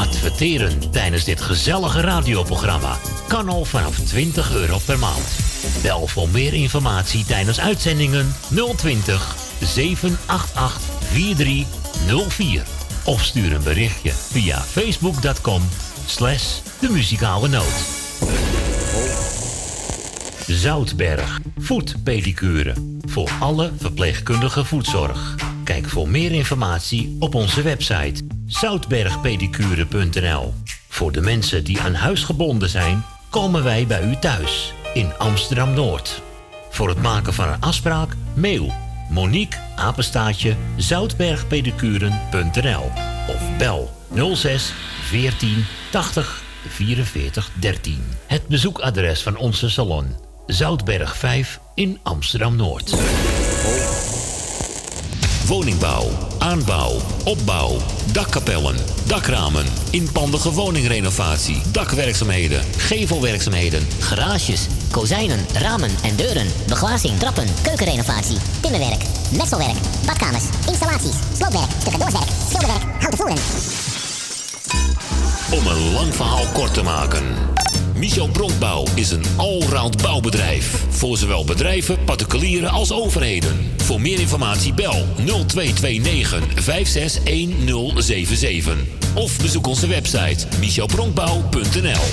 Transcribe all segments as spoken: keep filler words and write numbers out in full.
Adverteren tijdens dit gezellige radioprogramma kan al vanaf twintig euro per maand. Bel voor meer informatie tijdens uitzendingen nul twintig, zeven acht acht, vier drie nul vier. Of stuur een berichtje via facebook.com slash de muzikale noot. Zoutberg voetpedicure. Voor alle verpleegkundige voetzorg. Kijk voor meer informatie op onze website zoutbergpedicure punt n l. Voor de mensen die aan huis gebonden zijn, komen wij bij u thuis in Amsterdam-Noord. Voor het maken van een afspraak, mail Monique apenstaartje zoutbergpedicuren punt n l of bel nul zes veertien tachtig vierenveertig dertien. Het bezoekadres van onze salon Zoutberg vijf in Amsterdam-Noord. Woningbouw, aanbouw, opbouw, dakkapellen, dakramen, inpandige woningrenovatie, dakwerkzaamheden, gevelwerkzaamheden, garages, kozijnen, ramen en deuren, beglazing, trappen, keukenrenovatie, timmerwerk, messelwerk, badkamers, installaties, sloopwerk, stucadoorswerk, schilderwerk, houten voeren. Om een lang verhaal kort te maken. Michel Bronkbouw is een allround bouwbedrijf. Voor zowel bedrijven, particulieren als overheden. Voor meer informatie bel nul twee twee negen vijf zes een nul zeven zeven. Of bezoek onze website michel bronkbouw punt n l.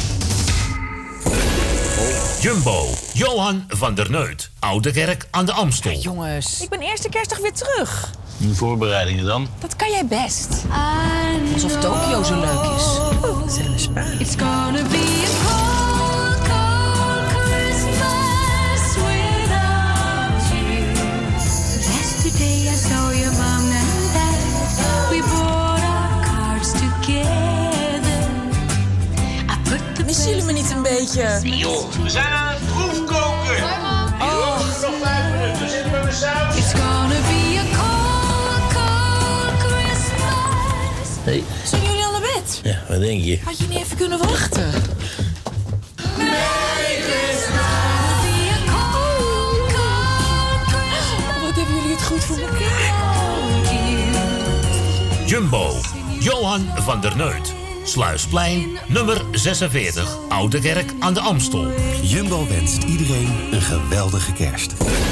Jumbo, Johan van der Neut. Oude Kerk aan de Amstel. Ja, jongens, ik ben eerste kerstdag weer terug. Die voorbereidingen dan? Dat kan jij best. Alsof Tokio zo leuk is. Oh, zijn een spa. It's gonna be a cold, cold Christmas without you. Yesterday I saw your mom and dad. We brought our cards together. I put the Missen jullie me niet een beetje? Joh, we zijn aan het proefkoken. Oh. Nog vijf minuten, zitten we met saus. It's gonna be a cold, cold Christmas. Hey. Zijn jullie al naar bed? Ja, wat denk je? Had je niet even kunnen wachten? Merry Christmas. Wat hebben jullie het goed voor elkaar? Jumbo, Johan van der Neut. Sluisplein, nummer zesenveertig, Oude Kerk aan de Amstel. Jumbo wenst iedereen een geweldige kerst.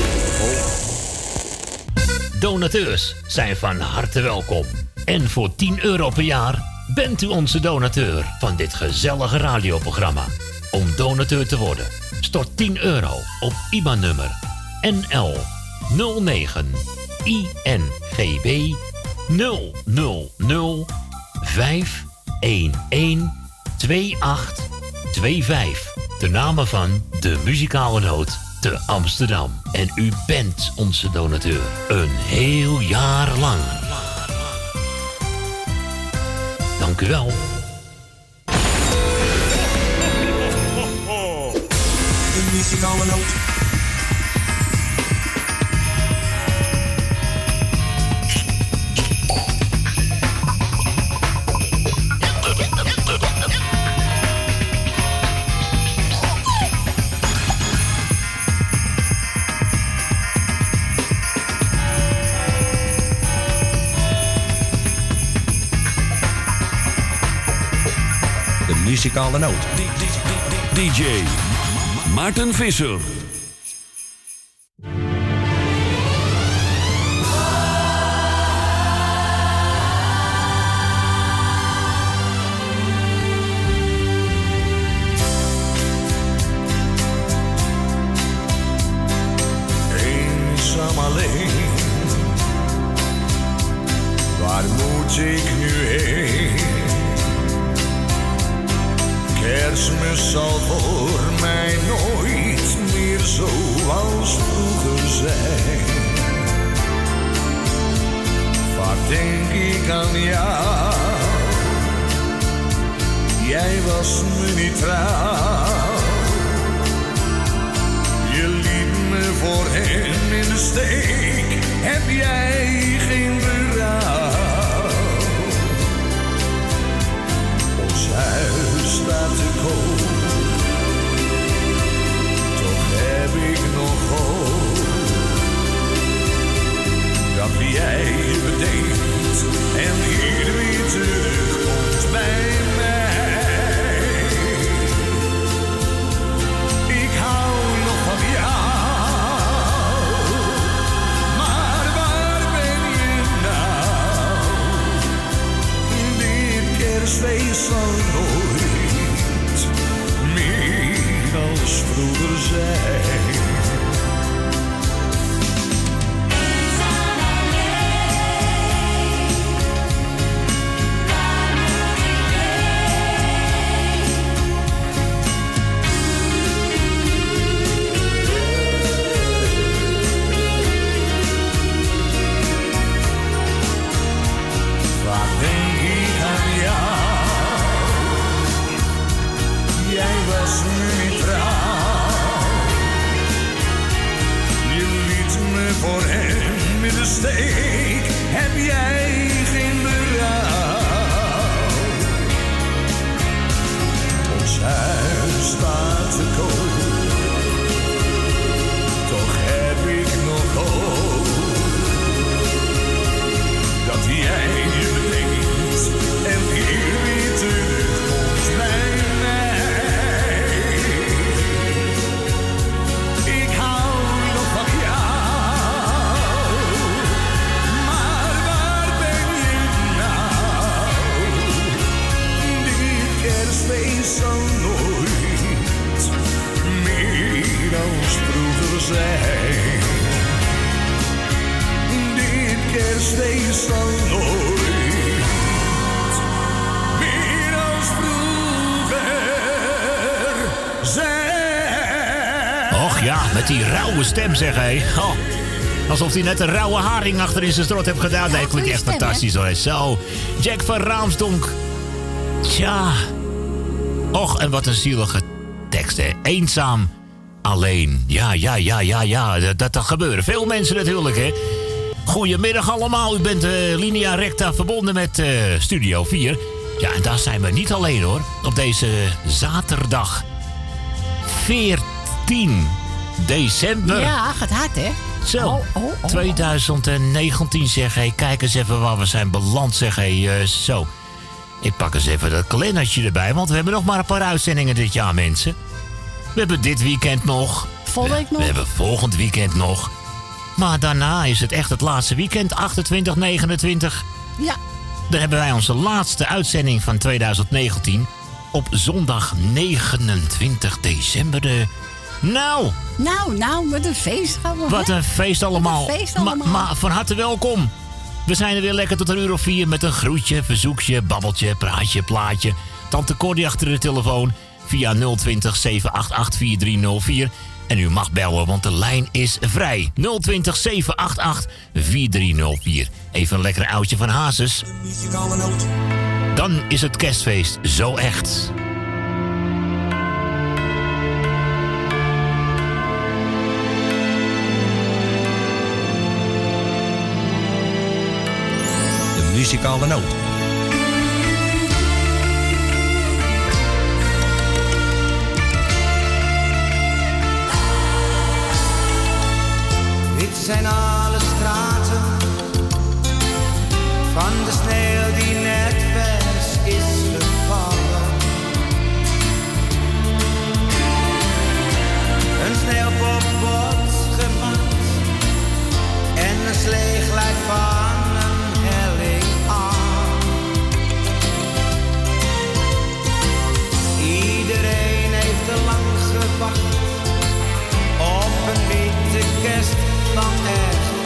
Donateurs zijn van harte welkom. En voor tien euro per jaar bent u onze donateur van dit gezellige radioprogramma. Om donateur te worden, stort tien euro op I B A N-nummer N L nul negen I N G B nul nul nul vijf een een twee acht twee vijf. De namen van de muzikale noot te Amsterdam. En u bent onze donateur. Een heel jaar lang. Dank u wel. De muzikale noot. Muzikale noot. D J Maarten Visser. Eenzaam alleen. Waar moet ik nu heen? Kerstmis zal voor mij nooit meer zoals vroeger zijn. Vaak denk ik aan jou. Jij was me niet trouw. Je liet me voor hem in de steek. Heb jij geen berouw? Ons huis staat te koop. Toch heb ik nog hoop. Dat jij bedenkt en hier weer terugkomt bij mij. kerstfeest zal nooit meer als vroeger zijn. Voor hem in de steek heb jij geen berouw. Ons huis staat te koop, toch heb ik nog hoop dat jij je bedenkt en hier weer terugkomt bij mij. Ik hou nog van jou. Kerstfeest zal nooit meer als vroeger zijn. Dit kerstfeest zal nooit meer als vroeger zijn. Och ja, met die rauwe stem zeg hé. Oh, alsof hij net een rauwe haring achter in zijn strot heeft gedaan. Nee, klinkt echt fantastisch hoor. Zo, Jack van Raamsdonk. Tja. Och, en wat een zielige tekst, hè. Eenzaam, alleen. Ja, ja, ja, ja, ja. Dat, dat, dat gebeuren veel mensen natuurlijk, hè. Goedemiddag allemaal. U bent uh, linea recta verbonden met uh, Studio vier. Ja, en daar zijn we niet alleen, hoor. Op deze zaterdag veertien december. Ja, gaat hard, hè. Zo, oh, oh, oh. twintig negentien, zeg hé. Kijk eens even waar we zijn beland, zeg hé. Uh, zo. Ik pak eens even dat kalendertje erbij, want we hebben nog maar een paar uitzendingen dit jaar, mensen. We hebben dit weekend nog. Volgende week nog. We hebben volgend weekend nog. Maar daarna is het echt het laatste weekend, achtentwintig, negenentwintig. Ja. Dan hebben wij onze laatste uitzending van twintig negentien op zondag negenentwintig december. De... Nou. Nou, nou, wat een feest gaan we. Wat een feest allemaal. Wat een feest allemaal. Maar ma, van harte welkom. We zijn er weer lekker tot een uur of vier met een groetje, verzoekje, babbeltje, praatje, plaatje. Tante Cordy achter de telefoon via nul twintig, zeven acht acht, vier drie nul vier. En u mag bellen, want de lijn is vrij. nul twintig, zeven acht acht, vier drie nul vier. Even een lekker oudje van Hazes. Dan is het kerstfeest zo echt. Muzikale noot. Dit zijn alle straten van de sneeuw die net vers is gevallen. Een sneeuwpop wordt gemaakt en een slee glijdt van een helling aan. Iedereen heeft te lang gewacht op een witte kerst van echt.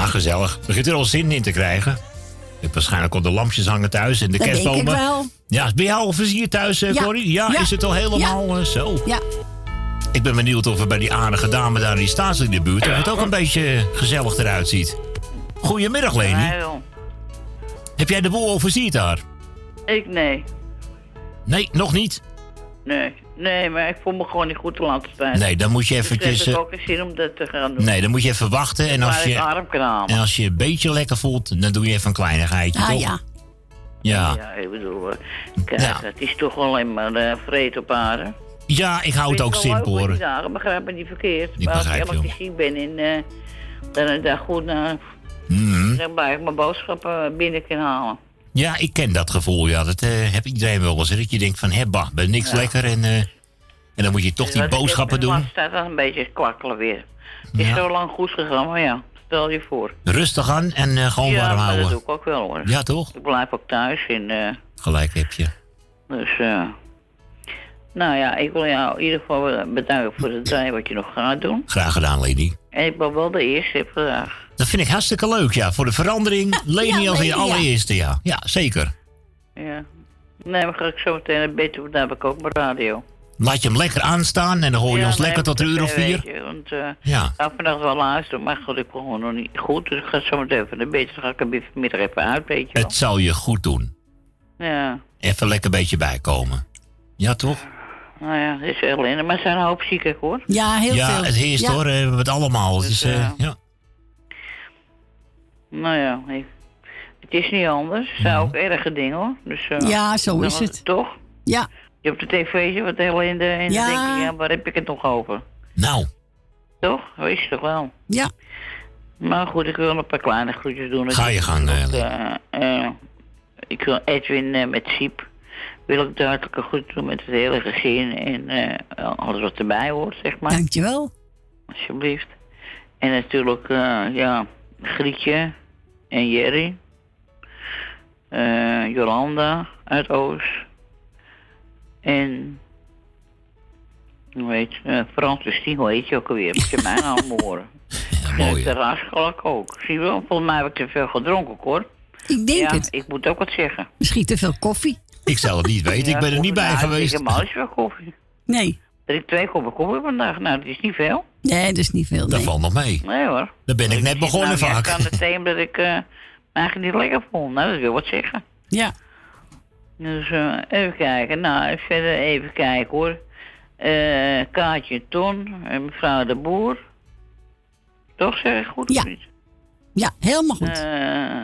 gezellig. Begint er al zin in te krijgen. Je hebt waarschijnlijk al de lampjes hangen thuis en de Dat kerstbomen. denk ik wel. Ja, is bij jou al versierd thuis, uh, Ja. Corrie? Ja, Ja. is het al helemaal Ja. uh, zo? Ja. Ik ben benieuwd of er bij die aardige dame daar die staat in de buurt... of het ook een beetje gezellig eruit ziet. Goedemiddag, Leni. Nee, joh. Heb jij de boel al versierd daar? Ik nee. Nee, nog niet. Nee. Nee, maar ik voel me gewoon niet goed de laatste tijd. Nee, dan moet je Dus eventjes... ik heb uh, ook geen zin om dat te gaan doen. Nee, dan moet je even wachten. En als Maar ik je, arm kan halen. en als je een beetje lekker voelt, dan doe je even een kleinigheidje, Ah toch? ja. Ja. Ja, ik bedoel, eh, kijk, Ja. het is toch alleen maar uh, vreed op aarde. Ja, ik hou het ook simpel, hoor. hoor. Die dagen, begrijp me niet verkeerd. Ik maar als begrijp ik je, elke keer ziek ben en uh, dan ik daar goed naar... Mhm. Dan blijf ik mijn boodschappen binnen kan halen. Ja, ik ken dat gevoel, ja. Dat uh, heb iedereen wel eens. hè. Dat je denkt van, hé, bah, ben niks Ja. lekker. En, uh, en dan moet je toch Dus die wat ik boodschappen heb, de doen. laatste tijd wel een beetje kwakkelen weer. Het is Ja. zo lang goed gegaan, maar ja, stel je voor. Rustig aan en uh, gewoon ja, warm maar houden. dat doe ik ook wel hoor. Ja, toch? Ik blijf ook thuis en... Uh, Gelijk heb je. Dus, eh nou ja, ik wil jou in ieder geval bedanken voor het draaien wat je nog gaat doen. Graag gedaan, Leni. En ik ben wel de eerste vandaag. Dat vind ik hartstikke leuk, ja. Voor de verandering, Leni Ja, als je Leni, ja. allereerste, ja. Ja, zeker. Ja. Nee, maar ga ik zo meteen naar bed doen, daar heb ik ook mijn radio. Laat je hem lekker aanstaan en dan hoor je Ja, ons nee, lekker tot een uur of weet vier. je, want uh, Ja. ik ga vannacht wel luisteren, maar goed, ik ben gewoon nog niet goed. Dus ik ga zo meteen even naar bed, dan ga ik er vanmiddag even uit, weet je wel. Het zal je goed doen. Ja, Even lekker een beetje bijkomen. Ja, toch? nou ja, het is alleen, maar er zijn een hoop zieken hoor. Ja, heel ja, veel. het heerst Ja. hoor. We hebben het allemaal. Het Dus, is, eh, eh, ja. Nou ja, ik, het is niet anders. Het zijn ook erge dingen hoor. Dus, uh, Ja, zo dan is was het. Toch? Ja. Je hebt de tv'tje wat heel in de... En Ja. dan denk je, ja, waar heb ik het nog over? Nou, Toch? Weet je toch wel? Ja. Maar goed, ik wil een paar kleine groetjes doen. Ga je gang, Ik, eh, uh, uh, ik wil Edwin uh, met Siep. Wil ik duidelijk een groet doen met het hele gezin. En uh, alles wat erbij hoort, zeg maar. Dankjewel. Alsjeblieft. En natuurlijk, uh, ja, Grietje en Jerry. Uh, Jolanda uit Oost. En... Hoe heet uh, Frans de Stien, hoe heet je ook alweer? Moet je mij nou horen? ja, En mooi. het terras geluk ook. Zie je wel? Volgens mij heb ik te veel gedronken, hoor. Ik denk Ja, het. ik moet ook wat zeggen. Misschien te veel koffie. Ik zal het niet weten. Ik ben er niet bij geweest. Ik heb maar veel koffie. Nee. Drink twee koppen koffie vandaag. Nou, dat is niet veel. Nee, dat is niet veel. Dat Nee. valt nog mee. Nee hoor. Daar ben ik net begonnen nou, vaak. Ik aan de thee omdat ik uh, me eigenlijk niet lekker vond. Nou, dat wil wat zeggen. Ja. Dus uh, even kijken. Nou, verder even kijken hoor. Uh, Kaatje Ton en mevrouw de Boer. Toch zeg ik goed? Ja. Of niet? Ja, helemaal goed. Uh,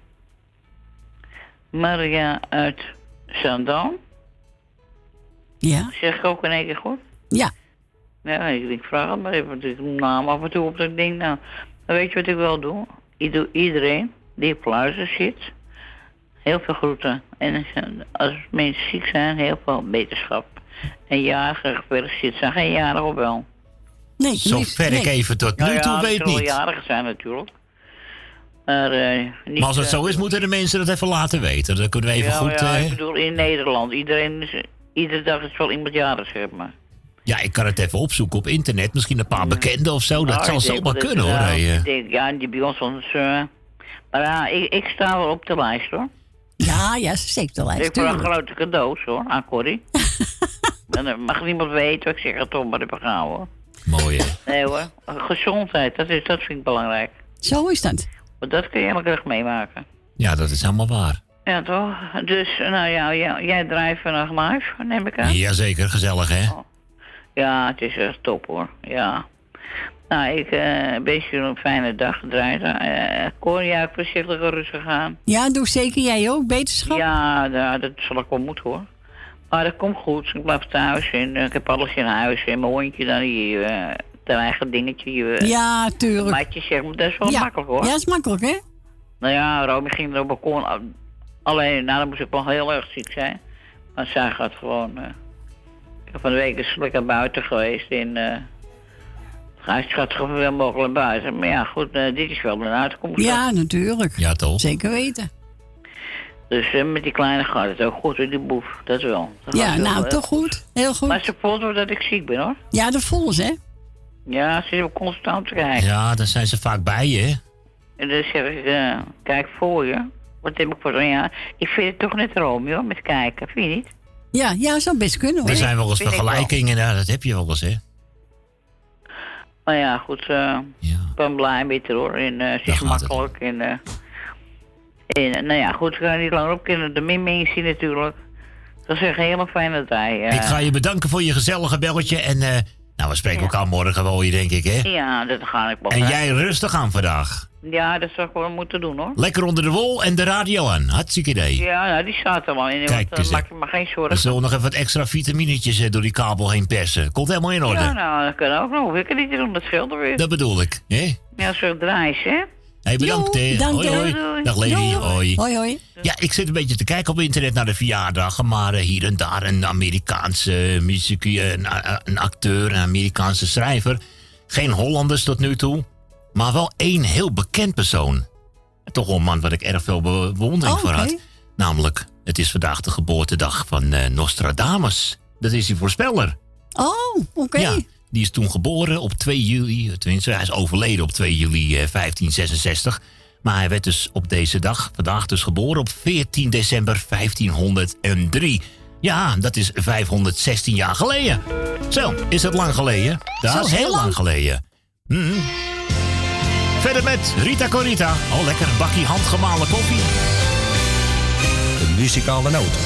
Maria uit Zandam. Ja. Zeg ik ook in één keer goed? Ja. Ja, ik denk, vraag het maar even. Want ik noem naam af en toe op dat ik denk, nou, dan weet je wat ik wel doe? Ik doe iedereen die op luister zit, heel veel groeten. En als mensen ziek zijn, heel veel beterschap. En jarigen gefeliciteerd zijn, geen jarigen of wel? Nee, Zover ik nee. even tot nu Nou ja, toe er weet zullen wel niet. jarigen zijn natuurlijk. Maar, uh, niet, Maar als het uh, zo is, moeten de mensen dat even laten weten. Dan kunnen we even ja, goed... ja, eh, ik bedoel, in Nederland, iedereen is, iedere dag is wel iemand jarig, zeg maar. Ja, ik kan het even opzoeken op internet. Misschien een paar bekenden of zo. Dat Nou, zal ik denk zomaar dat het, kunnen hoor. uh, Hey, eh. Ik denk, ja, die bij ons ons. Uh, maar ja, ik, ik sta wel op de lijst hoor. Ja, ja, zeker de lijst. Ik vraag tuurlijk. grote cadeaus hoor, aan Corrie. En dan mag niemand weten, ik zeg het toch maar even gaan hoor. Mooi hè. Nee hoor, gezondheid, dat, is, dat vind ik belangrijk. Zo is dat. Want dat kun je elke dag meemaken. Ja, dat is helemaal waar. Ja toch? Dus, nou ja, ja jij draait vandaag live, neem ik aan. Jazeker, gezellig hè. Oh. Ja, het is echt top hoor, ja. Nou, ik uh, wens je een fijne dag gedraaid. Uh, Cor, ja, voorzichtig en rustig aan. Ja, doe zeker jij ook. Beterschap. Ja, nou, dat zal ik wel moeten hoor. Maar dat komt goed. Ik blijf thuis en uh, ik heb alles in huis. En mijn hondje dan hier, uh, zijn eigen dingetje. Uh, Ja, tuurlijk. Matje zeg maar, dat is wel Ja. makkelijk hoor. Ja, dat is makkelijk, hè? Nou ja, Romy ging er op het balkon. Alleen, nou dan moest ik wel heel erg ziek zijn. Maar zij gaat gewoon... Uh, ik heb van de week eens lekker buiten geweest en... Uh, Hij gaat zoveel mogelijk buiten. Maar ja, goed, uh, dit is wel een uitkomst. Ja, natuurlijk. Ja, toch? Zeker weten. Dus uh, met die kleine gaat het ook goed, met die boef. Dat wel. Dat Ja, gaat wel, nou, uh, toch goed. Heel goed. Maar ze voelt wel dat ik ziek ben, hoor. Ja, dat voelen ze, hè? Ja, ze is wel constant te kijken. Ja, dan zijn ze vaak bij je hè. En dan zeg ik, uh, kijk voor je. Wat heb ik voor een jaar? Ik vind het toch net Romeo met kijken, vind je niet? Ja, ja, zou best kunnen hoor. Er zijn wel eens Vind ik vergelijkingen, nou, dat heb je wel eens, hè? Maar ja, goed, uh, Ja. ik ben blij met haar hoor. En uh, ze Daar is gaat het makkelijk. En, uh, en uh, nou ja, goed, we gaan niet langer op kunnen. De min zien natuurlijk. Dat is echt een hele fijne tijd. Uh, Ik ga je bedanken voor je gezellige belletje. En uh, nou, we spreken Ja. elkaar morgen wel weer, denk ik, hè? Ja, dat ga ik wel. En graag. jij rustig aan vandaag. Ja, dat zou ik wel moeten doen hoor. Lekker onder de wol en de radio aan. Hartstikke idee. Ja, nou, die staat er wel in. Kijk want, eens, uh, hè. maak je maar geen We zorgen. zullen nog even wat extra vitaminetjes eh, door die kabel heen persen. Komt helemaal in orde. Ja, nou, dat kan ook nog. Hoef ik het niet te doen, dat scheelt er weer. Dat bedoel ik, hè? Ja, zo draai hè? Hey, bedankt, Jo, hè. dank Hoi, je. hoi. Doei. Dag, Lady. Jo. Hoi. Hoi, hoi. Ja, ik zit een beetje te kijken op internet naar de verjaardagen. Maar eh, hier en daar een Amerikaanse muziek, een, een acteur, een Amerikaanse schrijver. Geen Hollanders tot nu toe. Maar wel één heel bekend persoon. Toch wel een man waar ik erg veel be- bewondering Oh, voor oké. had. Namelijk, het is vandaag de geboortedag van eh, Nostradamus. Dat is die voorspeller. Oh, oké. Ja, die is toen geboren op twee juli. Tenminste, hij is overleden op twee juli eh, vijftienhonderdzesenzestig. Maar hij werd dus op deze dag, vandaag dus geboren op veertien december vijftienhonderddrie. Ja, dat is vijfhonderdzestien jaar geleden. Zo, is het lang geleden? Dat Zo, is heel heel lang, lang. geleden. Mhm. Verder met Rita Corita. Oh, lekker een bakje handgemalen koffie. De muzikale noot.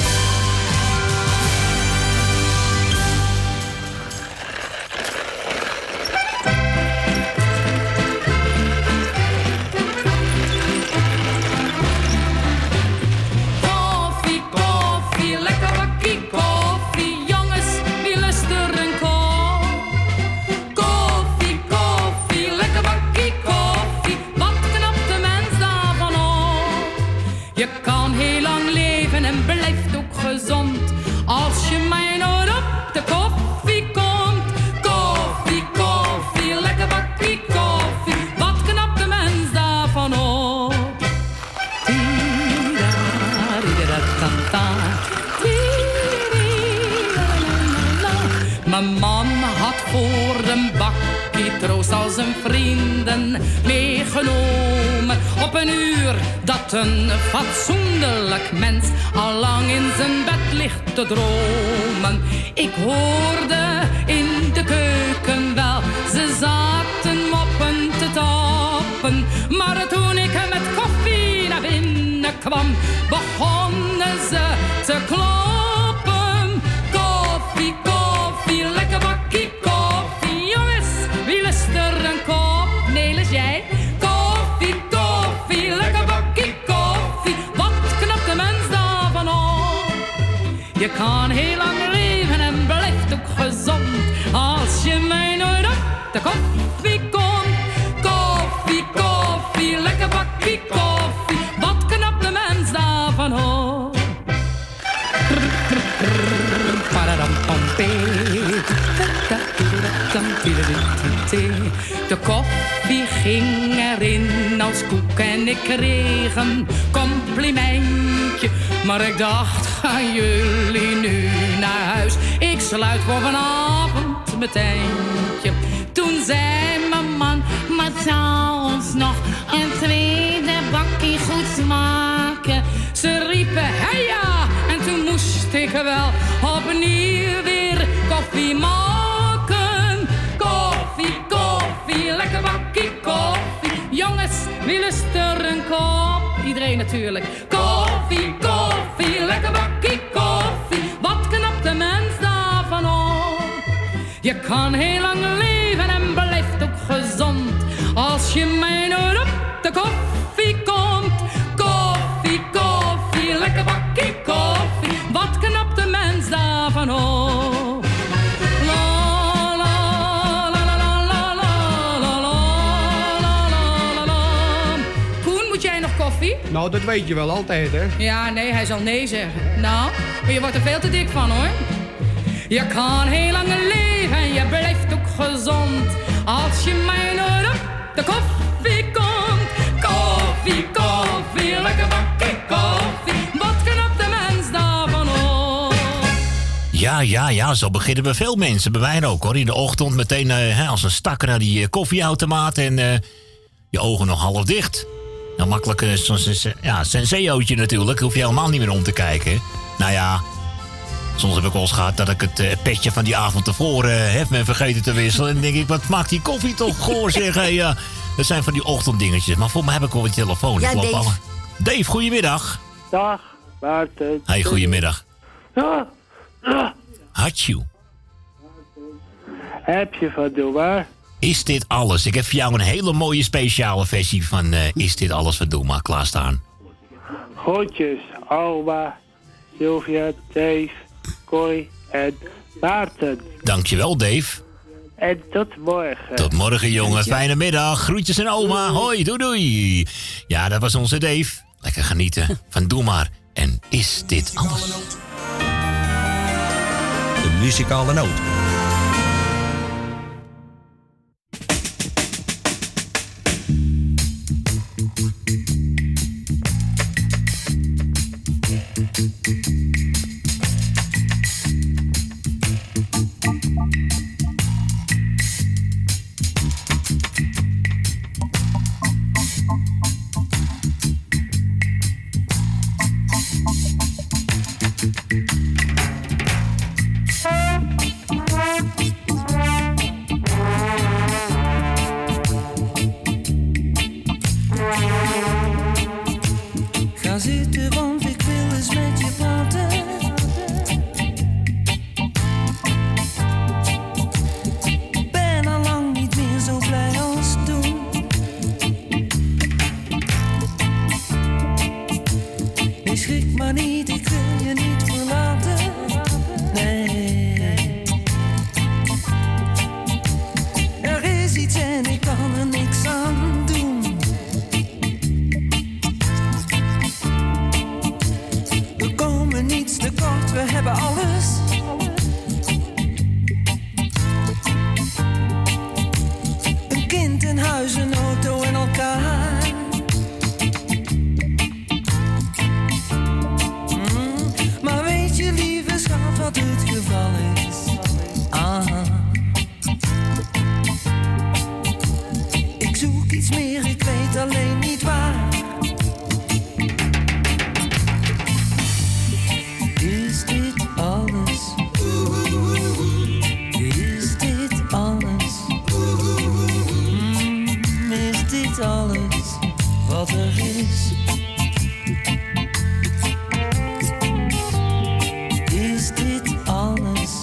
Koffie, koffie, lekker bakkie koffie. Jongens, wie lust er een kop? Koffie, koffie, lekker bakkie koffie. Wat knapt de mens daarvan op? Je kan heel lang leven en blijft ook gezond. Als je mij nooit op de koffie komt. Koffie, koffie, lekker bakkie koffie. Wat knapt de mens daarvan op? Mijn man had voor een bakkie troost al zijn vrienden meegenomen. Op een uur dat een fatsoenlijk mens al lang in zijn bed ligt te dromen. Ik hoorde in de keuken wel, ze zaten moppen te tappen. Maar toen ik met koffie naar binnen kwam, begonnen ze te kloppen. Koffie, koffie, lekker bakkie koffie. Jongens, wie lust er een kop? Nelis, jij? Koffie, koffie, lekker bakkie koffie. Wat knapt de mens daarvan op? Je kan heel lang leven en blijft ook gezond. Als je mij nooit op de koffie komt. Koffie, koffie, lekker bakkie koffie. Wat knapt de mens daarvan op? De koffie ging erin als koek en ik kreeg een complimentje. Maar ik dacht, gaan jullie nu naar huis? Ik sluit voor vanavond mijn tentje. Toen zei mijn man, maar zou ons nog een tweede bakkie goed smaken? Ze riepen, hey ja, en toen moest ik wel opnieuw weer koffie maken. Koffie, koffie, lekker bakkie koffie. Jongens, wie lust er een kop? Iedereen natuurlijk. Koffie, koffie, lekker bakkie koffie. Wat knapt de mens daarvan op? Je kan heel lang leven en blijft ook gezond. Als je mij nooit op de koffie komt. Koffie, koffie, lekker bakkie koffie. Wat knapt de mens daarvan op? La, la, la, la, la, la, la, la, la, la, la. Koen, moet jij nog koffie? Nou, dat weet je wel altijd, hè? Ja, nee, hij zal nee zeggen. Nou, maar je wordt er veel te dik van, hoor. Je kan heel lang leven en je blijft ook gezond. Als je mij nooit op de koffie komt. Koffie, koffie, lekker bakkie koffie. Wat knapt de mens daarvan op? Ja, ja, ja, zo beginnen we veel mensen. Bij mij ook, hoor. In de ochtend meteen uh, hè, als een stakker naar die uh, koffieautomaat en uh, je ogen nog half dicht. Nou, makkelijk uh, zo'n ja, senseootje natuurlijk. Hoef je helemaal niet meer om te kijken. Nou ja, soms heb ik wel eens gehad dat ik het uh, petje van die avond tevoren uh, heb men vergeten te wisselen. En dan denk ik, wat maakt die koffie toch goor, zeg. Hey, uh, dat zijn van die ochtenddingetjes. Maar voor mij heb ik wel een telefoon. Ja, Dave. Alle... Dave, goedemiddag. Dag, Maarten. Hey, goedemiddag. Ja. Ja. Hatsjoe. Heb je van Doe maar. Is dit alles? Ik heb voor jou een hele mooie speciale versie van uh, Is dit alles van Doe maar klaarstaan. Groetjes, Alma, Sylvia, Dave, Corrie en Maarten. Dankjewel, Dave. En tot morgen. Tot morgen, jongen. Fijne middag. Groetjes aan oma. Hoi, doei, doei. Ja, dat was onze Dave. Lekker genieten van Doe maar. En Is dit alles? De muzikale noot. Ga zitten, want ik wil eens met je praten. Ik ben al lang niet meer zo blij als toen. Je schrik maar niet, ik wil je niet verlaten. Nee. Er is iets en ik kan er niks aan doen. We komen niets tekort, we hebben alles. Een kind, een huis, een auto en elkaar. Mm, maar weet je, lieve schat, wat het geval is? Ah. Ik zoek iets meer, ik weet alleen niet waar. Is dit alles? Is dit alles? Mm, is dit alles wat er is? Is dit alles?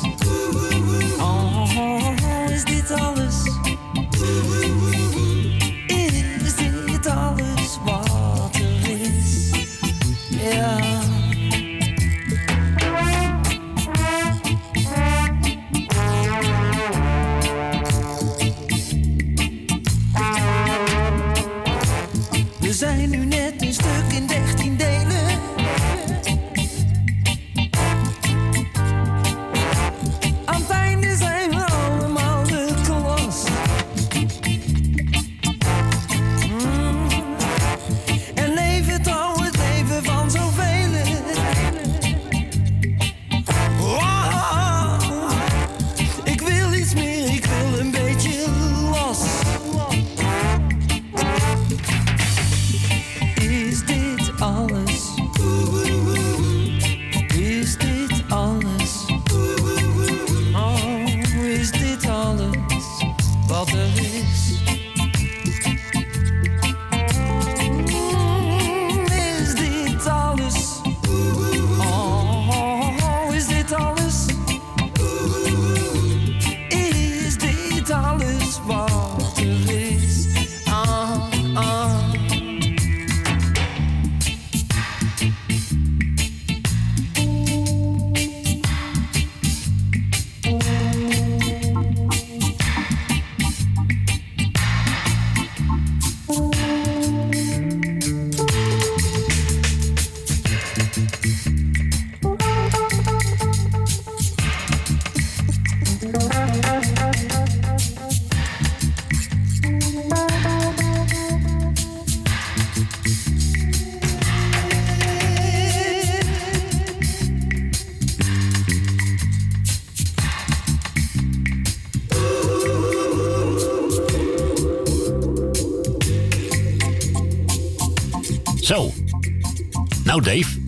Zo. Nou, Dave.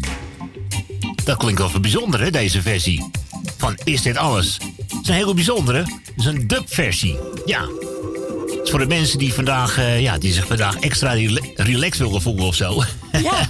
Dat klinkt wel bijzonder, hè, deze versie. Van Is Dit Alles? Het is een heel bijzondere. Het is een dubversie. Ja. Het is voor de mensen die vandaag, uh, ja, die zich vandaag extra rela- relaxed willen voelen of zo. Ja.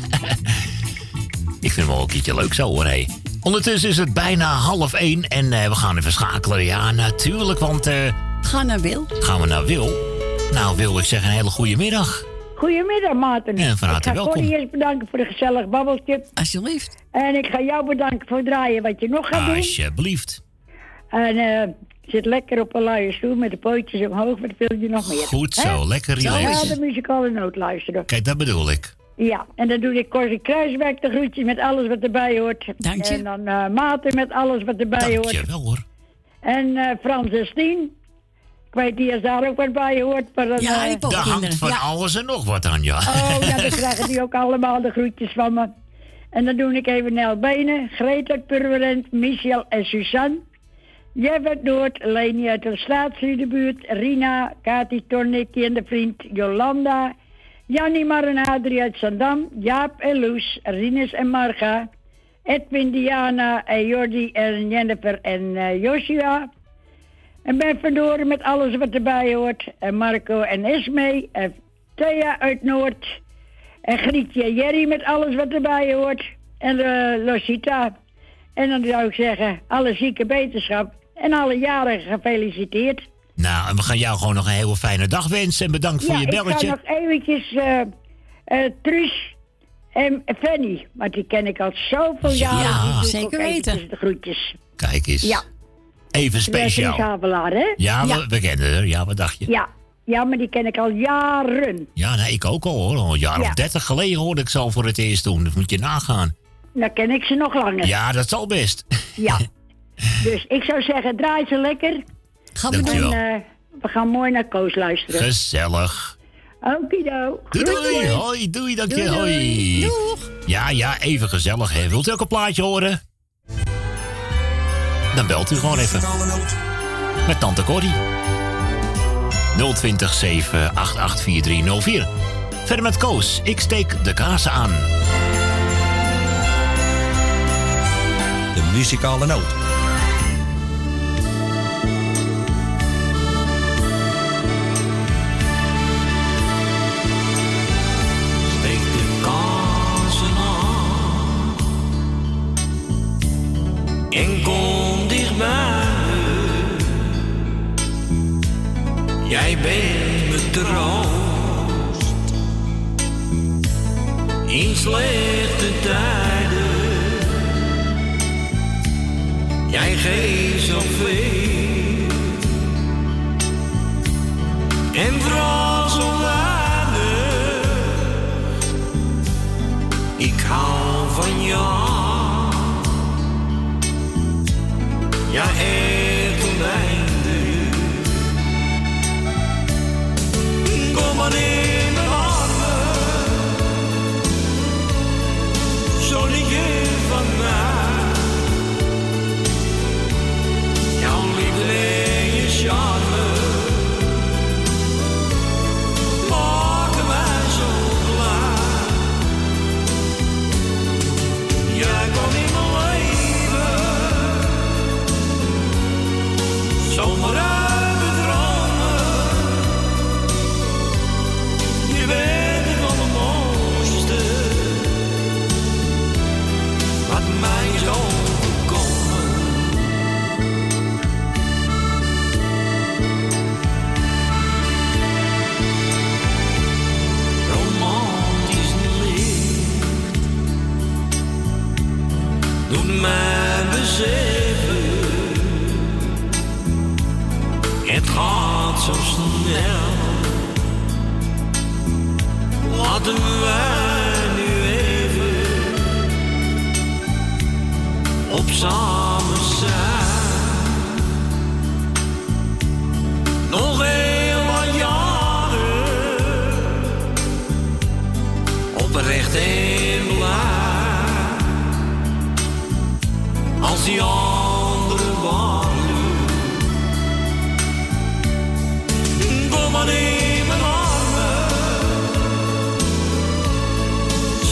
Ik vind hem wel een keertje leuk zo, hoor, hé. Ondertussen is het bijna half één en uh, we gaan even schakelen. Ja, natuurlijk, want... Uh, Ga naar Wil. Gaan we naar Wil. Nou, Wil, ik zeg een hele goede middag. Goedemiddag, Maarten. En van harte welkom. Ik ga Corrie eerst bedanken voor de gezellig babbeltje. Alsjeblieft. En ik ga jou bedanken voor het draaien wat je nog gaat doen. Alsjeblieft. En uh, zit lekker op een luie stoel met de pootjes omhoog. Wat wil je nog meer? Goed zo, He? lekker relaxen. Ja, de muzikale noot luisteren. Kijk, dat bedoel ik. Ja, en dan doe ik Corrie Kruiswijk de groetjes met alles wat erbij hoort. Dank je. En dan uh, Maarten met alles wat erbij Dank hoort. je wel, hoor. En uh, Frans en Stien. Ik weet niet of daar ook wat bij hoort. Maar dan, ja, uh, ik Daar hangt van ja. alles en nog wat aan, ja. Oh, ja, dan krijgen die ook allemaal de groetjes van me. En dan doe ik even Nel Benen, Greta Purmerend, Michel en Suzanne. Jeffert Noord, Leni uit de Staatsriedenbuurt, Rina, Kati Tornicki en de vriend Jolanda, Jannie Mar en Adrie uit Zandam, Jaap en Loes, Rinus en Marga, Edwin, Diana en Jordi en Jennifer en uh, Joshua. En Ben Verdoren met alles wat erbij hoort. En Marco en Esme. En Thea uit Noord. En Grietje en Jerry met alles wat erbij hoort. En uh, Losita. En dan zou ik zeggen, alle zieke beterschap. En alle jarigen gefeliciteerd. Nou, en we gaan jou gewoon nog een hele fijne dag wensen. En bedankt voor ja, je belletje. Ja, ik ga nog eventjes uh, uh, Truus en Fanny. Want die ken ik al zoveel jaren. Ja, die zeker weten. De groetjes. Kijk eens. Ja. Even speciaal. Truus Havelaar, hè? Ja, Ja. We, we kennen haar. Ja, wat dacht je? Ja. Ja, maar die ken ik al jaren. Ja, nee, ik ook al, hoor. Al een jaar Ja. of dertig geleden hoorde ik ze al voor het eerst doen. Dat moet je nagaan. Dan ken ik ze nog langer. Ja, dat zal best. Ja. Dus ik zou zeggen, draai ze lekker. Gaan we En Dankjewel. uh, we gaan mooi naar Koos luisteren. Gezellig. Okido. Doei, doei. Hoi, doei, dank je. Doei, Hoi. doei. Doeg. Ja, ja, even gezellig, hè. Wilt u ook een plaatje horen? Dan belt u gewoon even. Met Tante Corrie. nul twintig zeven acht acht vier drie nul vier. Verder met Koos. Ik steek de kaarsen aan. De muzikale noot. Steek de kaarsen aan en kom dichtbij. Jij bent me troost in slechte tijden. Jij geeft zoveel en vooral zo weinig. Ik hou van jou, ja echt oneindig. Kom maar in mijn armen, zonnetje van mij. Jouw liefde en je charme maken mij zo blij. Jij kwam in mijn leven zomaar uit de dromen. Je bent het allermooiste wat mij is overkomen. Romantisch licht doet mij beseffen, het gaat zo snel. Laten wij nu even op samen zijn. Nog heel wat jaren oprecht en blij. Als die anderen waren, kom maar in mijn armen.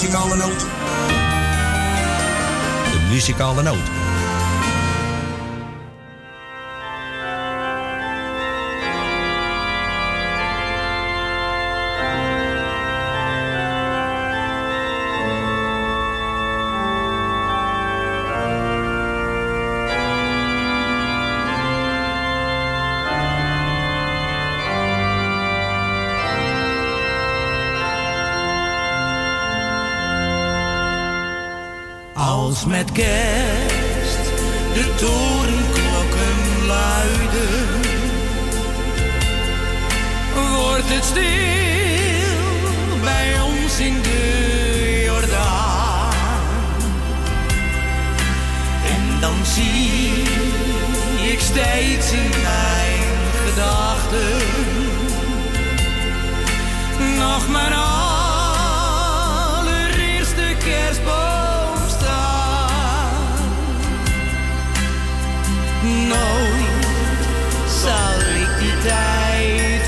muzikale noot. De muzikale noot. Als met kerst de torenklokken luiden, wordt het stil bij ons in de Jordaan. En dan zie ik steeds in mijn gedachten nog mijn allereerste kerstboom. Nooit zal ik die tijd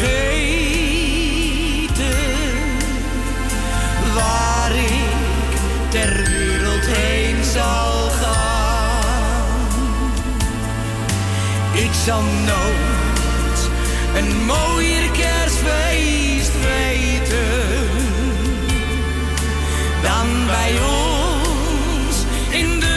vergeten, waar ik ter wereld heen zal gaan. Ik zal nooit een mooier kerstfeest weten dan bij ons in de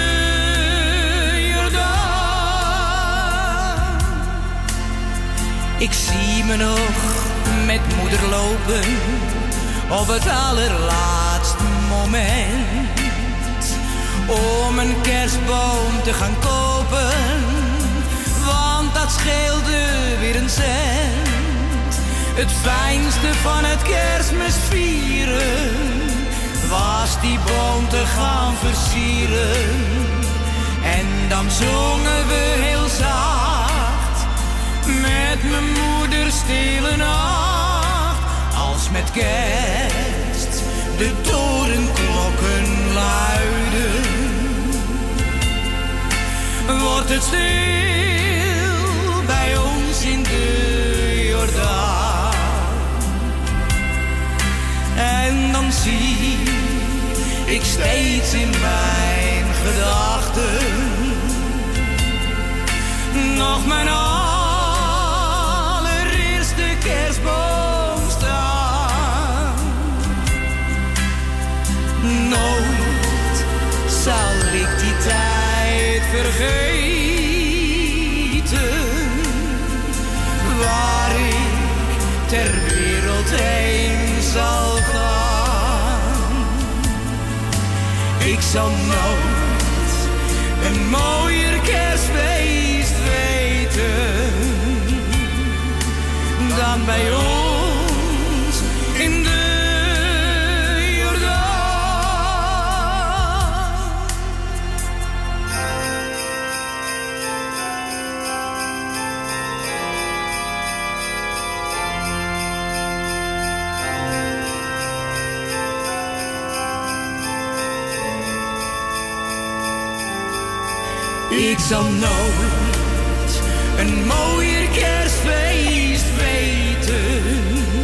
Ik zie me nog met moeder lopen op het allerlaatste moment om een kerstboom te gaan kopen, want dat scheelde weer een cent. Het fijnste van het Kerstmis vieren was die boom te gaan versieren. En dan zongen we heel zacht met mijn moeder stille nacht. Als met kerst de torenklokken luiden, wordt het stil bij ons in de Jordaan. En dan zie ik steeds in mijn gedachten nog mijn kerstboom staan. Nooit zal ik die tijd vergeten, waar ik ter wereld heen zal gaan. Ik zal nooit een mooier kerstfeest weten dan bij ons in de Jordaan. Ik zal nooit een mooier kerstfeest weten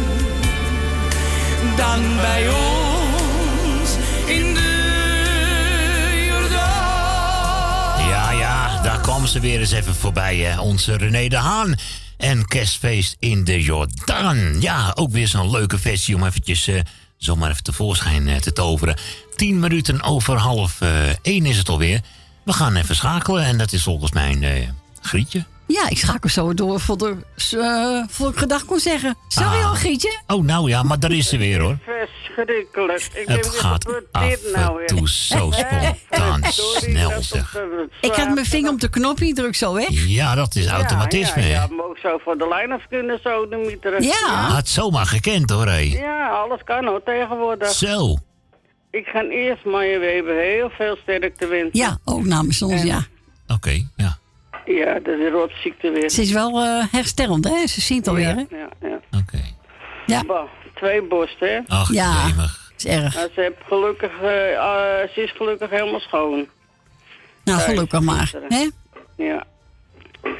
dan bij ons in de Jordaan. Ja, ja, daar kwam ze weer eens even voorbij, hè. Onze René de Haan. En kerstfeest in de Jordaan. Ja, ook weer zo'n leuke versie om eventjes uh, zomaar even tevoorschijn uh, te toveren. Tien minuten over half uh, één is het alweer. We gaan even schakelen en dat is volgens mij een uh, Grietje. Ja, ik schakel zo door voor, de, uh, voor ik gedag kon zeggen. Sorry ah. al, Grietje. Oh, nou ja, maar daar is ze weer, hoor. Verschrikkelijk. Ik het gaat af nou en toe zo spontaan snel, zeg. Ik had mijn vinger op de knopje, druk zo weg. Ja, dat is automatisme, ja, ja, hè? Ja, maar ook zo voor de lijn af kunnen, zo de mieteren. Ja. Had zomaar gekend, hoor, hé. Ja, alles kan, hoor, tegenwoordig. Zo. Ik ga eerst Maya Weber heel veel sterkte wensen. Ja, ook namens ons, en... ja. Oké, okay, ja. Ja, dat is rotziekte weer. Ze is wel uh, herstellend, hè? Ze ziet alweer, hè? Ja, ja. ja. Oké. Okay. Ja. Bah, twee borsten, hè? Ach, ja, jemig. is erg. Nou, ze, heeft gelukkig, uh, uh, ze is gelukkig helemaal schoon. Nou, gelukkig maar, hè? Ja.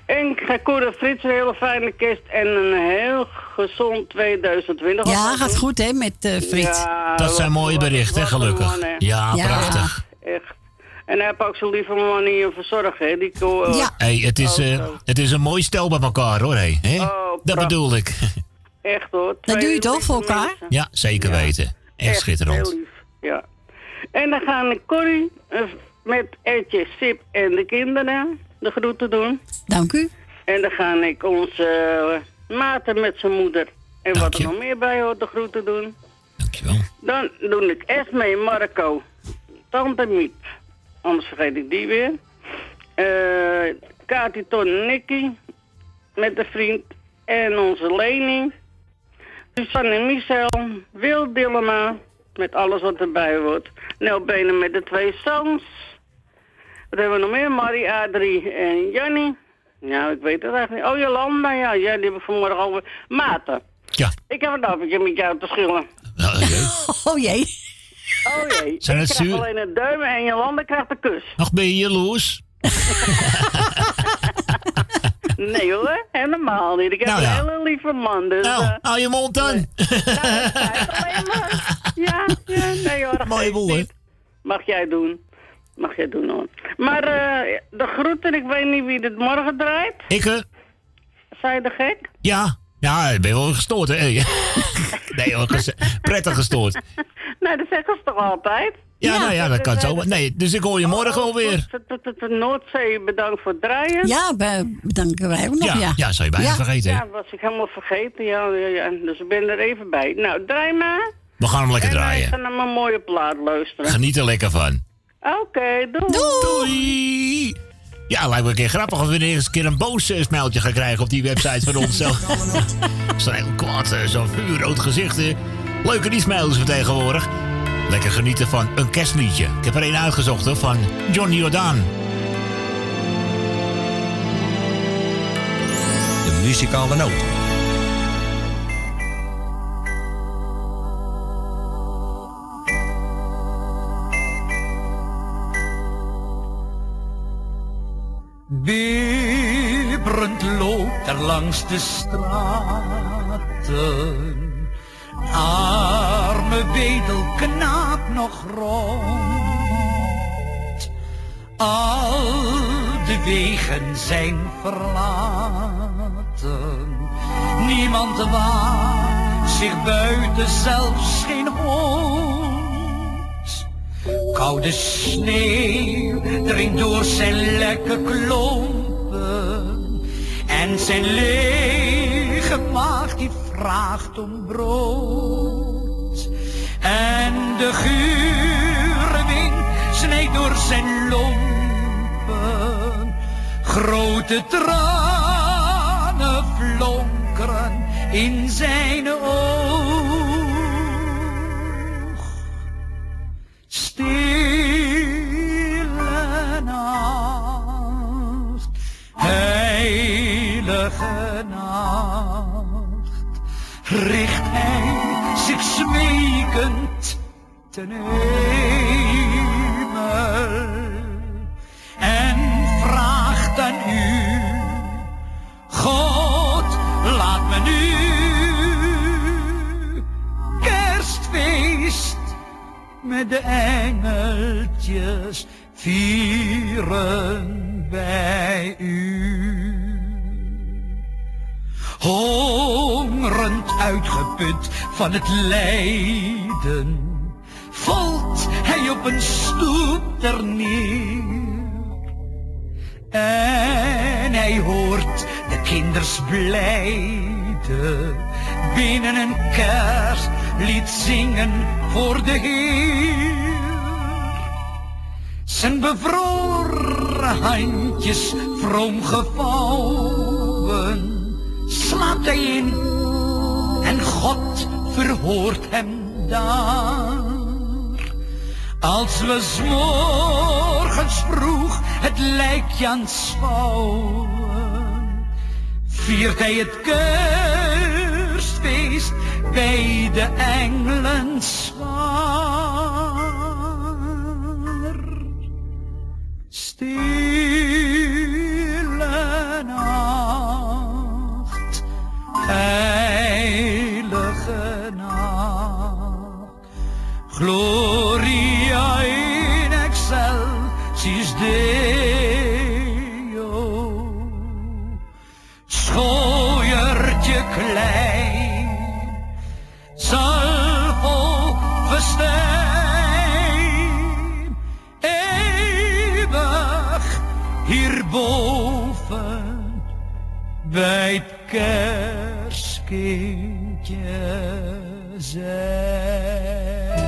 En Koen Frits, een hele fijne kerst en een heel gezond tweeduizend twintig. Ja, gaat goed hè, met uh, Frits. Ja, dat zijn wat, mooie berichten, wat gelukkig. Man, ja, ja, prachtig. Echt. En hij heeft ook zo'n lieve man die je verzorgt, hè. Die ko- ja. Hey, het, is, uh, het is een mooi stel bij elkaar, hoor. Hey. Hey? Oh, dat bedoel ik. Echt, hoor. Dat doe je toch voor elkaar? Mensen. Ja, zeker ja. weten. Echt, Echt schitterend. Heel lief, ja. En dan gaan Corrie uh, met Etje, Sip en de kinderen de groeten doen. Dank u. En dan ga ik onze uh, Maarten met zijn moeder en Dank wat er je. nog meer bij hoort de groeten doen. Dankjewel. Dan doe ik Esme, Marco, Tante Miep. Anders vergeet ik die weer. Uh, Kati, Ton en Nicky. Met de vriend. En onze Leni. Suzanne en Michel. Wil Dillema. Met alles wat erbij hoort. Nel Benen met de twee zoons. Wat hebben we nog meer? Marie, Adrie en Jannie. Nou, ik weet het eigenlijk niet. Oh, Jolanda, ja. Ja, die hebben vanmorgen over. Maarten. Ja. Ik heb een appeltje met jou te schillen. Nou, jee. Oh jee. Oh jee. Zijn ik het krijg zuur? alleen een duim en Jolanda krijgt een kus. Ach, ben je jaloers? Nee hoor, helemaal niet. Ik heb Nou, ja. een hele lieve man. Dus, Nou, uh, hou je mond dan. Nee. Nou, dat spijt alleen maar. Ja, ja, nee hoor. dat Mooie geeft boel, hè? niet. Mag jij doen. Mag jij doen hoor. Maar uh, de groeten, ik weet niet wie dit morgen draait. Ik, hè? Zei je de gek? Ja. Ja, ik ben wel gestoord, hè? Nee hoor, ges- prettig gestoord. Nee, dat zeggen ze toch altijd? Ja, ja, nou ja, dat kan zo. Nee, dus ik hoor je morgen wel weer. De Noordzee, bedankt voor het draaien. Ja, be- bedanken wij ook nog, ja. Ja, ja zou je bijna Ja. vergeten. Ja, was ik helemaal vergeten. Ja, ja, ja. Dus ik ben er even bij. Nou, draai maar. We gaan hem lekker En wij draaien. gaan naar mijn mooie plaat luisteren. Geniet er lekker van. Oké, okay, doei. Doei! Ja, lijkt me een keer grappig als we eens een keer een boos uh, smijltje gaan krijgen op die website van ons. Zo. Zo'n heel kwaad, uh, zo'n vuurrood gezicht. Uh. Leuke die smijlers vertegenwoordig. Lekker genieten van een kerstliedje. Ik heb er een uitgezocht hoor, van Johnny Jordaan. De muzikale noot. Bibberend loopt er langs de straten, arme wedelknaap nog rond. Al de wegen zijn verlaten, niemand waagt zich buiten, zelfs geen hond. Koude sneeuw dringt door zijn lekke klompen en zijn lege maag die vraagt om brood. En de gure wind snijdt door zijn lompen, grote tranen flonkeren in zijn oog. Stille nacht, heilige nacht, richt hij zich smekend ten hemel en vraagt aan u, God, laat me nu kerstfeest met de engeltjes vieren bij u. Hongerend uitgeput van het lijden, valt hij op een stoep ter neer. En hij hoort de kinders blijden binnen een kerstlied zingen voor de Heer. Zijn bevroren handjes vroom gevouwen slaapt hij in en God verhoort hem daar. Als we 's morgens vroeg het lijkje aanschouwen, viert hij het kerstfeest bij de engelen schaar. Stille nacht, Deo. Schooiertje klein zal oversteen, eeuwig hierboven bij het kerstkindje zijn.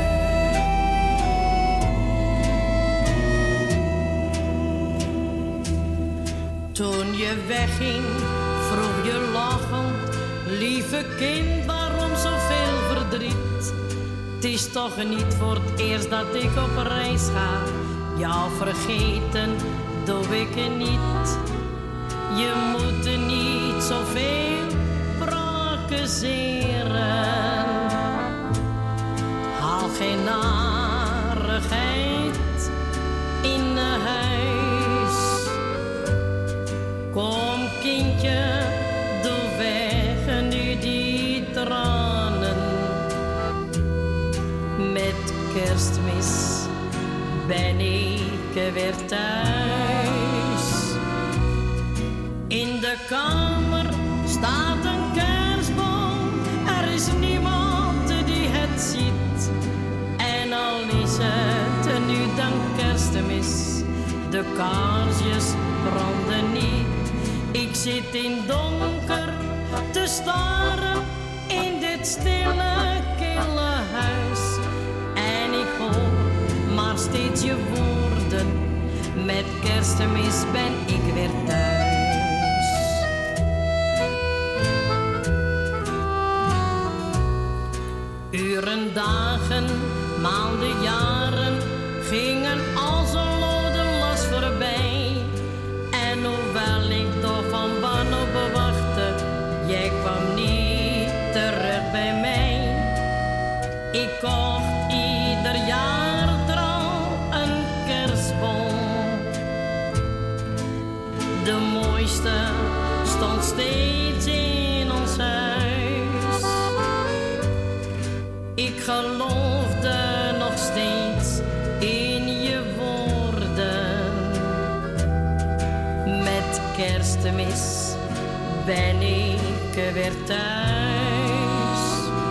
Toen je wegging, vroeg je lachend, lieve kind, waarom zoveel verdriet? Het is toch niet voor het eerst dat ik op reis ga, jou vergeten doe ik niet. Je moet er niet zoveel prakkezeren, haal geen narigheid in huis. Kom kindje, doe weg nu die tranen. Met Kerstmis ben ik weer thuis. In de kamer staat een kerstboom, er is niemand die het ziet. En al is het nu dan Kerstmis, de kaarsjes branden niet. Ik zit in donker te staren in dit stille, kille huis. En ik hoor maar steeds je woorden, met Kerstmis ben ik weer thuis. Uren, dagen, maanden, jaren gingen als een lode las voorbij. En hoewel ik toch van wanhoop bewachtte, jij kwam niet terug bij mij. Ik kocht ieder jaar trouw een kerstboom. De mooiste stond steeds in ons huis. Ik geloofde nog steeds in je woorden. Met Kerstmis ben ik weer thuis.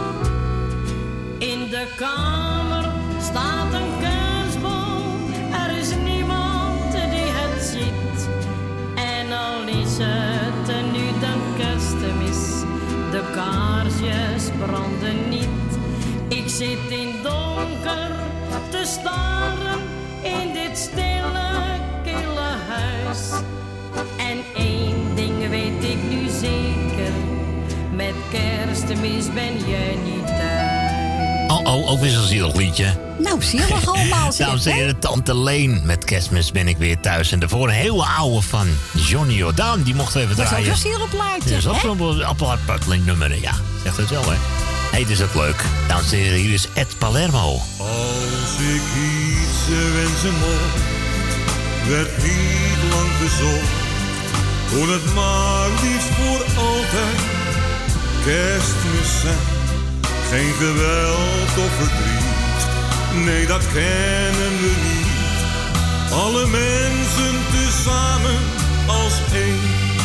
In de kamer staat een kerstboom, er is niemand die het ziet. En al is het nu dan Kerstmis, de kaarsjes branden niet. Ik zit in donker te staren in dit stille, kille huis. En één ding weet ik nu zeker, met Kerstmis ben jij niet thuis. Oh, oh, ook weer zo'n zielig liedje. Nou, zielig allemaal. Dames en heren, Tante Leen met Kerstmis ben ik weer thuis. En daarvoor een hele oude van Johnny Jordaan, die mochten we even draaien. Dat is ook een zielig plaatje. Dat is ook zo'n apart nummer, ja. Zegt het wel, hè. Hey, het is ook leuk. Dames en heren, hier is Ed Palermo. Als ik iets wensen mocht, werd niet lang gezocht. Kon het maar liefst voor altijd Kerstmis zijn. Geen geweld of verdriet, nee dat kennen we niet. Alle mensen tezamen als één.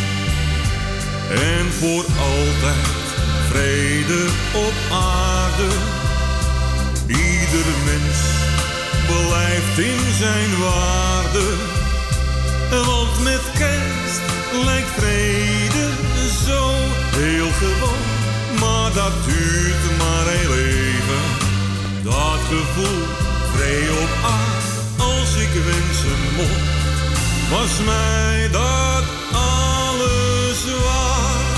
En voor altijd vrede op aarde. Ieder mens blijft in zijn waarde. Want met kerst lijkt vrede zo heel gewoon. Maar dat duurt maar heel even. Dat gevoel, vrede op aarde, als ik wensen mocht, was mij dat alles waard.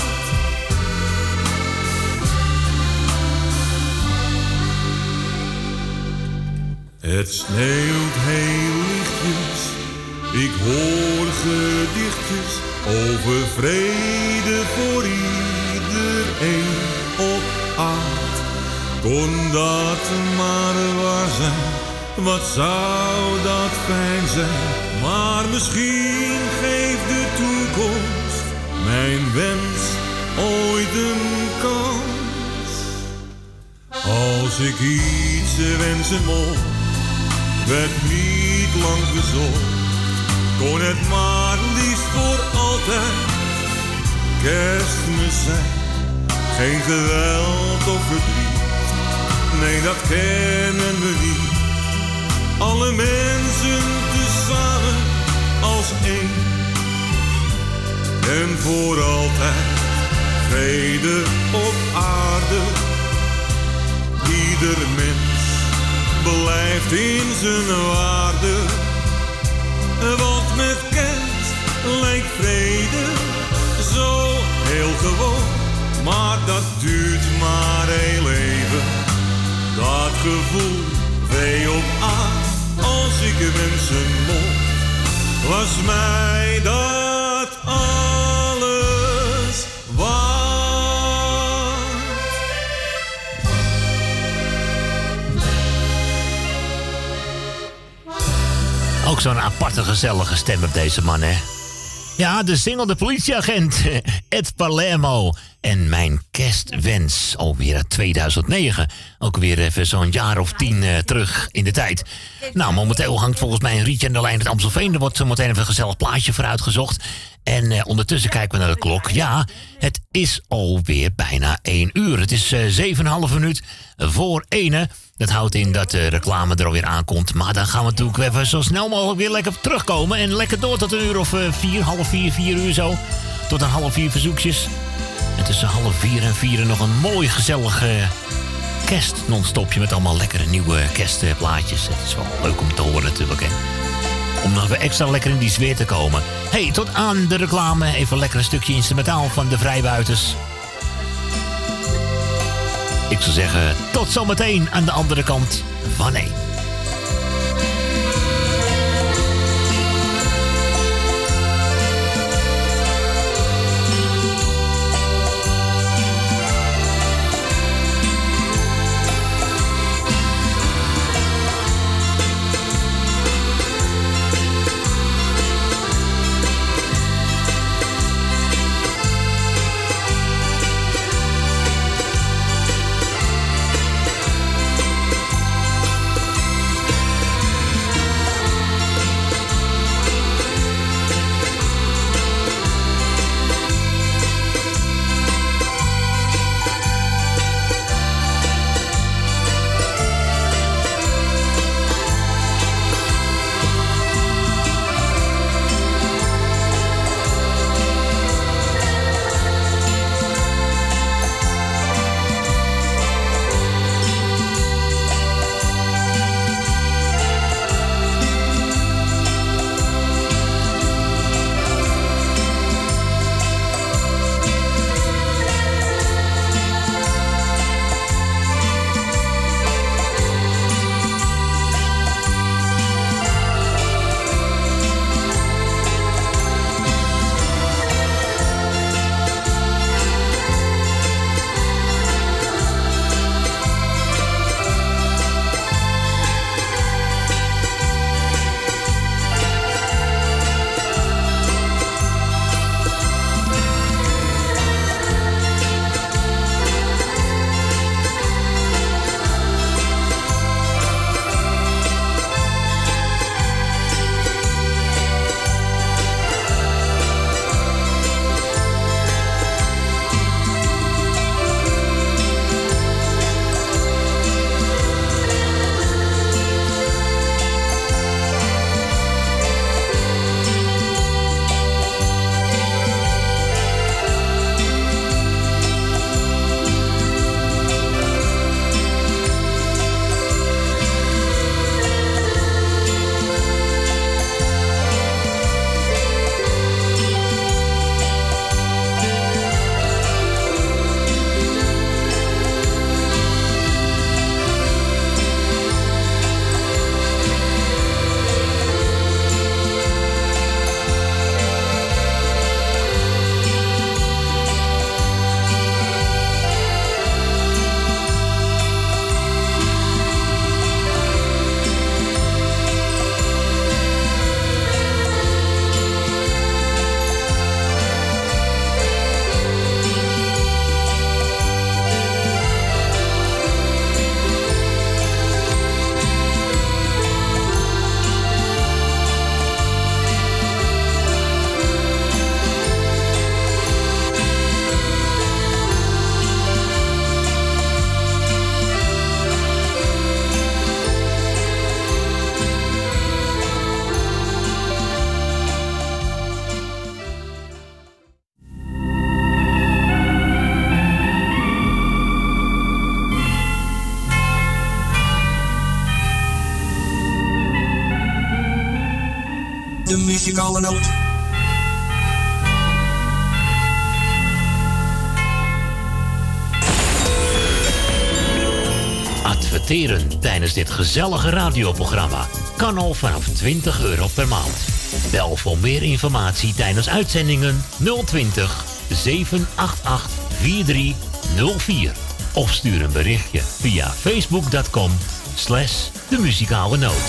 Het sneeuwt heel lichtjes, ik hoor gedichtjes over vrede voor iedereen op aard. Kon dat maar waar zijn, wat zou dat fijn zijn. Maar misschien geeft de toekomst mijn wens ooit een kans. Als ik iets wensen mocht, werd niet lang gezocht. kon het maar liefst voor altijd Kerstmis zijn. Geen geweld of verdriet, nee dat kennen we niet. Alle mensen tezamen als één. En voor altijd vrede op aarde. Ieder mens blijft in zijn waarde. Want met kerst lijkt vrede zo heel gewoon. Maar dat duurt maar heel even. Dat gevoel wee op aard als ik wensen mocht. Was mij dat alles waard. Ook zo'n aparte gezellige stem op deze man, hè? Ja, de single De Politieagent, Ed Palermo. En mijn kerstwens, alweer uit tweeduizend negen. Ook weer even zo'n jaar of tien uh, terug in de tijd. Nou, momenteel hangt volgens mij een rietje aan de lijn uit Amstelveen. Er wordt zo meteen even een gezellig plaatje voor uitgezocht. En uh, ondertussen kijken we naar de klok. Ja, het is alweer bijna één uur. Het is uh, zeven en een half minuut voor ene. Dat houdt in dat de reclame er alweer aankomt. Maar dan gaan we natuurlijk even zo snel mogelijk weer lekker terugkomen. En lekker door tot een uur of uh, vier, half vier, vier uur zo. Tot een half vier verzoekjes. En tussen half vier en vier nog een mooi gezellig uh, kerst non-stopje. Met allemaal lekkere nieuwe kerstplaatjes. Het is wel leuk om te horen natuurlijk, hè. Om nog weer extra lekker in die sfeer te komen. Hey, tot aan de reclame. Even lekker een stukje instrumentaal van de Vrijbuiters. Ik zou zeggen, tot zometeen aan de andere kant van één. muzikale noot. Adverteren tijdens dit gezellige radioprogramma kan al vanaf twintig euro per maand. Bel voor meer informatie tijdens uitzendingen nul twintig, zeven acht acht, vier drie nul vier. Of stuur een berichtje via facebook.com slash de muzikale noot.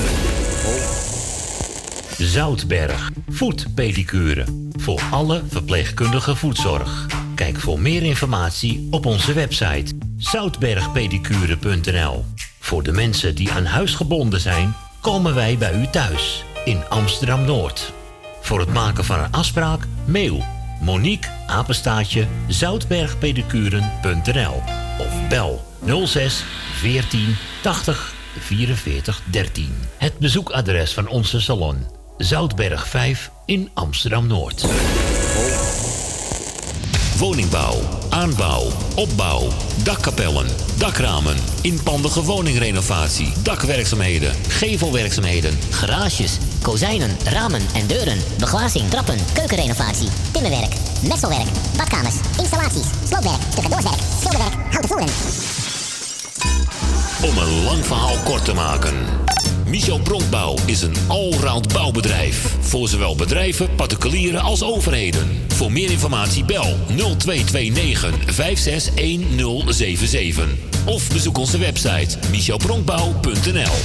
Zoutberg voetpedicure. Voor alle verpleegkundige voetzorg. Kijk voor meer informatie op onze website zoutbergpedicure punt n l. Voor de mensen die aan huis gebonden zijn, komen wij bij u thuis in Amsterdam-Noord. Voor het maken van een afspraak, mail Monique, apenstaartje, zoutbergpedicuren punt n l of bel nul zes veertien tachtig vierenveertig dertien. Het bezoekadres van onze salon, Zoutberg vijf in Amsterdam-Noord. Woningbouw, aanbouw, opbouw, dakkapellen, dakramen, inpandige woningrenovatie, dakwerkzaamheden, gevelwerkzaamheden, Garages, kozijnen, ramen en deuren, beglazing, trappen, keukenrenovatie, timmerwerk, messelwerk, badkamers, installaties, sloopwerk, stucadoorswerk, schilderwerk, houten voeren. Om een lang verhaal kort te maken. Michel Bronkbouw is een allround bouwbedrijf. Voor zowel bedrijven, particulieren als overheden. Voor meer informatie bel nul twee twee negen vijf zes een nul zeven zeven. Of bezoek onze website michelbronkbouw punt n l.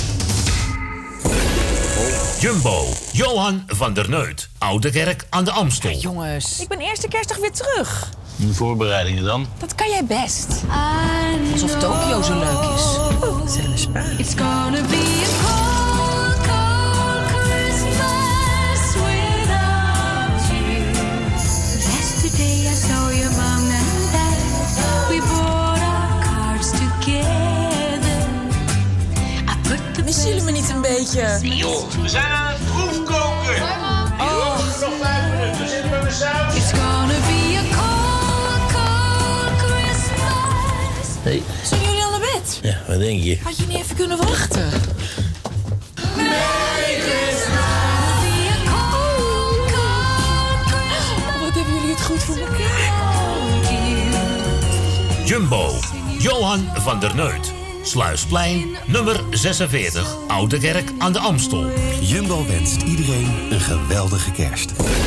Jumbo, Johan van der Neut. Oude Kerk aan de Amstel. Ja, jongens, ik ben eerste kerstdag weer terug. De voorbereidingen dan? Dat kan jij best. Alsof Tokio zo leuk is. Zet een spa. It's gonna be a cold, cold Christmas without you. Yesterday I saw your mom and dad. We brought our cards together. I put the Missen jullie me niet een beetje? Nee joh, we zijn aan het proefkoken. Oh. Nog vijf minuten, zitten we met saus. It's gonna be a cold, cold Christmas. Hey. Zijn jullie al naar bed? Ja, wat denk je? Had je niet even kunnen wachten? Merry Christmas. Be a cold, cold Christmas. Wat hebben jullie het goed voor elkaar? Jumbo, Johan van der Neut. Sluisplein, nummer zesenveertig, Oude Kerk aan de Amstel. Jumbo wenst iedereen een geweldige kerst.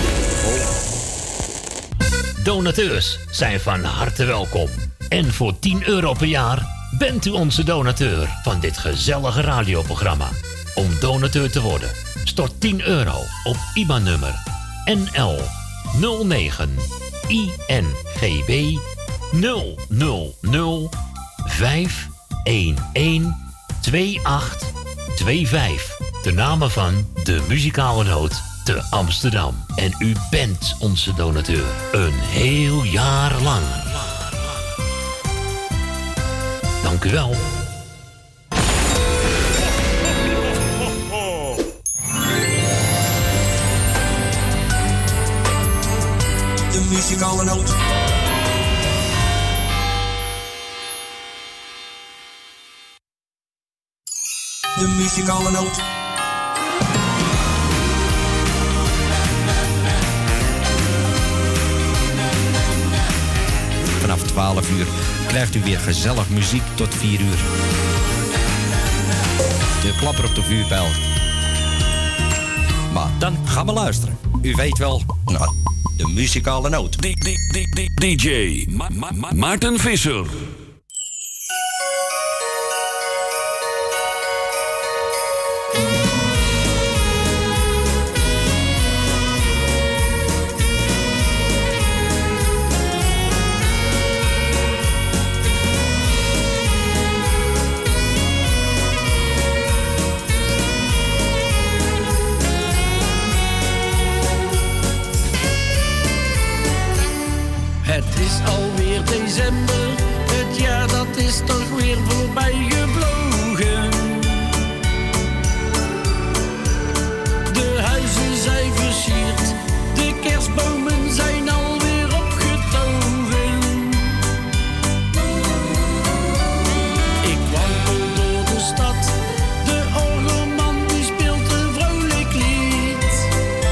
Donateurs zijn van harte welkom. En voor tien euro per jaar bent u onze donateur van dit gezellige radioprogramma. Om donateur te worden, stort tien euro op I B A N-nummer N L nul negen I N G B nul nul nul vijf een een twee acht twee vijf. De namen van de muzikale noot te Amsterdam. En u bent onze donateur. Een heel jaar lang. Dank u wel. De muzikale noot. De muzikale noot. Vanaf twaalf uur krijgt u weer gezellig muziek tot vier uur. De klapper op de vuurpijl. Maar dan gaan we luisteren. U weet wel, nou, de muzikale noot. D J Ma- Ma- Ma- Maarten Visser. Het is alweer december, het jaar dat is toch weer voorbij gevlogen. De huizen zijn versierd, de kerstbomen zijn alweer opgetogen. Ik wandel door de stad, de orgelman die speelt een vrolijk lied.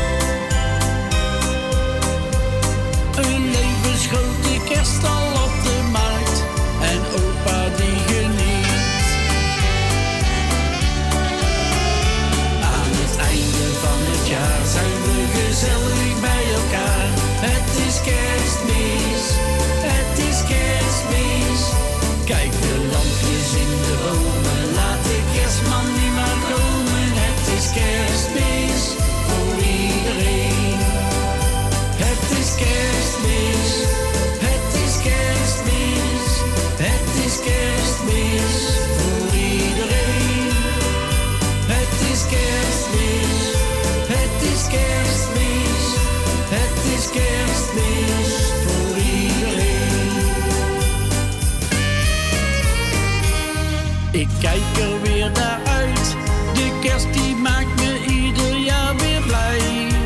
Ik kijk er weer naar uit. De kerst die maakt me ieder jaar weer blij.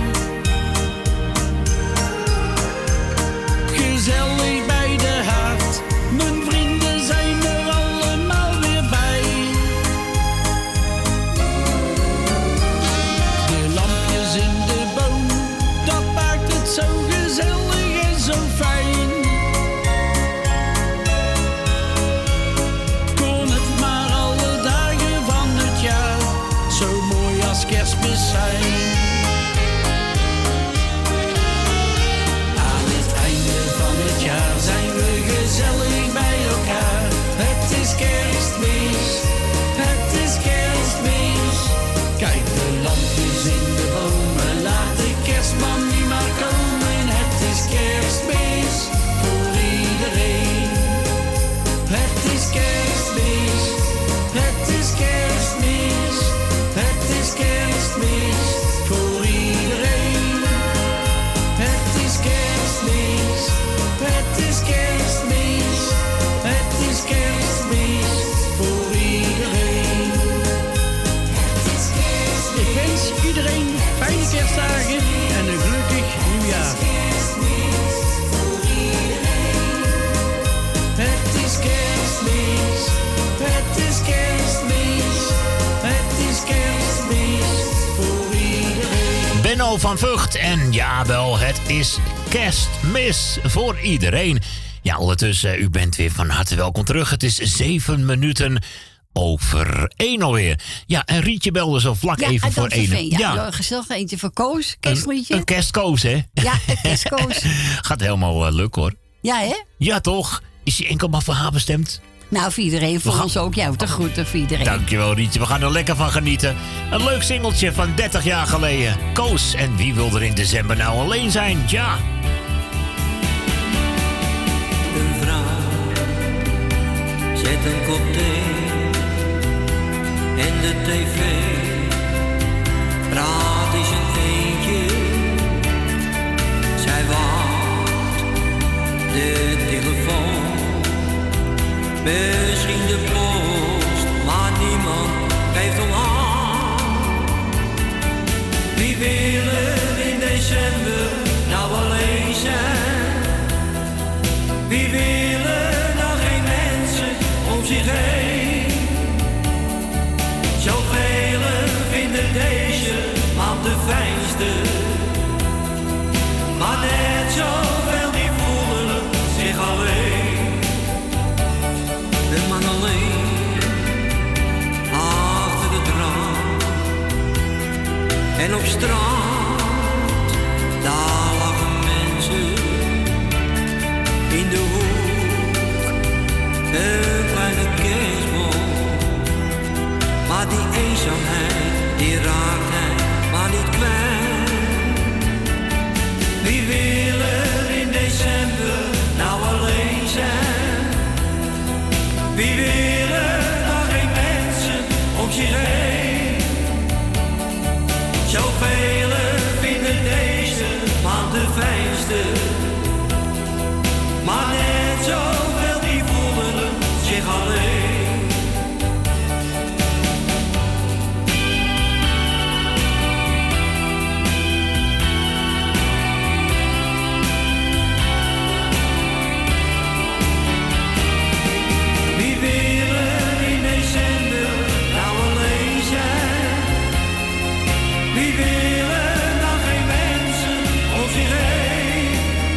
Gezellig bij de haard. Mijn vrienden zijn er allemaal weer bij. De lampjes in de boom, dat maakt het zo gezellig en zo fijn. Kon het maar alle dagen van het jaar zo mooi als Kerstmis zijn. Aan het einde van het jaar zijn we gezellig bij elkaar. Het is Kerstmis, het is Kerstmis. Kijk de lampjes in de bomen, laat de kerstman nu maar komen. Het is Kerstmis voor iedereen. Het is Kerstmis, het is Kerstmis, het is Kerstmis voor iedereen. Het is Kerstmis, het is Kerstmis, het is Kerstmis voor iedereen. Het is Kerstmis. Ik wens iedereen fijne kerstdagen en een gelukkig nieuwjaar. Het is Kerstmis, het is Kerstmis, het is Kerstmis voor iedereen. Benno van Vught en ja wel, het is Kerstmis voor iedereen. Ja, ondertussen, u bent weer van harte welkom terug. Het is zeven minuten over één alweer. Ja, en Rietje belde zo vlak Ja, even uit voor Amstelveen, één. Ja, ja. Gezellig eentje voor Koos, kerstliedje. Een, een kerstkoos, hè? Ja, een kerstkoos. Gaat helemaal uh, lukken, hoor. Ja, hè? Ja, toch? Is die enkel maar voor haar bestemd? Nou, voor iedereen, voor gaan- ons ook. Jou te groeten, voor iedereen. Dankjewel, Rietje. We gaan er lekker van genieten. Een leuk singeltje van dertig jaar geleden. Koos, en wie wil er in december nou alleen zijn? Ja. Een vrouw zet een kop thee en de tv praat is een eentje. Zij wacht de telefoon, misschien de post, maar niemand geeft om aan. Wie wil er in december nou alleen zijn? Wie wil er nou geen mensen om zich heen? Zoveel vinden deze maand de fijnste, maar net zoveel die voelen zich alleen. De man alleen, achter het raam en op straat, daar lachen mensen. In de hoek, een kleine kerstboom. Maar die eenzaamheid, die raakt hij maar niet kwijt. Wie wil er in december nou alleen zijn? Wie wil er nou geen mensen om zich heen? Zoveel vinden deze maand de fijnste, maar net zoveel die voelen zich alleen. Wie wil er in december nou alleen zijn? Wie wil er nou geen mensen om zich heen?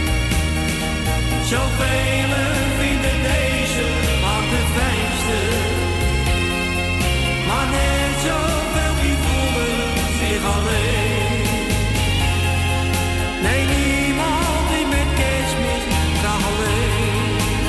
Zoveel vinden deze maand de fijnste, maar net zoveel die voelen zich alleen. Nee, niemand die met kerstmis graag alleen.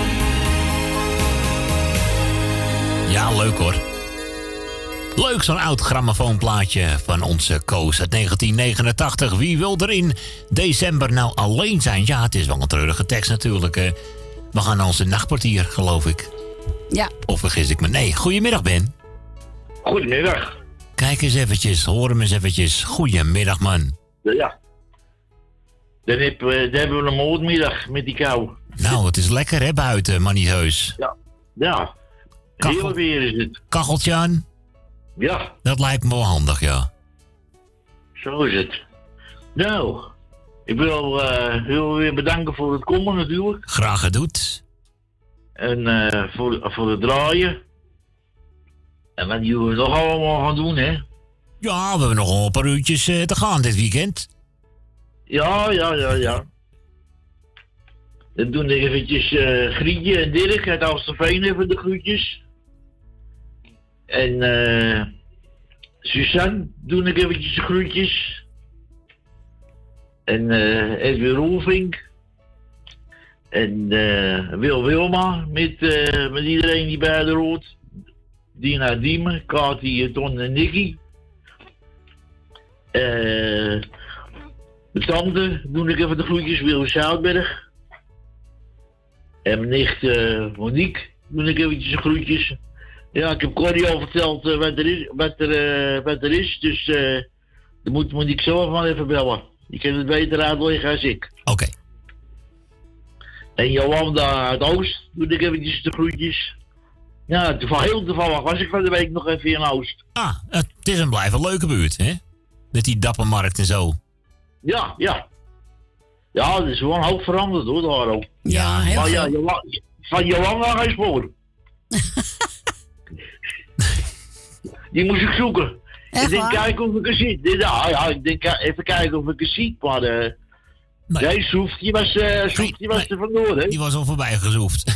Ja, leuk hoor. Leuk zo'n oud grammofoonplaatje van onze Koos uit negentien negenentachtig. Wie wil er in december nou alleen zijn? Ja, het is wel een treurige tekst natuurlijk. hè. We gaan naar onze nachtportier, geloof ik. Ja. Of vergis ik me? Nee, goedemiddag Ben. Goedemiddag. Kijk eens eventjes, hoor hem eens eventjes. Goedemiddag man. Ja. Dan, heb, dan hebben we een moordmiddag met die kou. Nou, het is lekker hè buiten, maar niet heus. Ja. Ja. Heel weer is het. Kacheltje aan? Ja. Dat lijkt me wel handig, ja. Zo is het. Nou, ik wil uh, heel weer bedanken voor het komen natuurlijk. Graag gedoet. En uh, voor, voor het draaien. En wat jullie nog allemaal gaan doen, hè? Ja, we hebben nog wel een paar uurtjes uh, te gaan dit weekend. Ja, ja, ja, ja. Dan doen ik eventjes uh, Grietje en Dirk uit Alsterveen even de groetjes. En uh, Suzanne doe ik eventjes de groetjes. En uh, Edwin Roelvink. En uh, Wil Wilma met, uh, met iedereen die bij de rood. Dina Diemen, Kati, Ton en Nicky. Uh, mijn tante doe ik even de groetjes, Wil Zoutberg. En mijn nicht uh, Monique doe ik eventjes de groetjes. Ja, ik heb Corrie al verteld uh, wat, er is, wat, er, uh, wat er is, dus uh, dan moet Monique zelf maar even bellen. Je kan het beter uitleggen als ik. Oké. Okay. En Jolanda uit Oost doe ik eventjes de groetjes. Ja, toevallig, heel toevallig was ik van de week nog even in Oost. Ah, het is een blijf een leuke buurt, hè? Met die dappermarkt en zo. Ja, ja. Ja, het is wel een hoop veranderd hoor, daar ook. Ja, heel maar ja, veel. Jola- van Jolanda geen spoor. Die moest ik zoeken. Echt ik denk waar? kijken of ik er zie. Ja, ja, ik denk even kijken of ik er zie. Maar uh, nee. nee, Soef, die was, uh, Soef, die was er vandoor, hè. Die was al voorbij gezoefd.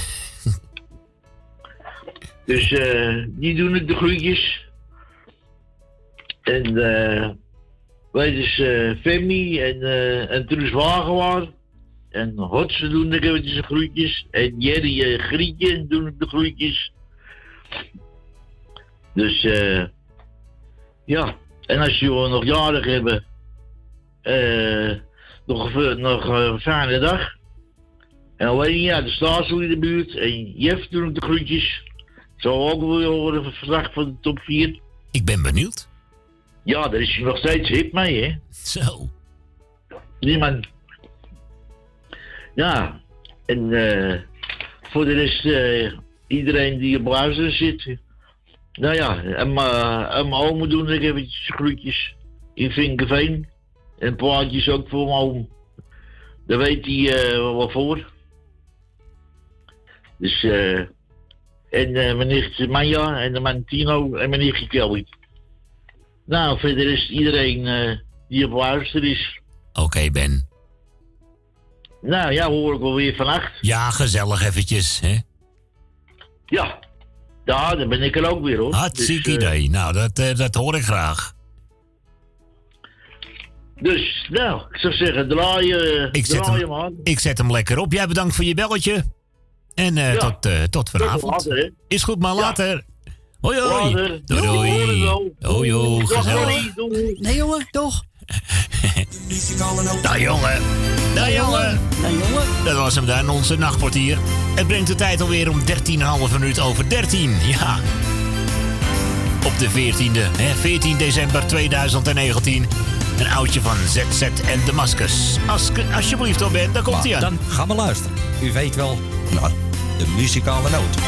Dus uh, die doen ik de groetjes. En uh, wij dus uh, Femi en, uh, en Truus Wagenwaar. En Hotse doen ik eventjes de groetjes. En Jerry uh, Grietje doen ik de groetjes. Dus uh, ja, en als jullie nog jarig hebben, uh, nog, nog een fijne dag. En alleen ja, de Staarsel in de buurt. En Jeff doen ik de groetjes. Zo ook weer horen een verslag van de top vier. Ik ben benieuwd. Ja, daar is hij nog steeds hip mee, hè? Zo. Nee, man. Ja, en uh, voor de rest, uh, iedereen die op luisteren zit. Nou ja, en mijn oom doen ik eventjes groetjes in Vinkenveen. En plaatjes ook voor mijn oom. Daar weet hij uh, wat voor. Dus, eh... Uh, En uh, mijn nicht Maya en mijn Tino en mijn nichtje Kelly. Nou, verder is iedereen uh, die op luister is. Oké, okay, Ben. Nou ja, hoor ik wel weer vannacht. Ja, gezellig eventjes, hè? Ja. Ja, dan ben ik er ook weer, hoor. Hartstikke dus, uh, idee. Nou, dat, uh, dat hoor ik graag. Dus, nou, ik zou zeggen, draai, uh, ik draai zet hem aan. Ik zet hem lekker op. Jij bedankt voor je belletje. En uh, ja. tot, uh, tot vanavond. Later, is goed, maar later. Ja. Hoi, hoi. Later. Doei, doei. Hoi, hoi. Gezellig. Nee, jongen, toch. Nou, jongen. Nou, jongen. Nou, jongen. Dat was hem dan, onze nachtportier. Het brengt de tijd alweer om dertien komma vijf minuut over dertien. Ja. Op de veertiende, hè, veertien december tweeduizend negentien. Een oudje van Z Z en Damascus. Als, alsjeblieft hoor, Ben, daar komt hij aan. Dan gaan we luisteren. U weet wel, nou, de muzikale noot.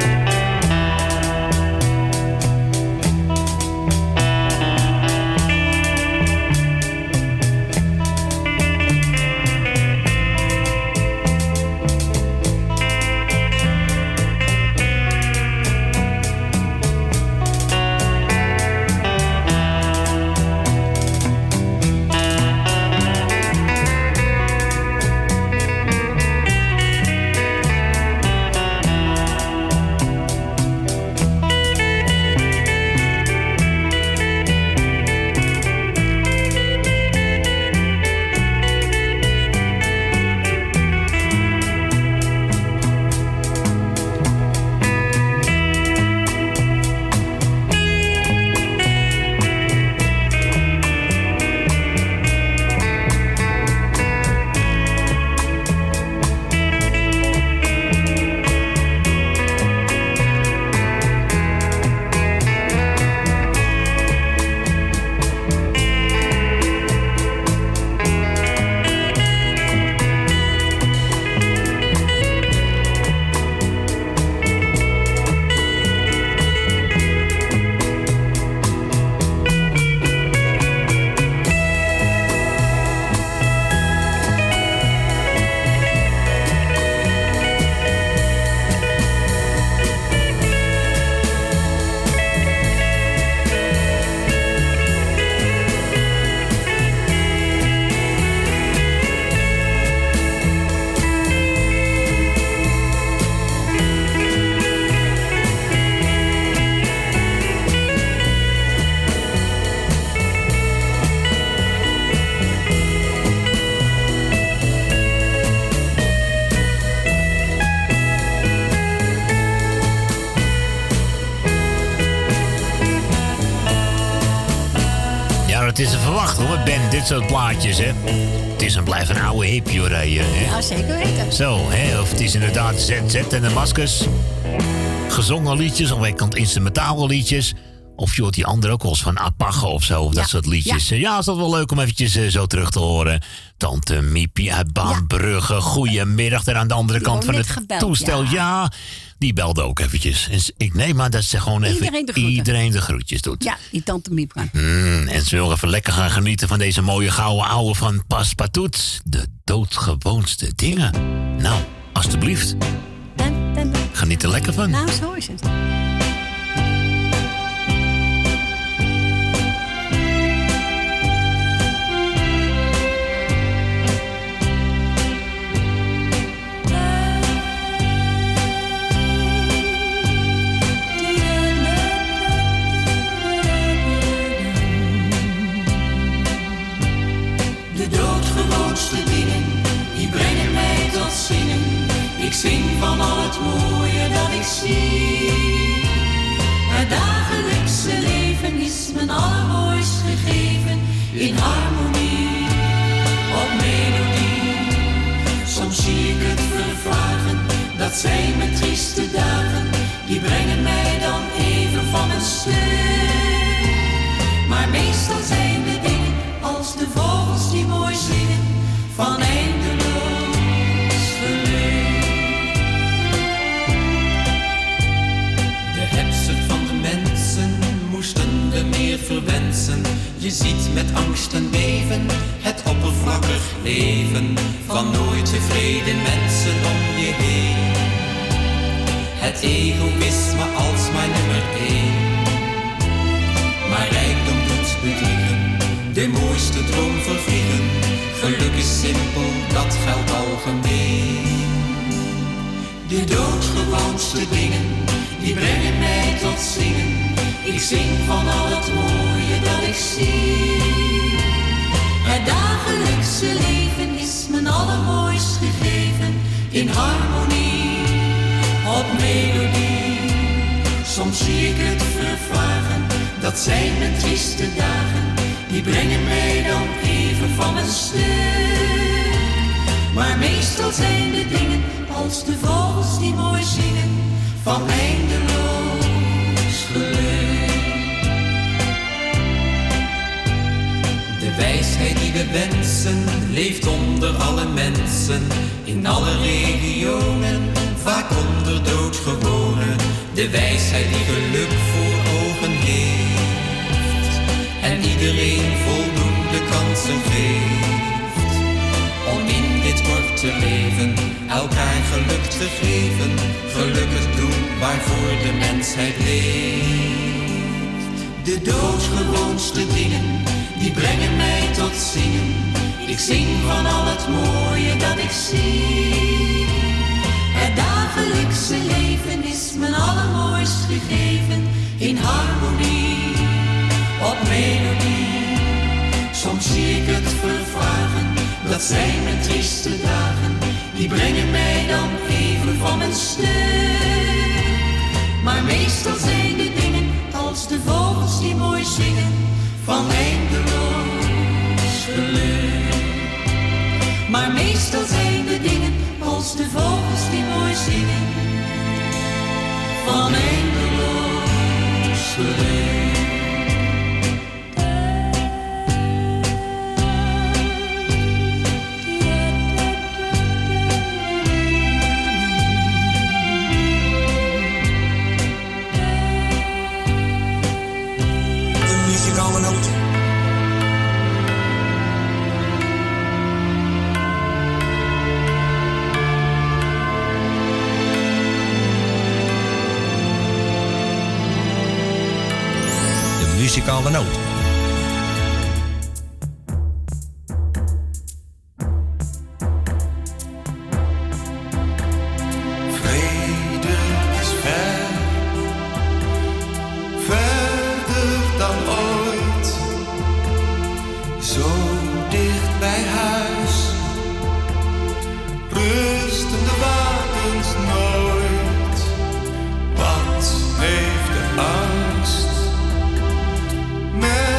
Thank is te verwachten hoor, Ben, dit soort plaatjes, hè. Het is een blijf een oude hippie, hoor, hè. Ja, zeker weten. Zo, hè, of het is inderdaad Z Z en de Maskers. Gezongen liedjes, of ik instrumentale liedjes. Of je hoort die andere ook wel eens van Apache of zo, of dat Ja, soort liedjes. Ja. ja, is dat wel leuk om eventjes uh, zo terug te horen. Tante Miepie uit Baanbrugge, goedemiddag. Daar aan de andere Die kant van wou het net gebeld, toestel, ja. ja. Die belde ook eventjes. En ik neem aan dat ze gewoon even Iedereen de groeten. iedereen de groetjes doet. Ja, die tante Miep kan. Mm, en ze wil even lekker gaan genieten van deze mooie gouden ouwe van Paspartout. De doodgewoonste dingen. Nou, alstublieft. Dan, dan, dan. Geniet er lekker van. Nou, zo is het. De doodgewoonste dingen, die brengen mij tot zingen. Ik zing van al het mooie dat ik zie. Het dagelijkse leven is mijn allermooist gegeven. In harmonie, op melodie. Soms zie ik het vervagen, dat zijn mijn trieste dagen. Die brengen mij dan even van mijn stuk. Maar meestal zijn de dingen als de vogels die mooi zingen, van eindeloos geluk. De hebzucht van de mensen moesten we meer verwensen. Je ziet met angst en beven het oppervlakkig leven van nooit tevreden mensen om je heen. Het egoïsme als maar nummer één. Maar rijkdom doet bedriegen, de mooiste droom vervliegen. Geluk is simpel, dat geldt algemeen. De doodgewoonste dingen, die brengen mij tot zingen. Ik zing van al het mooie dat ik zie. Het dagelijkse leven is mijn allermooist gegeven. In harmonie, op melodie. Soms zie ik het vervagen, dat zijn mijn trieste dagen. Die brengen mij dan even van mijn stuk. Maar meestal zijn de dingen als de vogels die mooi zingen, van eindeloos geluk. De wijsheid die we wensen, leeft onder alle mensen. In alle regionen, vaak onder doodgewone. De wijsheid die geluk voor ogen heeft. En iedereen voldoende kansen geeft. Om in dit korte leven elkaar geluk te geven. Gelukkig doen waarvoor de mensheid leeft. De doodgewoonste dingen, die brengen mij tot zingen. Ik zing van al het mooie dat ik zie. Het dagelijkse leven is mijn allermooist gegeven. In harmonie, op melodie. Soms zie ik het vervagen, dat zijn mijn trieste dagen. Die brengen mij dan even van mijn stuk. Maar meestal zijn de dingen als de vogels die mooi zingen, van eindeloos geluk. Maar meestal zijn de dingen als de vogels die mooi zingen, van eindeloos geluk. De muzikale noot. Muzikale noot. Vrede is ver, verder dan ooit. Zo dicht bij huis, rusten de wapens nooit. Wat heeft de angst met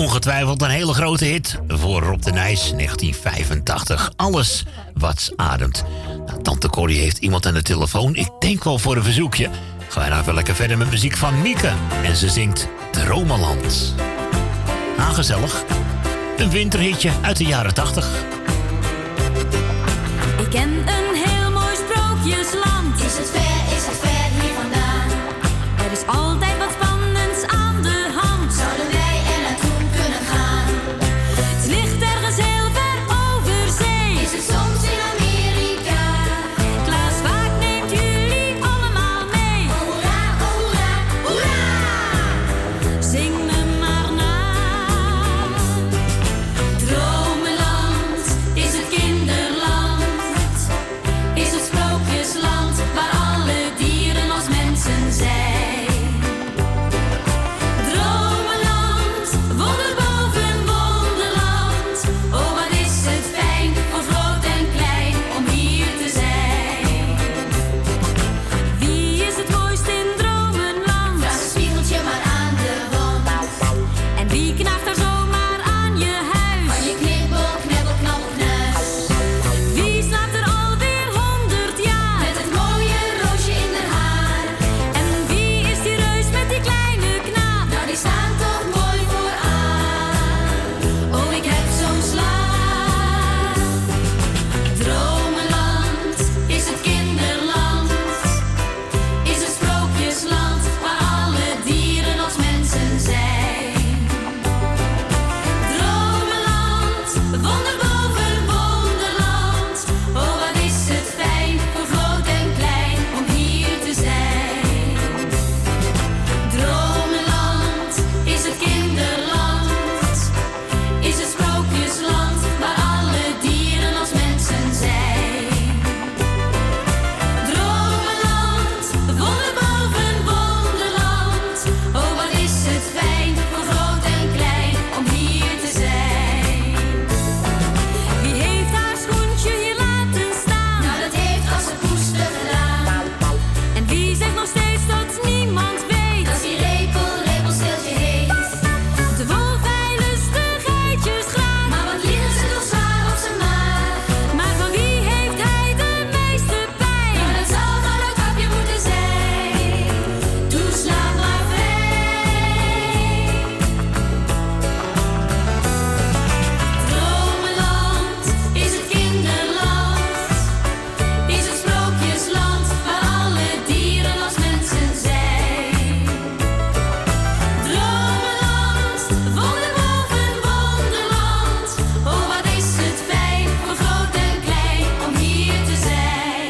ongetwijfeld een hele grote hit voor Rob de Nijs, negentien vijfentachtig. Alles wat ademt. Nou, Tante Corrie heeft iemand aan de telefoon. Ik denk wel voor een verzoekje. Gaan wij nou even lekker verder met muziek van Mieke. En ze zingt Dromenland. Ah, gezellig. Een winterhitje uit de jaren tachtig. Ik ken een heel mooi sprookjesland. Is het ver, is het ver hier vandaan? Er is altijd wat spannends aan de hand. Zouden wij er naartoe kunnen gaan? Het ligt ergens heel ver over zee. Is het soms in Amerika? Klaas Vaak neemt jullie allemaal mee. Hoera, hoera, hoera! Zing me maar na. Dromenland is het kinderland. Is het sprookjesland waar alle dieren als mensen zijn. Dromenland, wonder boven wonderland. Oh, wat is het fijn voor groot en klein om hier te zijn. Wie is het mooist in Dromenland? Vraag een spiegeltje maar aan de wand. En wie knaagt er zomaar aan je huis? Van je knibbel, knebbel, knabbel, knuis. Wie slaapt er alweer honderd jaar? Met het mooie roosje in haar haar. En wie is die reus met die kleine knaap? Nou, die staan toch mooi vooraan. Oh, ik heb zo'n slaap. Dromenland is het kinderland. Is het sprookjesland waar alle dieren als mensen zijn. Dromenland, wonder boven wonderland. Oh, wat is het fijn voor groot en klein om hier te zijn. Dromenland is het kinderland. Is het sprookjesland waar alle dieren als mensen zijn. Dromenland, wonder boven wonderland. Oh, wat is het fijn voor groot en klein om hier te zijn. Wie heeft haar schoentje hier laten staan? Nou, dat heeft als een poester gedaan. En wie zegt nog steeds dat niemand weet dat die repel repelsteeltje heet? De wolf hij lust de geitjes graag, maar wat liggen ze toch zwaar op zijn maag. Maar van wie heeft hij de meeste pijn? Nou, dat zal van een kapje moeten zijn. Doe slaap maar vrij. Dromenland is het kinderland. Is het sprookjesland waar alle dieren als mensen zijn. Dromenland, wonder boven wonderland. Oh, wat is het fijn voor groot en klein om hier te zijn.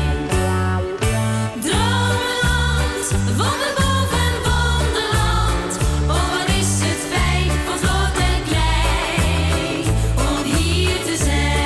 Dromenland, wonder boven wonderland. Oh, wat is het fijn voor groot en klein om hier te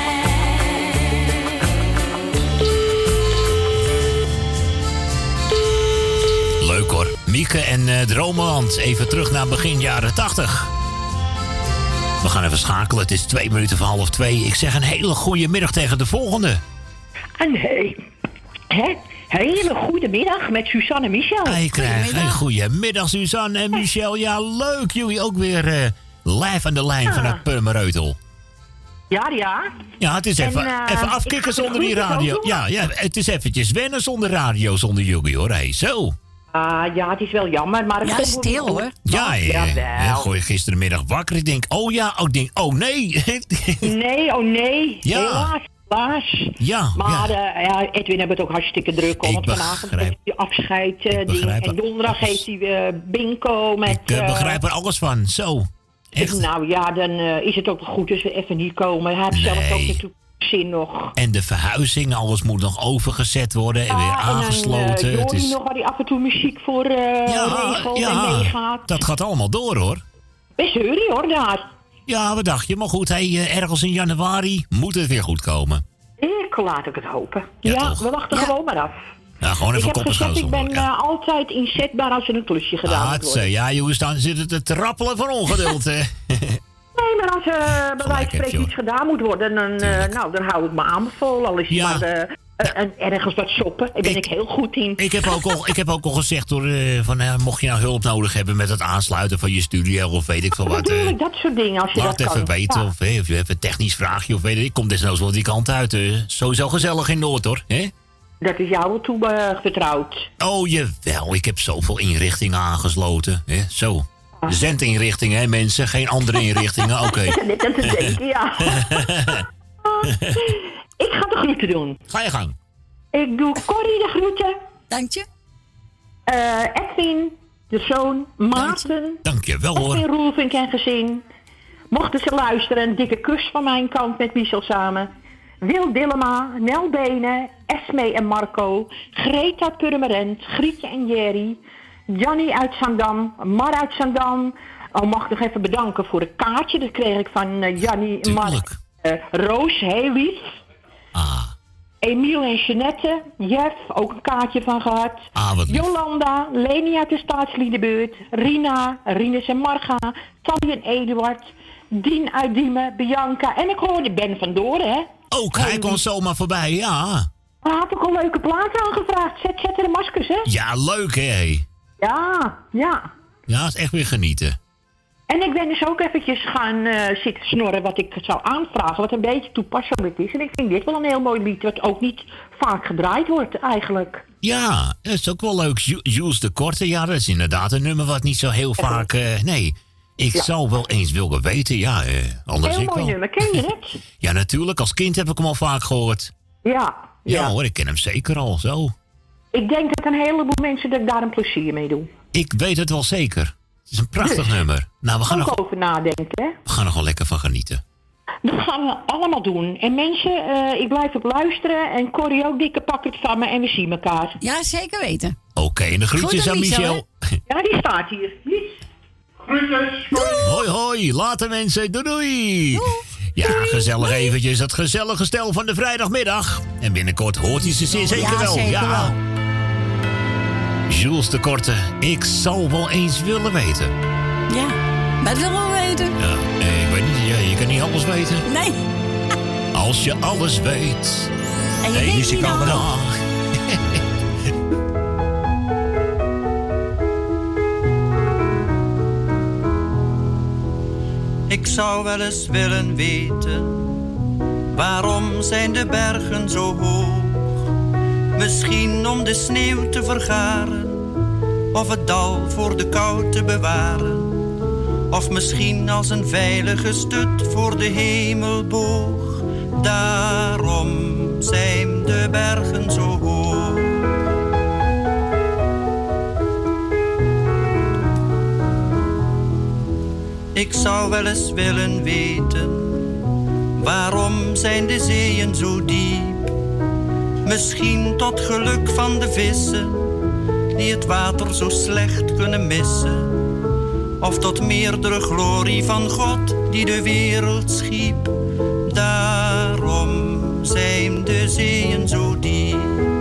zijn. Leuk hoor. Mieke en eh, Dromenland. Even terug naar begin jaren tachtig. We gaan even schakelen. Het is twee minuten voor half twee. Ik zeg een hele goede middag tegen de volgende. En hey, hè? Hele goede middag met Suzanne en Michel. Hij krijgt een goede middag, Suzanne en Michel. Ja, leuk. Jullie ook weer eh, live aan de lijn Ja. vanuit Purmereutel. Ja, ja. Ja, het is En, even, eh, even ik ga afkicken de zonder die groetjes radio. ook doen. Ja, ja, het is eventjes wennen zonder radio, zonder jullie hoor. Hey, zo. Ah, ja, het is wel jammer, maar... het Ja, komt stil, wel goed. hoor. Ja, ja. Jawel. Ik gooi gisterenmiddag wakker. Ik denk, oh ja, oh, ik denk, oh nee. Nee, oh nee. Ja. Helaas, helaas. Ja, Maar ja. eh, ja, Edwin heeft het ook hartstikke druk. Ik Want vanavond begrijp- heeft hij afscheid. eh, Ik ding. begrijp En donderdag alles. heeft hij eh, bingo met... Ik eh, eh, begrijp er alles van. Zo. Echt. Nou ja, dan eh, is het ook wel goed als we even niet komen. Hij heeft zelf ook Nee. natuurlijk zin nog. En de verhuizing, alles moet nog overgezet worden en weer Ja, aangesloten. En dan uh, Het is... nog waar hij af en toe muziek voor eh regelt en meegaat. dat gaat allemaal door hoor. Best heurie hoor, daar. Ja, wat dacht je? Maar goed, hey, eh, ergens in januari moet het weer goed komen. Ik laat ik het hopen. Ja, Ja, toch? we wachten gewoon maar af. Ja, gewoon Ik even heb kop en gezegd, ik schouders ben onder. Ja. eh, altijd inzetbaar als er een klusje gedaan moet Ah, worden. het, ja, jongens, dan zit het te trappelen van ongeduld. hè. Nee, maar als er uh, bij wijze van heb je, spreken hoor. iets gedaan moet worden, dan, uh, nou, dan hou ik me aanbevolen. Al is het Ja. maar uh, uh, ergens wat shoppen. Daar ben ik, ik heel goed in. Ik heb ook al, ik heb ook al gezegd, hoor, uh, van, uh, mocht je nou hulp nodig hebben met het aansluiten van je studio of weet ik veel wat. Uh, Natuurlijk, dat soort dingen, als je laat dat even kan. weten, Ja. of, hey, of je hebt een technisch vraagje of weet ik. Ik kom desnoods wel die kant uit. Uh, sowieso gezellig in Noord, hoor. Hè? Dat is jou wel toe uh, vertrouwd. Oh, jawel. Ik heb zoveel inrichtingen aangesloten. Hè? Zo. Zendinrichtingen, hè, mensen. Geen andere inrichtingen. Oké. Okay. Ik had net aan te denken, ja. Ik ga de groeten doen. Ga je gang. Ik doe Corrie de groeten. Dank je. Uh, Edwin, de zoon, Maarten. Dank je wel, hoor. Edwin, Roelvink en gezin. Mochten ze luisteren, een dikke kus van mijn kant met Michel samen. Wil Dillema, Nel Benen, Esme en Marco, Greta Purmerend, Grietje en Jerry, Jannie uit Zandam, Mar uit Zandam. Oh, mag ik nog even bedanken voor het kaartje. Dat kreeg ik van uh, Jannie, Mar, uh, Roos, heel lief. Ah. Emiel en Jeannette, Jeff, ook een kaartje van gehad. Ah, wat lief. Jolanda, Leni uit de Staatsliedenbuurt, Rina, Rinus en Marga, Tally en Eduard, Dien uit Diemen, Bianca en ik hoorde Ben van Doren, hè. Ook, hij kon zomaar voorbij, ja. Hij had ook een leuke plaat aangevraagd. Zet, zet er de maskers, hè? Ja, leuk, hè? Ja, ja. Ja, is echt weer genieten. En ik ben dus ook eventjes gaan uh, zitten snorren wat ik zou aanvragen, wat een beetje toepasselijk is. En ik vind dit wel een heel mooi lied, wat ook niet vaak gedraaid wordt, eigenlijk. Ja, dat is ook wel leuk. Ju- Jules de Korte, ja, dat is inderdaad een nummer wat niet zo heel vaak... Uh, nee, ik ja. zou wel eens willen weten, ja. Uh, anders heel ik mooi wel. nummer, ken je het? Ja, natuurlijk. Als kind heb ik hem al vaak gehoord. Ja. Ja, ja hoor, ik ken hem zeker al, zo. Ik denk dat een heleboel mensen er daar een plezier mee doen. Ik weet het wel zeker. Het is een prachtig dus, nummer. Nou, we gaan ook nog over nadenken, hè? We gaan er gewoon lekker van genieten. Dat gaan we allemaal doen. En mensen, uh, ik blijf op luisteren. En Corrie ook, dikke pakket van me. En we zien elkaar. Ja, zeker weten. Oké, okay, en de groetjes aan Michel. Ja, die staat hier. Groetjes. Hoi, hoi. Later mensen. Doei, doei. Doei. Ja, gezellig doei. Eventjes. Het gezellige stel van de vrijdagmiddag. En binnenkort hoort hij ze zeer zeker ja, wel. Zeker ja, wel. Jules de Korte. Ik zou wel eens willen weten. Ja, dat willen we weten. Ja, ik weet niet. Ja, je kan niet alles weten. Nee. Als je alles weet. En je hey, weet niet dan. Ik zou wel eens willen weten, waarom zijn de bergen zo hoog? Misschien om de sneeuw te vergaren, of het dal voor de kou te bewaren. Of misschien als een veilige stut voor de hemelboog. Daarom zijn de bergen zo hoog. Ik zou wel eens willen weten, waarom zijn de zeeën zo diep? Misschien tot geluk van de vissen, die het water zo slecht kunnen missen. Of tot meerdere glorie van God, die de wereld schiep. Daarom zijn de zeeën zo diep.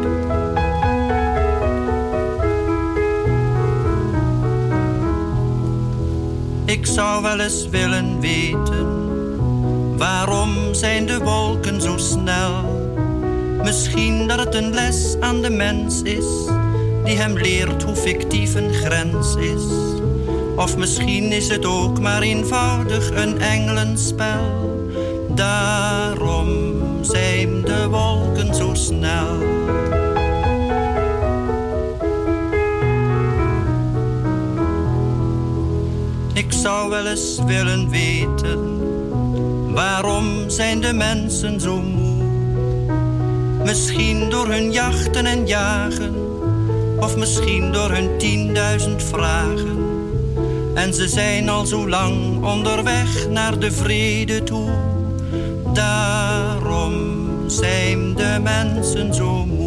Ik zou wel eens willen weten, waarom zijn de wolken zo snel? Misschien dat het een les aan de mens is, die hem leert hoe fictief een grens is. Of misschien is het ook maar eenvoudig een engelenspel. Daarom zijn de wolken zo snel. Ik zou wel eens willen weten, waarom zijn de mensen zo moe? Misschien door hun jachten en jagen, of misschien door hun tienduizend vragen. En ze zijn al zo lang onderweg naar de vrede toe. Daarom zijn de mensen zo moe.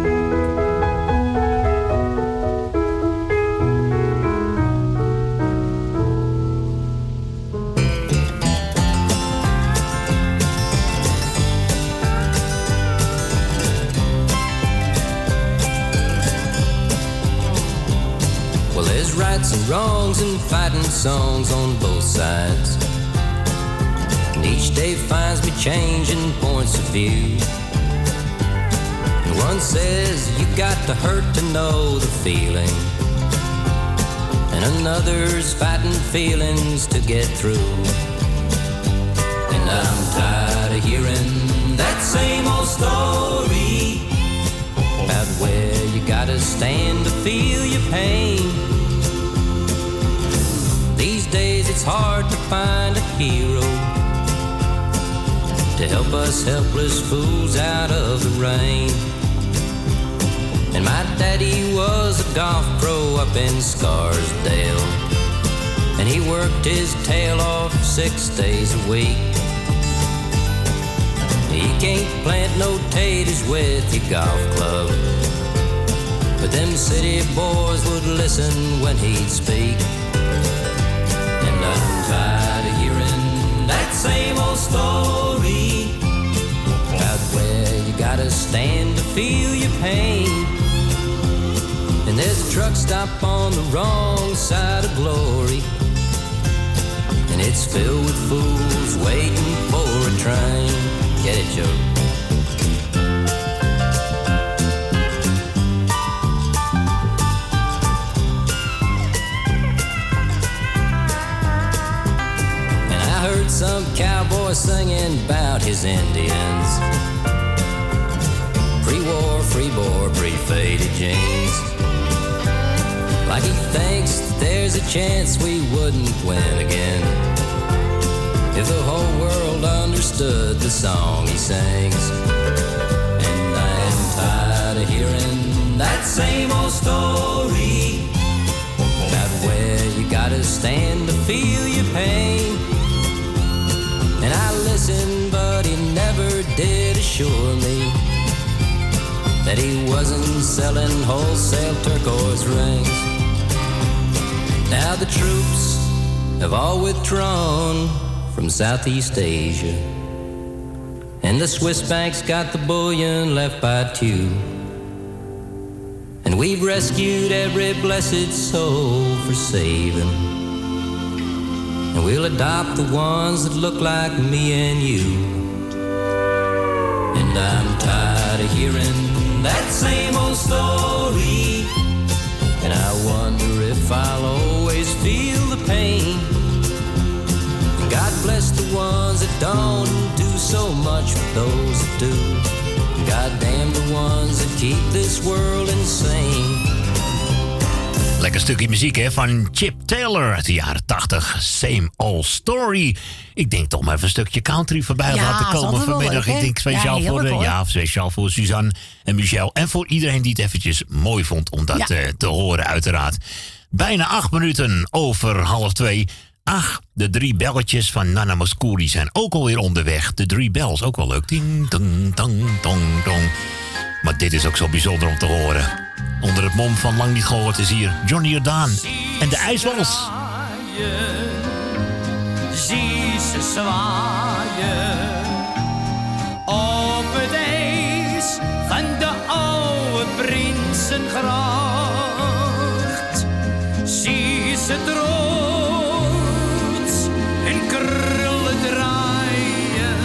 Rights and wrongs and fighting songs on both sides. And each day finds me changing points of view. One says you got to hurt to know the feeling, and another's fighting feelings to get through. And I'm tired of hearing that same old story about where you gotta stand to feel your pain. These days it's hard to find a hero to help us helpless fools out of the rain. And my daddy was a golf pro up in Scarsdale, and he worked his tail off six days a week. He can't plant no taters with your golf club, but them city boys would listen when he'd speak. And I'm tired of hearing that same old story about where you gotta stand to feel your pain. And there's a truck stop on the wrong side of glory, and it's filled with fools waiting for a train. Get it, Joe? And I heard some cowboy singing about his Indians. Pre-war, free-bore, pre-faded jeans. Like he thinks that there's a chance we wouldn't win again if the whole world understood the song he sings. And I am tired of hearing that same old story about where you gotta stand to feel your pain. And I listened, but he never did assure me that he wasn't selling wholesale turquoise rings. Now the troops have all withdrawn from Southeast Asia, and the Swiss banks got the bullion left by two. And we've rescued every blessed soul for saving, and we'll adopt the ones that look like me and you. And I'm tired of hearing that same old story, and I wonder if I'll always feel the pain. God bless the ones that don't do so much for those that do. God damn the ones that keep this world insane. Lekker stukje muziek hè, van Chip Taylor uit de jaren tachtig. Same Old Story. Ik denk toch maar even een stukje country voorbij ja, laten komen vanmiddag. Leuk, ik denk speciaal, ja, voor, de, ja, speciaal voor Suzanne en Michel. En voor iedereen die het eventjes mooi vond om dat ja. uh, te horen uiteraard. Bijna acht minuten over half twee. Ach, de drie belletjes van Nana Mouskouri zijn ook alweer onderweg. De drie bells, ook wel leuk. Ding, dong, dong, dong, dong. Maar dit is ook zo bijzonder om te horen. Onder het mom van Lang Niet Gehoord is hier Johnny Jordaan en de IJswals. Zie ze zwaaien op het ijs van de oude Prinsengracht. Zie ze trots en krullen draaien,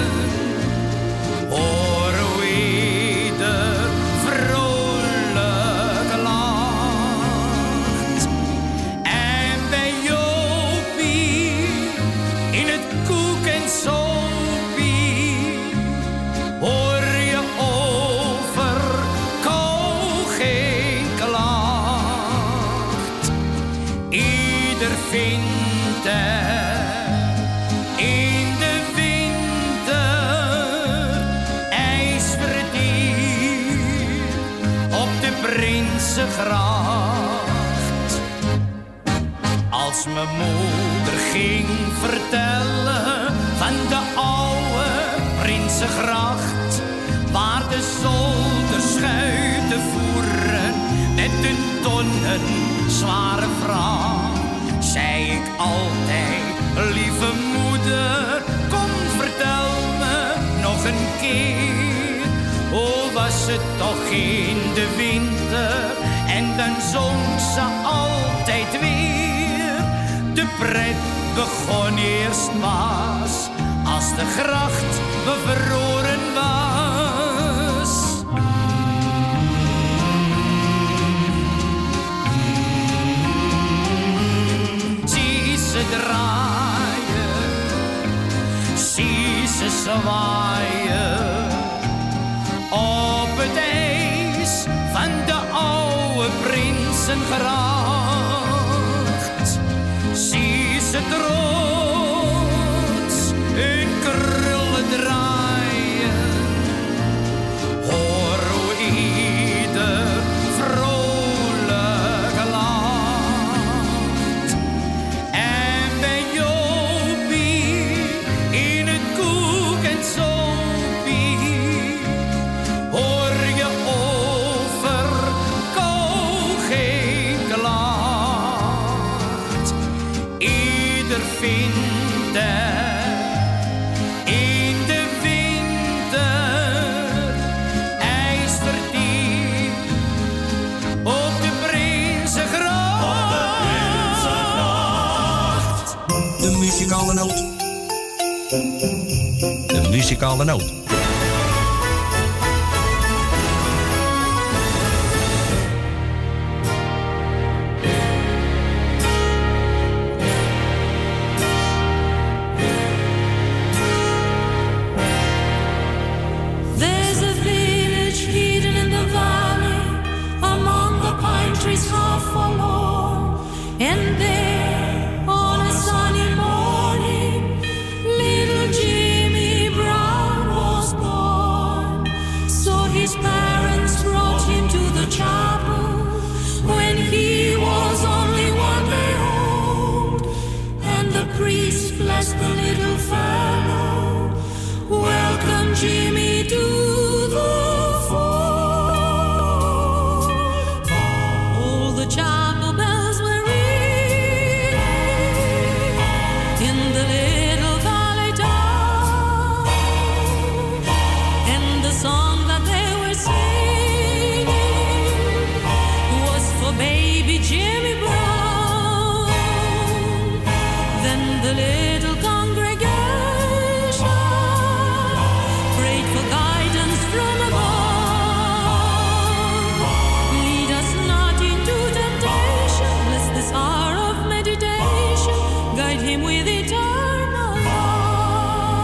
hoor weder vrolijk lacht. En bij Jopie in het koek en sopie hoor je over kou geen klacht. Ieder vindt in de winter ijsverdier op de Prinsengracht. Als mijn moeder ging vertellen van de oude Prinsengracht, waar de zolderschuiten voeren met een tonnen zware vracht, zei ik altijd, lieve moeder, kom vertel me nog een keer. Oh, was het toch in de winter en dan zong ze altijd weer. De pret begon eerst pas als de gracht bevroren was. zwaaien. Op het ijs van de oude Prinsengracht zie ze trots hun krullen draaien. Hoor hoe ieder vrolijk lacht. En bij Jopie in het koek en zompie hoor je over kou geen klacht. Ieder vindt er in de winter ijsverdiep op de Prinsengracht. De muzikale noot. De muzikale noot. There's a village hidden in the valley, among the pine trees half forlorn. And there, on a sunny morning, little Jimmy Brown was born. So his parents brought him to the chapel when he was only one day old. And the priest blessed the little fellow. Welcome, Jimmy, to the fold. All the chapel bells were ringing in the little valley town, and the song that they were singing was for baby Jimmy Brown. Then the little congregation prayed for guidance from above. Lead us not into temptation, bless this hour of meditation, guide him with eternal love.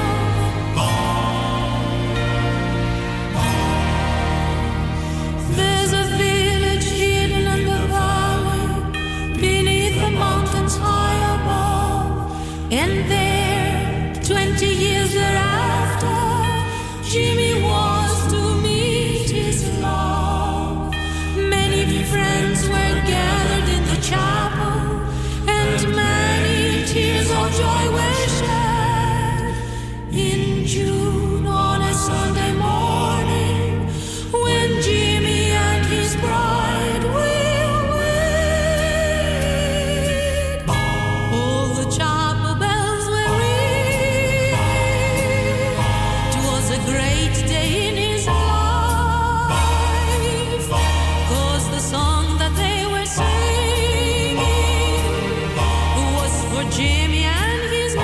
There's a village hidden in the valley, beneath the mountains high above. And there, twenty years thereafter, Jimmy was to meet his love. Many friends were gathered in the chapel, and many tears of joy were shed. In June, on a Sunday morning, when Jimmy and his bride will wed. All the chapel bells were ringing. 'Twas a great day in his life, 'cause the song that they were singing was for Jimmy and his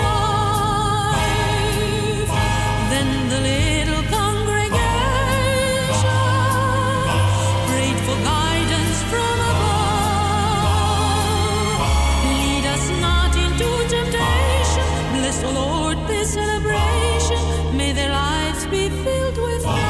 wife. Then the little congregation prayed for guidance from above. Lead us not into temptation, bless, O Lord, this celebration. May their lives be filled with love.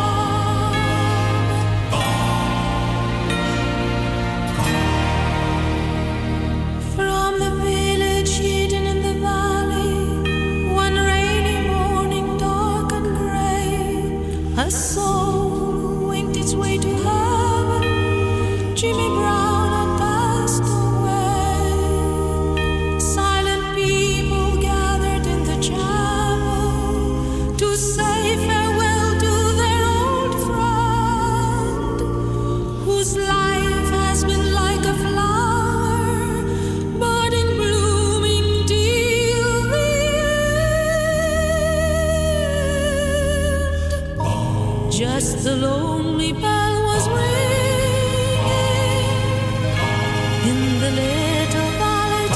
From the village hidden in the valley, one rainy morning, dark and gray, a soul winged its way to heaven. Jimmy Brown had passed away. Silent people gathered in the chapel to say farewell to their old friend, whose life has been like a flower, budding, blooming till the end. Just the lonely bell was ringing in the little valley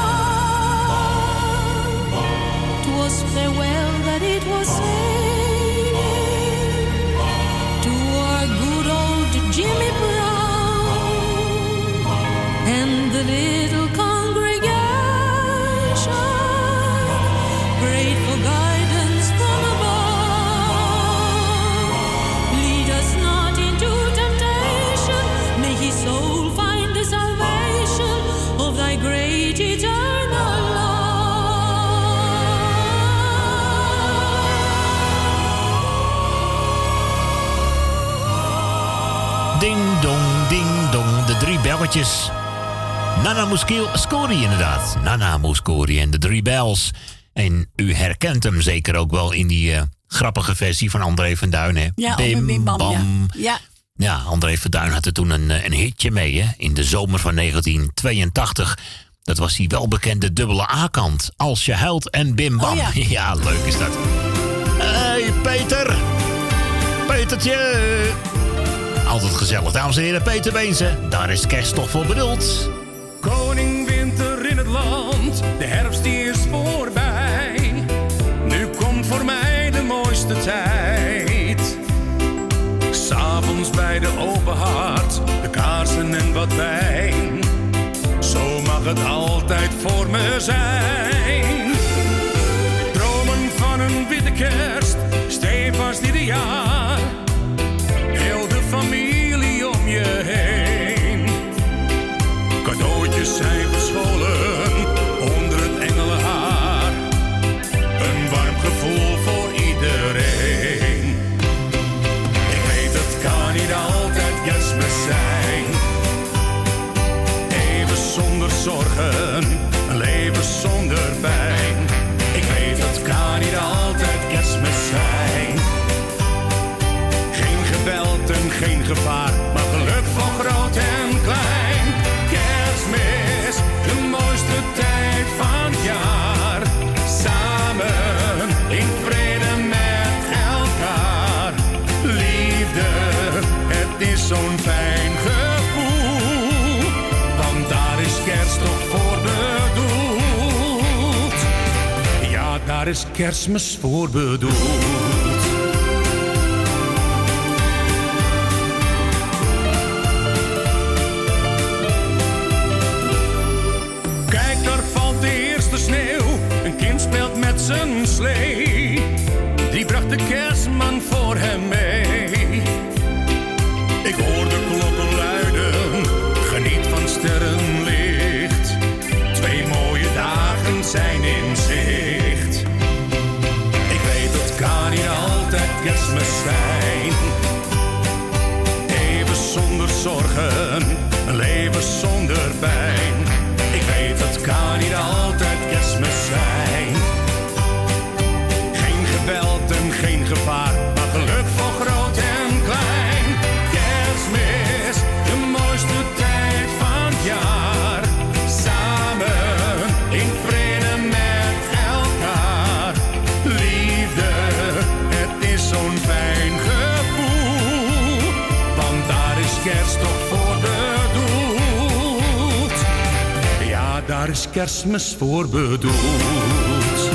town. 'Twas farewell that it was saying to our good old Jimmy Brown. And the little congregation prayed for guidance from Ding dong, ding dong. De drie belletjes. Nana Mouskouri inderdaad. Nana Mouskouri en de drie bells. En u herkent hem zeker ook wel in die uh, grappige versie van André van Duin, hè? Ja, Bim, bim, bam, bam. Ja. ja. Ja, André van Duin had er toen een, een hitje mee, hè? In de zomer van negentien tweeëntachtig. Dat was die welbekende dubbele A-kant. Als je huilt en bim bam. Oh, ja. ja, leuk is dat. Hey, Peter. Petertje. Altijd gezellig, dames en heren. Peter Beense. Daar is kerst toch voor bedoeld. Koning winter in het land. De herfst die is voorbij. Nu komt voor mij de mooiste tijd. 'S Avonds bij de open haard. De kaarsen en wat wijn. Zo mag het altijd voor me zijn. Dromen van een witte kerst, stevast ieder jaar. Heel de familie om je heen. Cadeautjes zijn verscholen onder het engelenhaar. Een warm gevoel voor iedereen. Ik weet het kan niet altijd kerstmis zijn. Zonder zorgen, een leven zonder pijn. Ik weet dat kan niet altijd kerstmis zijn. Geen geweld en geen gevaar, maar geluk voor groot en klein. Kerstmis, de mooiste tijd van het jaar. Samen in vrede met elkaar. Liefde, het is zo'n fijn gevoel. Want daar is kerst toch voor bedoeld. Ja, daar is kerstmis voor bedoeld. Kijk, daar valt de eerste sneeuw. Een kind speelt met zijn slee. Die bracht de kerstman voor hem mee. Ik hoor de klokken luiden. Geniet van sterrenlicht. Twee mooie dagen zijn in zicht. Ik weet het kan niet altijd kerstmis zijn. Even zonder zorgen, een leven zonder pijn. Ik weet het kan niet altijd kerstmis zijn. Geen geweld en geen gevaar, maar geluk voor groot en klein. Kerstmis, de mooiste tijd van het jaar. Samen in vrede met elkaar. Liefde, het is zo'n fijn gevoel. Want daar is kerst toch voor bedoeld. Ja, daar is kerstmis voor bedoeld.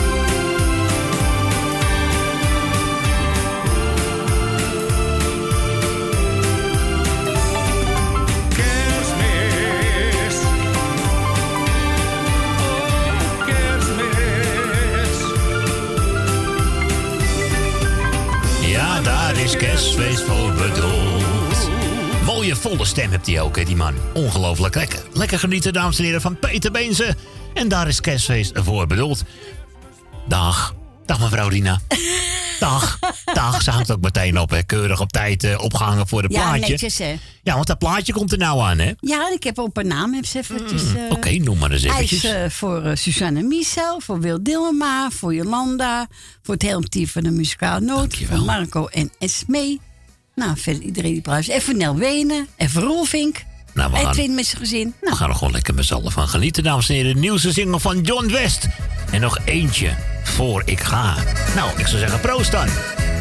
Kerstfeest voor bedoeld. Mooie volle stem hebt hij ook, hè, die man. Ongelooflijk lekker. Lekker genieten, dames en heren, van Peter Beense. En daar is kerstfeest voor bedoeld. Dag. Dag, mevrouw Rina. Dag. Dag. Ze hangt ook meteen op, hè. Keurig op tijd uh, opgehangen voor de ja, plaatje. Ja, netjes, hè. Ja, want dat plaatje komt er nou aan, hè. Ja, ik heb op een naam heb ze eventjes... Uh, Oké, okay, noem maar eens eventjes. Hij is uh, voor uh, Suzanne Michel, voor Wil Dillema, voor Jolanda, voor het hele team van de Muzikale Noot, voor Marco en Esmee. Nou, verder iedereen die prijs. En voor Nel Wenen, en voor Rolfink. Nou, en Twin met zijn gezin. Nou. We gaan er gewoon lekker met z'n allen van genieten, dames en heren. De nieuwste single van John West. En nog eentje voor ik ga. Nou, ik zou zeggen proost dan.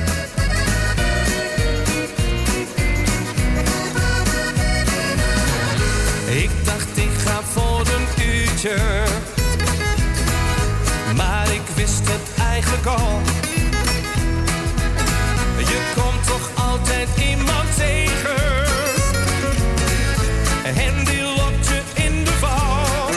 Ik dacht ik ga voor een uurtje, maar ik wist het eigenlijk al. Je komt toch altijd iemand tegen en die lokt je in de val.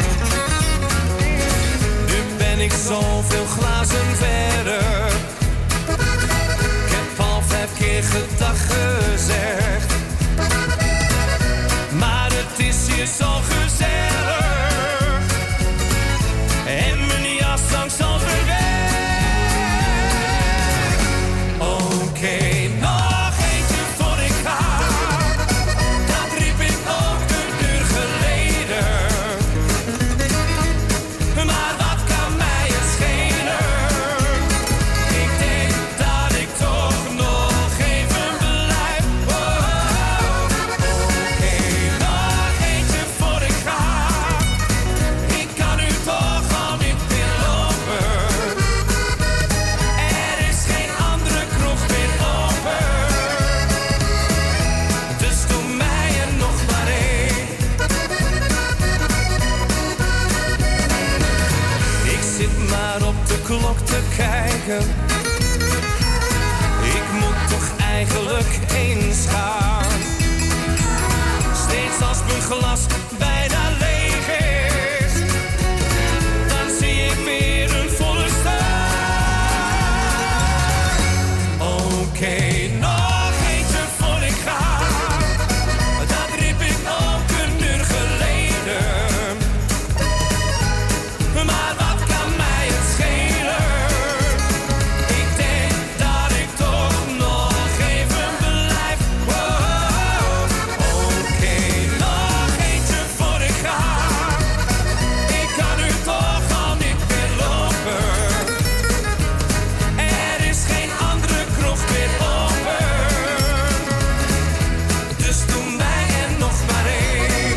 Nu ben ik zoveel glazen verder. Ik heb al vijf keer gedag gezegd, maar het is hier zo gezellig en mijn jas hangt zo ver weg. Oké, okay, nog eentje voor ik ga. kijken. Ik moet toch eigenlijk eens gaan. Steeds als mijn glas bijna leeg is, dan zie ik weer een volle ster. Oké, okay, nog eentje voor ik ga. Dat riep ik ook een uur geleden. Maar wat kan mij het schelen? Ik denk dat ik toch nog even blijf. Wow. Oké, okay, nog eentje voor ik ga. Ik kan nu toch al niet meer lopen. Er is geen andere kroeg meer open. Dus doe mij er nog maar één.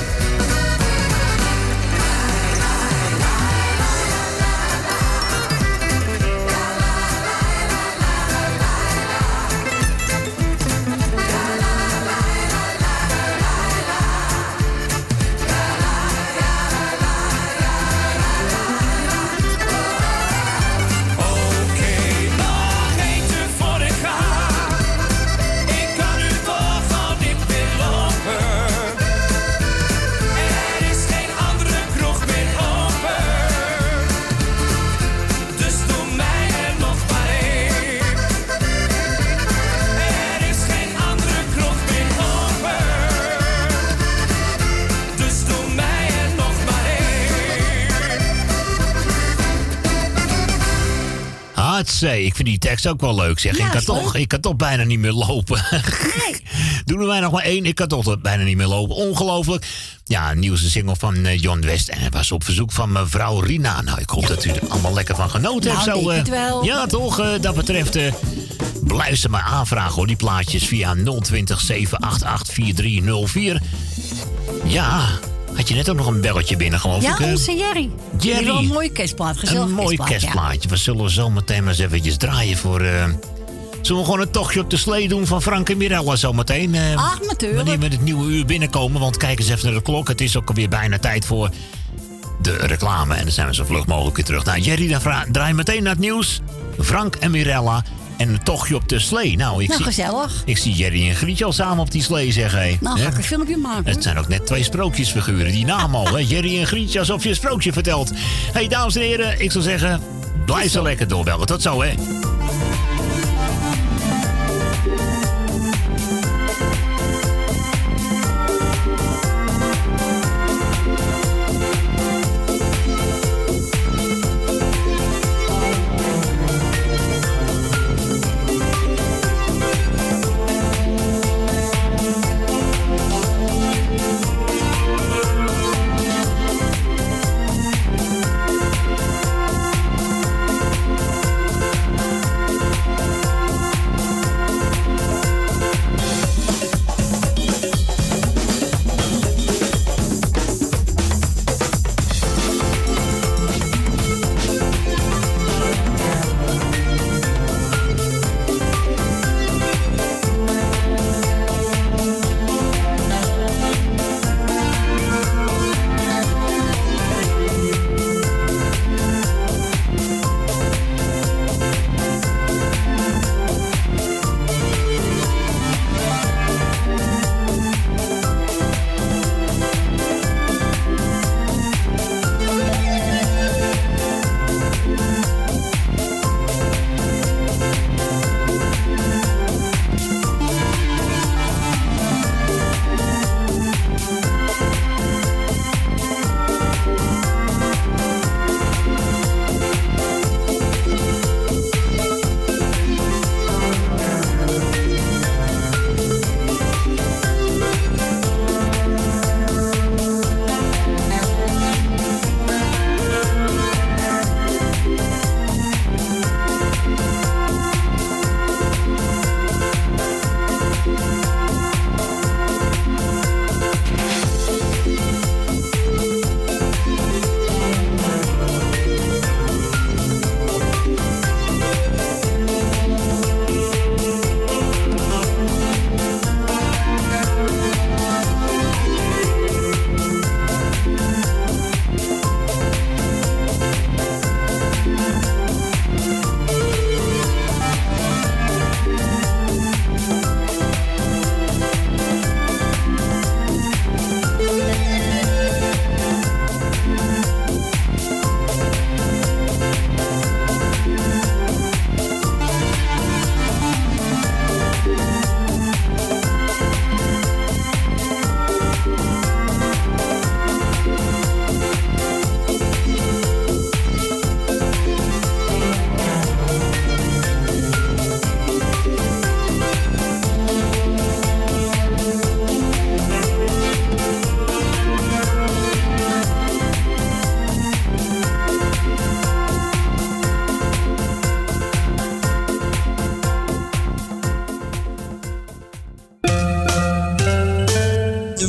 Zee. Ik vind die tekst ook wel leuk, zeg. Ja, ik, kan is toch, leuk. ik kan toch bijna niet meer lopen. Nee. Doen er wij nog maar één. Ik kan toch bijna niet meer lopen. Ongelooflijk. Ja, een nieuwste single van uh, John West. En het was op verzoek van mevrouw Rina. Nou, ik hoop dat u er allemaal lekker van genoten Nou, heeft. Zo, denk uh, het wel. Ja, toch? Uh, dat betreft, uh, blijf ze maar aanvragen, hoor. Die plaatjes via nul twintig zeven acht acht vier drie nul vier. Ja, had je net ook nog een belletje binnen, geloof Ja, ik? uh? onze Jerry. Jerry. Die wil een mooie kerstplaat. Gezellig Een mooi kerstplaat, kerstplaatje. We zullen zo meteen maar eens eventjes draaien voor... Uh, zullen we gewoon een tochtje op de slee doen van Frank en Mirella zometeen? Uh, Ach, natuurlijk. Wanneer we het nieuwe uur binnenkomen. Want kijk eens even naar de klok. Het is ook alweer bijna tijd voor de reclame. En dan zijn we zo vlug mogelijk weer terug. Nou, Jerry, dan vra- draai meteen naar het nieuws. Frank en Mirella. En een tochtje op de slee. Nou, ik Nou, zie, gezellig. Ik zie Jerry en Grietje al samen op die slee, zeg hé. Nou, ga ik een filmpje maken. Het zijn ook net twee sprookjesfiguren. Die naam al, hè? Jerry en Grietje, alsof je een sprookje vertelt. Hé, hey, dames en heren, ik zou zeggen, blijf zo lekker doorbellen. Tot zo, hè.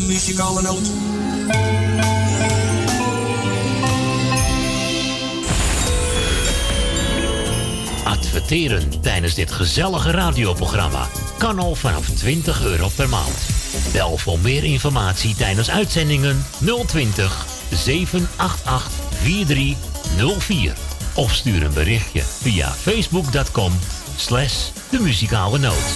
muzikale noot. Adverteren tijdens dit gezellige radioprogramma kan al vanaf twintig euro per maand. Bel voor meer informatie tijdens uitzendingen nul twintig, zeven acht acht, vier drie nul vier. Of stuur een berichtje via facebook.com slash de muzikale noot.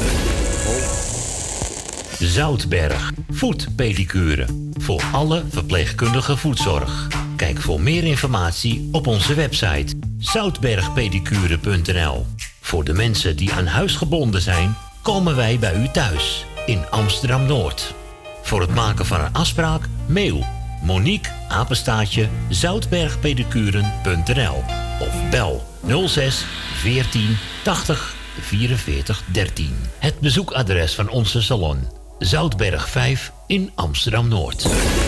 Zoutberg voetpedicure. Voor alle verpleegkundige voetzorg. Kijk voor meer informatie op onze website zoutbergpedicure punt n l. Voor de mensen die aan huis gebonden zijn, komen wij bij u thuis in Amsterdam-Noord. Voor het maken van een afspraak, mail Monique apenstaartje zoutbergpedicuren punt n l of bel nul zes veertien tachtig vierenveertig dertien. Het bezoekadres van onze salon Zoutberg vijf in Amsterdam-Noord.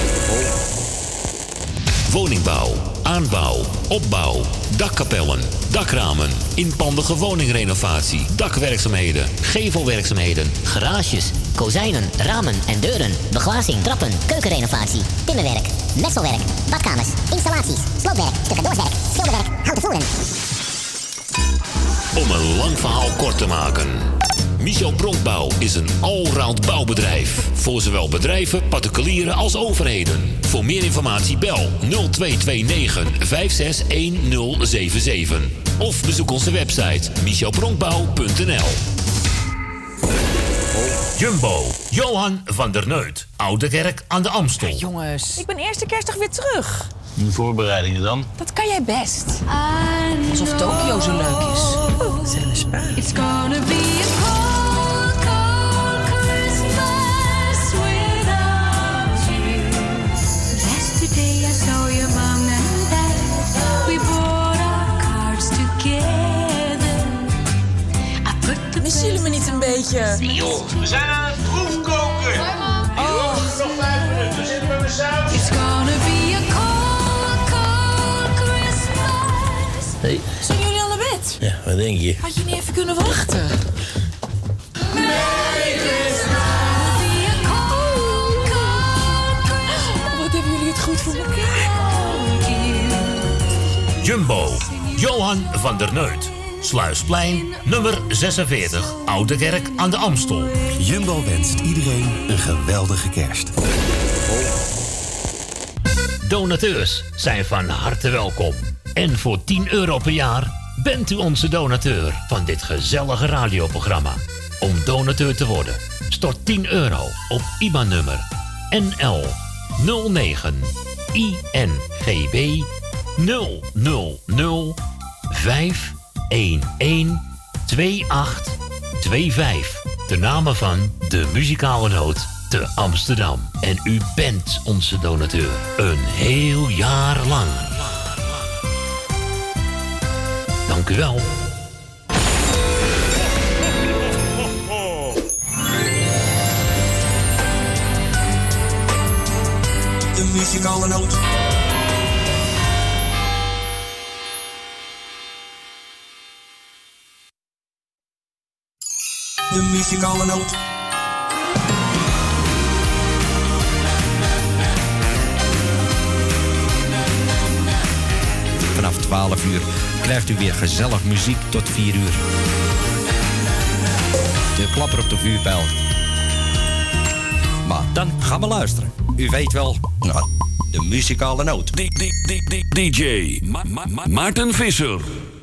Woningbouw, aanbouw, opbouw, dakkapellen, dakramen, inpandige woningrenovatie, dakwerkzaamheden, gevelwerkzaamheden, Garages, kozijnen, ramen en deuren, beglazing, trappen, keukenrenovatie, timmerwerk, messelwerk, badkamers, installaties, sloopwerk, stucadoorswerk, schilderwerk, houten voeren. Om een lang verhaal kort te maken. Michel Bronkbouw is een allround bouwbedrijf. Voor zowel bedrijven, particulieren als overheden. Voor meer informatie bel nul twee twee negen vijf zes een nul zeven zeven. Of bezoek onze website michel bronkbouw punt n l. Jumbo, Johan van der Neut. Oude Kerk aan de Amstel. Ja, jongens, ik ben eerste kerstdag weer terug. Die voorbereidingen dan? Dat kan jij best. Alsof Tokio zo leuk is. Oh, zet een spa. It's gonna be a cold, cold Christmas without you. Yesterday I saw your mom and dad. We brought our cards together. I put the Missen jullie me niet een beetje? Joh, we zijn aan het proefkoken. Oh. Nog vijf minuten, we zitten met mijn saus. It's gonna be a cold, cold Christmas. Hey. Zijn jullie al naar bed? Ja, wat denk je? Had je niet even kunnen wachten? Merry Christmas. Wat hebben jullie het goed voor elkaar? Jumbo, Johan van der Neut. Sluisplein, nummer zesenveertig, Oude Kerk aan de Amstel. Jumbo wenst iedereen een geweldige kerst. Donateurs zijn van harte welkom. En voor tien euro per jaar bent u onze donateur van dit gezellige radioprogramma. Om donateur te worden, stort tien euro op I B A N-nummer N L nul negen I N G B nul nul nul vijf een een twee acht twee vijf. De namen van de muzikale noot te Amsterdam. En u bent onze donateur. Een heel jaar lang. Dank u wel. De muzikale noot. De muzikale noot. Vanaf twaalf uur krijgt u weer gezellig muziek tot vier uur. De klapper op de vuurpijl. Maar dan gaan we luisteren. U weet wel, nou, de muzikale noot. D J Ma Ma Ma Maarten Visser.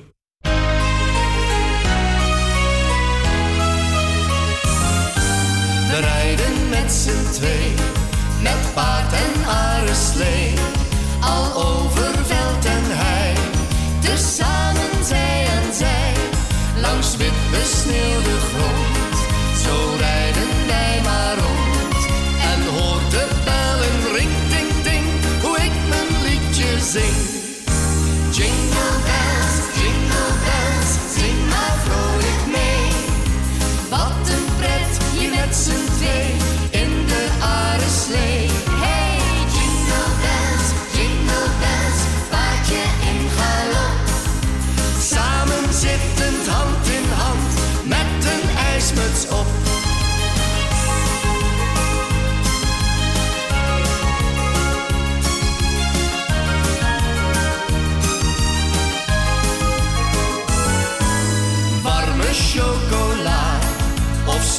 We rijden met z'n twee, met paard en arenslee, al over veld en hei, tezamen zij en zij, langs wit besneeuwde grond. Zo rijden wij maar rond, en hoort de bellen ring, ding, ding, hoe ik mijn liedje zing. Jingle bells, jingle bells, zing maar vrolijk mee. Wat een pret, je met z'n twee in de arenslee. Hey, jingle bells, jingle bells, paardje in galop. Samen zittend hand in hand, met een ijsmuts op.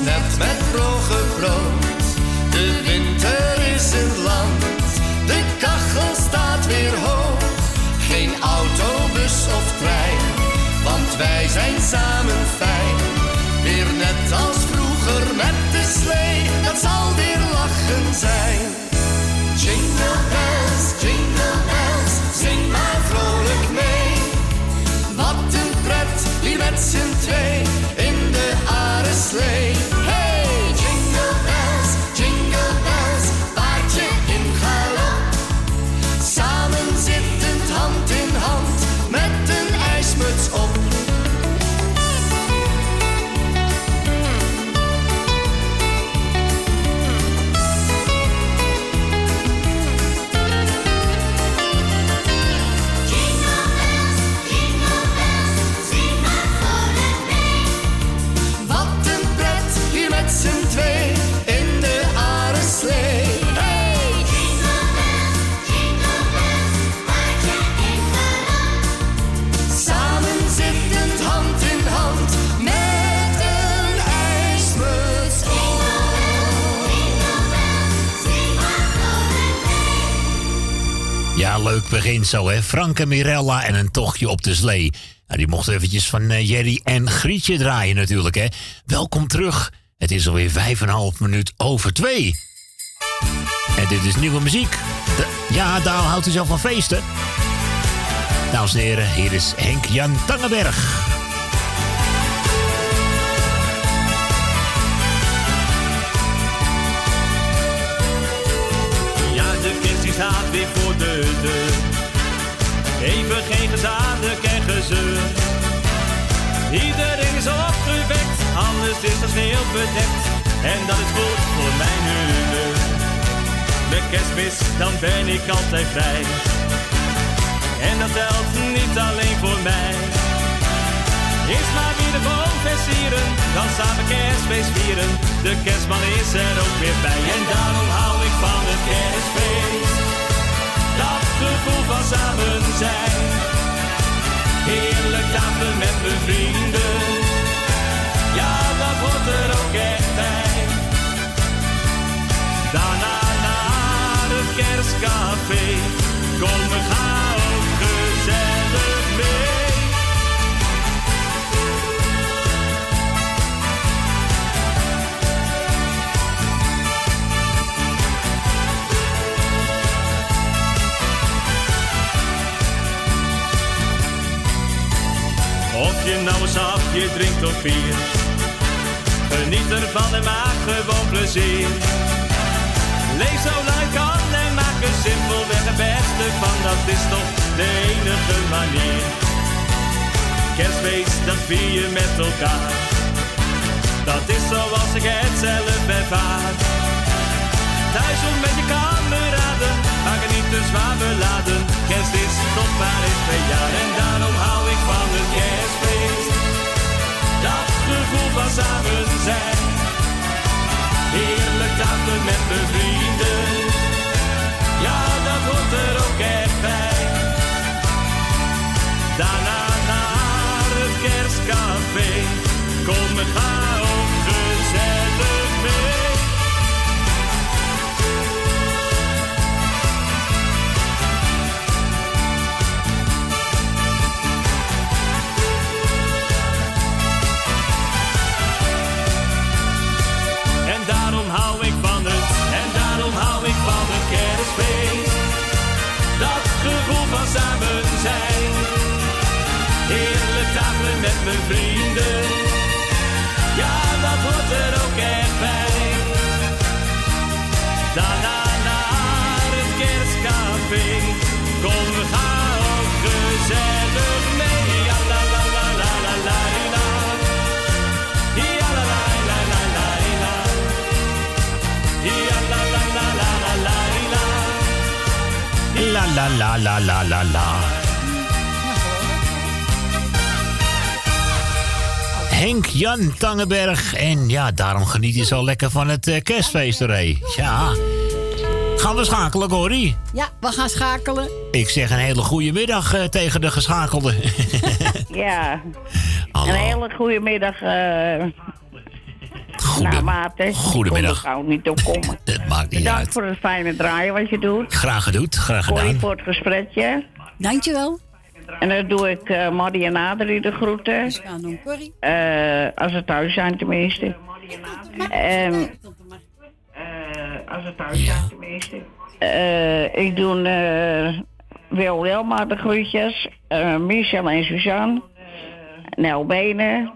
net met droge brood. De winter is in het land, de kachel staat weer hoog. Geen auto, bus of trein, want wij zijn samen fijn. Weer net als vroeger met de slee, dat zal weer lachen zijn. Jingle bells, jingle bells, zing maar vrolijk mee. Wat een pret, hier met z'n twee, in de areslee. Hey, jingle bells, jingle bells, paardje in galop. Samen zittend hand in hand, met een ijsmuts op. Ja, leuk begin zo, hè. Frank en Mirella en een tochtje op de slee. Nou, die mochten eventjes van uh, Jerry en Grietje draaien natuurlijk, hè. Welkom terug. Het is alweer vijf en een half minuut over twee. En dit is nieuwe muziek. De, ja, daar houdt u zelf van feesten. Dames en heren, hier is Henk-Jan Tangenberg. Staat weer voor de deur. Even geen gezanik en gezeur. Iedereen is opgewekt, alles is als sneeuw bedekt. En dat is goed voor mijn humeur. Met kerstmis, dan ben ik altijd vrij. En dat telt niet alleen voor mij. Is maar weer de boom versieren, dan samen kerstfeest vieren. De kerstman is er ook weer bij. En daarom hou ik van het kerstfeest. Dat gevoel van samen zijn. Heerlijk tafelen met mijn vrienden. Ja, dat hoort er ook echt bij. Daarna naar het kerstcafé. Kom, we gaan ook gezellig mee. Of je nou een sapje drinkt of bier, geniet ervan en maak gewoon plezier. Leef zo lang je kan en maak er simpelweg het beste van, dat is toch de enige manier. Kerstfeest, dat vier je met elkaar, dat is zoals ik het zelf ervaar. Thuis of met je kameraden, maak het niet te zwaar beladen. Kerst is toch maar eens per jaar en daarom hou ik van het kerstfeest. Dat gevoel van samen zijn. Heerlijk tafelen met mijn vrienden. Ja, dat hoort er ook echt bij. Daarna naar het kerstcafé. Kom, we gaan ook gezellig mee. Daarom hou ik van het, en daarom hou ik van het kerstfeest. Dat gevoel van samen zijn. Heerlijk tafelen met mijn vrienden. Ja, dat hoort er ook echt bij. Daarna naar het kerstcafé. Kom, we gaan ook gezellig mee. Ja, la la la la la la la. Ja, la la la la la la. Ja, la la la la la la la. La la la la la la la. Henk-Jan Tangenberg. En ja, daarom geniet je zo lekker van het uh, kerstfeesterij. Ja. Gaan we schakelen, Corrie? Ja, we gaan schakelen. Ik zeg een hele goede middag uh, tegen de geschakelden. Ja. Hallo. Een hele goede middag. Uh... Goede- Nou, Maarten. Goedemiddag. Ik kon er gauw niet op komen. Het maakt niet Bedankt uit. voor het fijne draaien wat je doet. Graag gedaan, graag Corrie gedaan. voor het gesprekje. Dankjewel. En dan doe ik uh, Maddie en Adrie de groeten. Uh, als ze thuis zijn tenminste. En... Uh, als ze thuis zijn tenminste. Uh, ik doe uh, Wil Wilma de groetjes. Uh, Michel en Suzanne. Nel Benen.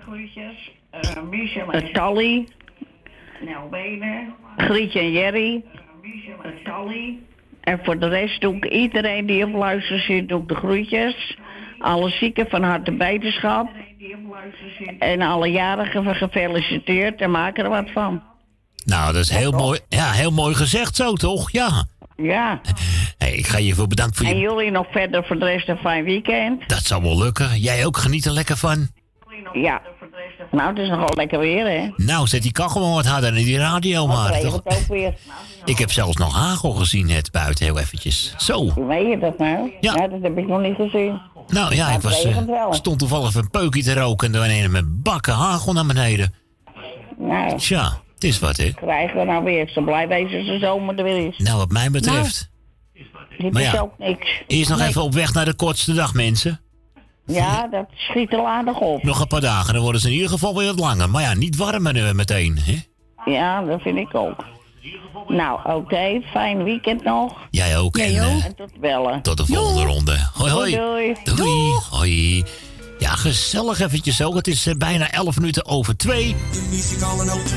Uh, Tally. Nel Benen. Grietje en Jerry. Tally. En voor de rest doe ik iedereen die op luister zit, doe ik de groetjes. Alle zieken van harte beterschap. En alle jarigen gefeliciteerd en maak er wat van. Nou, dat is heel mooi. Ja, heel mooi gezegd zo, toch? Ja. Ja. Hey, ik ga je veel bedanken voor je... En jullie nog verder voor de rest een fijn weekend. Dat zal wel lukken. Jij ook, geniet er lekker van. Ja. Nou, het is nogal lekker weer, hè? Nou, zet die kachel maar wat harder in die radio maar. Het Toch? ook weer. Ik heb zelfs nog hagel gezien net buiten, heel eventjes. Zo. Weet je dat nou? Ja. Ja, dat heb ik nog niet gezien. Nou ja, ik was, uh, stond toevallig een peukje te roken en dan ineens met bakken hagel naar beneden. Nou. Tja, het is wat, hè? Krijgen we nou weer. Ik zal blij wezen als de zomer er weer is. Nou, wat mij betreft. Dit Maar is ja, ook niks. Eerst nog Nee. even op weg naar de kortste dag, mensen. Ja, dat schiet er aardig op. Nog een paar dagen, dan worden ze in ieder geval weer wat langer. Maar ja, niet warmer nu meteen, hè? Ja, dat vind ik ook. Nou, oké. Fijn weekend nog. Jij ook. En, eh, En tot bellen. tot de volgende ronde. Hoi, hoi. Doei, doei. Doei. Hoi. Ja, gezellig eventjes zo. Het is eh, bijna elf minuten over twee. De muzikale noot.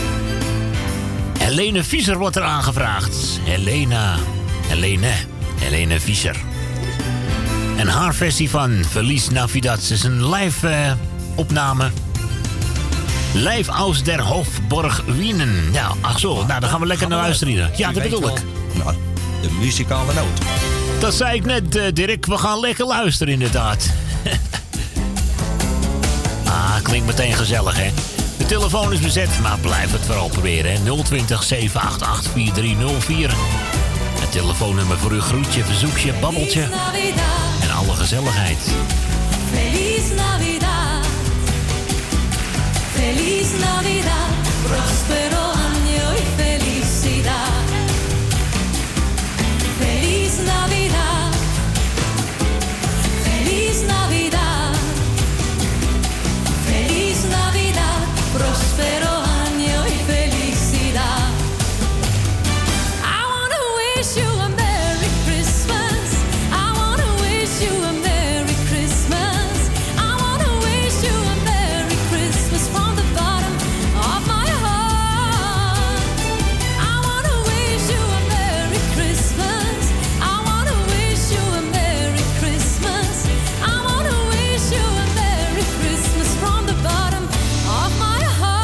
Helene Fischer wordt er aangevraagd. Helena. Helene. Helene Fischer. En haar versie van Feliz Navidad is een live eh, opname. Live aus der Hofborg Wienen. Ja, ach zo. Nou, dan gaan we lekker naar luisteren. Ja, U dat weet bedoel wel, ik. Nou, de muzikale noot. Dat zei ik net, uh, Dirk. We gaan lekker luisteren, inderdaad. ah, klinkt meteen gezellig, hè? De telefoon is bezet, maar blijf het vooral proberen, hè? nul twintig, zeven acht acht, vier drie nul vier. Het telefoonnummer voor uw groetje, verzoekje, babbeltje. En alle gezelligheid. Feliz Navidad, Feliz Navidad, próspero año y felicidad. Feliz Navidad, Feliz Navidad, Feliz Navidad, próspero año y felicidad. I wanna wish you a Merry Christmas. I wanna wish you a Merry Christmas. I wanna wish you a Merry Christmas from the bottom of my heart. I wanna wish you a Merry Christmas. I wanna wish you a Merry Christmas. I wanna wish you a Merry Christmas from the bottom of my heart.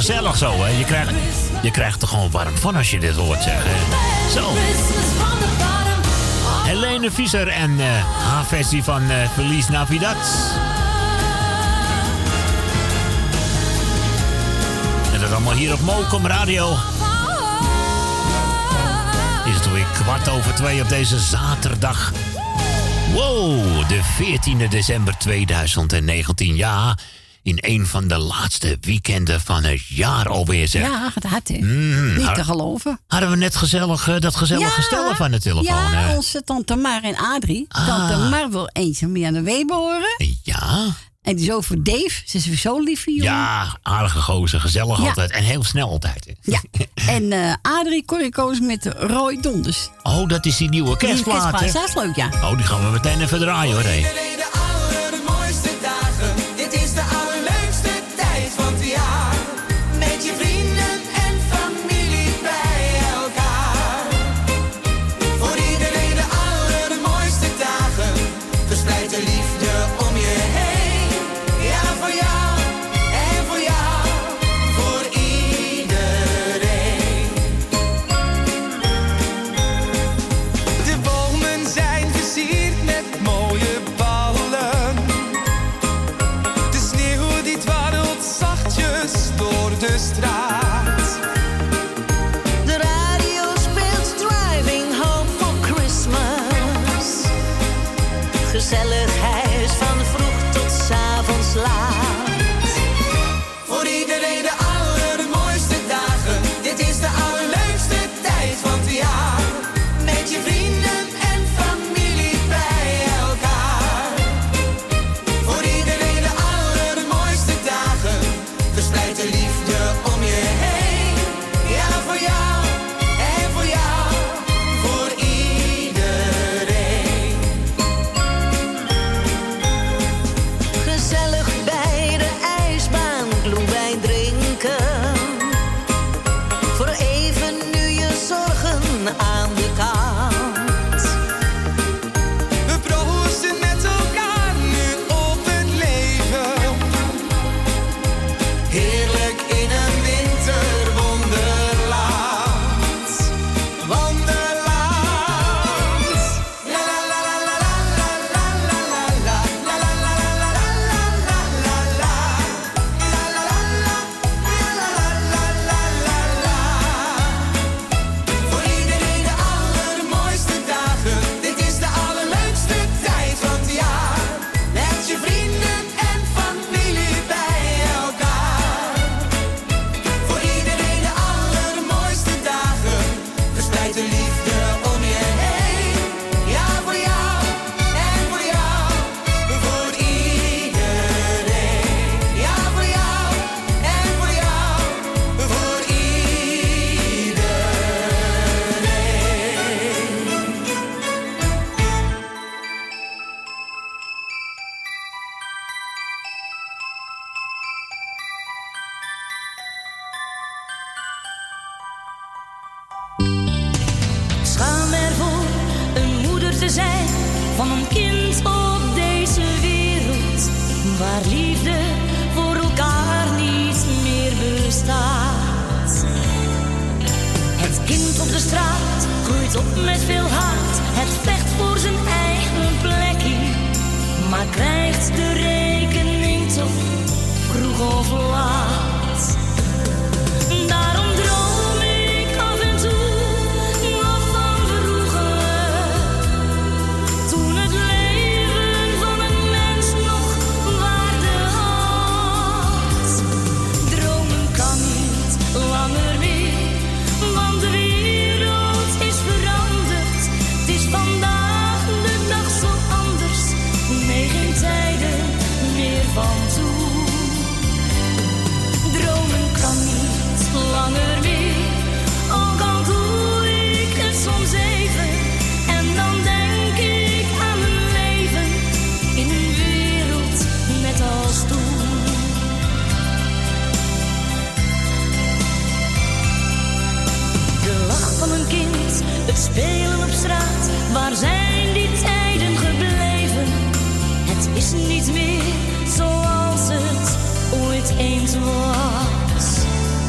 gezellig zo, hè. Je krijgt, je krijgt er gewoon warm van als je dit hoort zeggen. Zo. Helene Fischer en uh, haar versie van uh, Feliz Navidad. En dat allemaal hier op Mokum Radio. Is het weer kwart over twee op deze zaterdag. Wow, de veertiende december tweeduizend negentien. Ja, in een van de laatste weekenden van het jaar alweer, zeg. Ja, gaat hard, hè? Mm, Niet had, te geloven. Hadden we net gezellig, uh, dat gezellige Ja, stellen van de telefoon. Ja, hè? onze tante Mar en Adrie. Ah. Tante Mar wil eens en meer aan de Weber horen. Ja. En die is ook voor Dave. Ze is weer zo lief, jongen. Ja, aardige gozer, gezellig Ja. altijd. En heel snel altijd. Hè? Ja. En uh, Adrie kon je kozen met Roy Donders. Oh, dat is die nieuwe kerstplaat, hè? Dat is leuk, ja. Oh, die gaan we meteen even draaien, hoor. Hé. De allermooiste dagen, dit is de allerleukste tijd van het jaar. Met je vrienden en familie bij elkaar. Voor iedereen de allermooiste dagen, verspreid de liefde om je heen. Ja, voor jou en voor jou, voor iedereen. De bomen zijn versierd met mooie ballen. De sneeuw die dwarrelt zachtjes door de straat. De radio speelt Driving Home for Christmas. Gezellig huis van vroeg tot 's avonds laat. Voor iedereen de allermooiste dagen, dit is de allerleukste tijd van het jaar. Met je vrienden en familie bij elkaar. Voor iedereen de allermooiste dagen, verspreid de liefde om je heen. Ja, voor jou en voor jou, voor iedereen. Gezellig bij de ijsbaan glühwein drinken. Voor even nu je zorgen aan de kant. We proosten met elkaar nu op het leven. Heerlijk in een winterwonderland. Wonderland. La la la la la la la la la la la la la la la la la. Voor iedereen de allermooiste dagen, dit is de allerleukste tijd van het jaar. Met je vrienden en familie bij elkaar. Voor iedereen de allermooiste dagen, verspreid de liefde om je heen. Ja, voor jou en voor jou, voor iedereen. Ja, voor jou en voor jou, voor iedereen. Schaam ervoor een moeder te zijn van een kind op deze wereld, waar liefde voor elkaar niet meer bestaat. Het kind op de straat groeit op met veel haat. Het vecht voor zijn eigen plekje, maar krijgt de rekening toch vroeg of laat. Daarom droom ik af en toe nog van vroeger, toen het leven van een mens nog waarde had. Dromen kan niet langer meer, want de wereld is veranderd. Het is vandaag de dag zo anders, nee, geen tijden meer van toen. Dromen kan niet langer meer, ook al doe ik het soms even. En dan denk ik aan een leven in een wereld net als toen. De lach van een kind, het spelen op straat, waar zijn die tijden gebleven? Het is niet meer zoals het ooit eens was.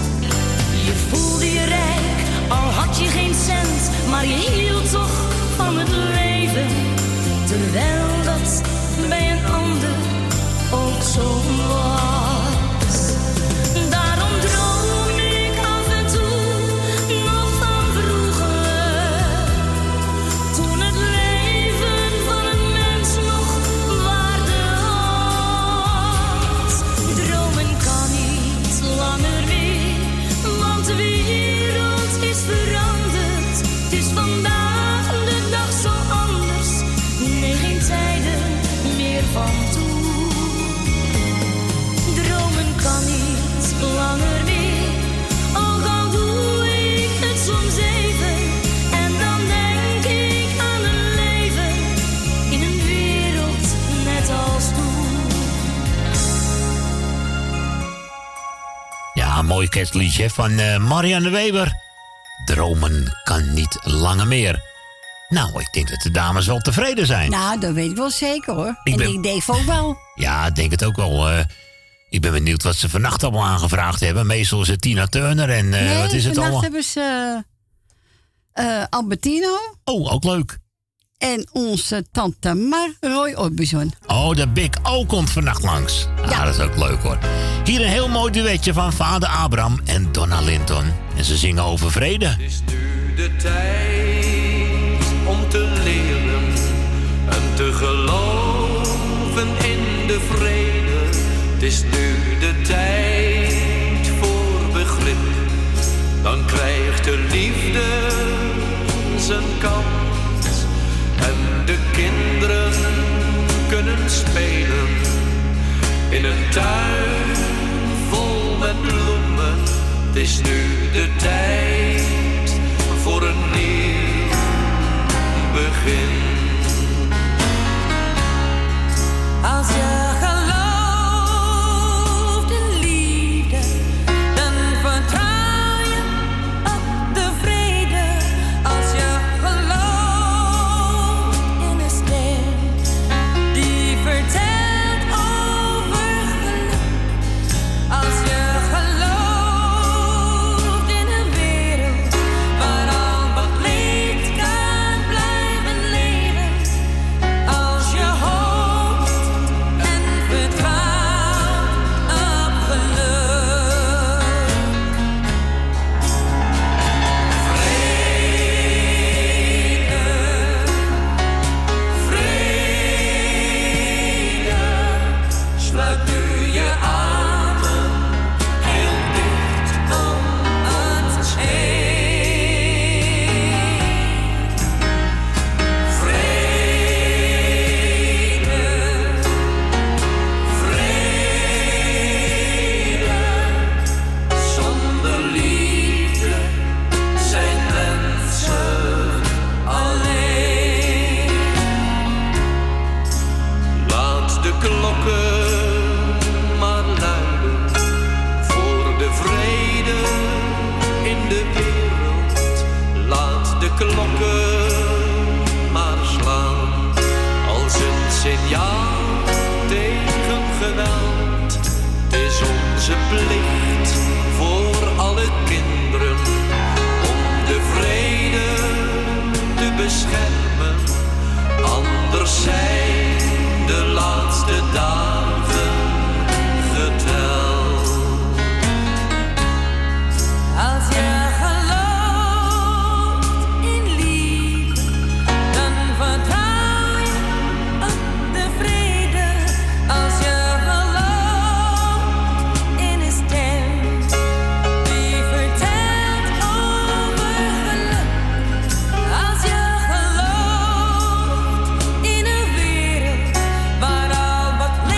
voelde je rijk, al had je geen cent, maar je hield toch van het leven. Terwijl dat bij een ander ook zo was. Daarom droom ik af en toe nog van vroeger. Toen het leven van een mens nog waarde had. Dromen kan niet langer meer, want de wereld is veranderd. Het is vandaag de dag zo anders, nee, geen tijden meer van toen. Dromen kan niet langer meer, ook al doe ik het soms even. En dan denk ik aan een leven in een wereld net als toen. Ja, een mooi kerstliedje van uh, Marianne Weber. Dromen kan niet langer meer. Nou, ik denk dat de dames wel tevreden zijn. Nou, dat weet ik wel zeker hoor. Ik en ben- ik Dave ook wel. Ja, ik denk het ook wel. eh. ik ben benieuwd wat ze vannacht allemaal aangevraagd hebben. Meestal is het Tina Turner en eh, nee, wat is het vannacht allemaal? hebben ze eh, Albertino. Oh, ook leuk. En onze tante Mar Roy Orbison. Oh, de Big O komt vannacht langs. Ah, dat is ook leuk hoor. Hier een heel mooi duetje van vader Abraham en Donna Linton. En ze zingen over vrede. De tijd om te leren en te geloven in de vrede. Het is nu de tijd voor begrip. Dan krijgt de liefde zijn kans. En de kinderen kunnen spelen in een tuin vol met bloemen. Het is nu de tijd voor een nieuw begin. Als je gelooft in liefde, dan vertrouw je op de vrede. Als je gelooft in een ster die vertelt over geluk. Als je gelooft in een wereld waar al wat leed kan blijven leven. Als je hoopt en vertrouwt op geluk. Vrede, sluit nu je armen heel dicht om het heen. Vrede, vrede, zonder liefde zijn mensen alleen. Laat de klokken maar luiden voor de vrede in de wereld. Laat de klokken maar slaan als een signaal tegen geweld. Het is onze plicht voor alle kinderen om de vrede te beschermen. Anders zijn de laatste dagen geteld. Als je gelooft in liefde, dan vertrouw je op de vrede. Als je gelooft in een stem die vertelt over geluk. Als je gelooft in een wereld waar al wat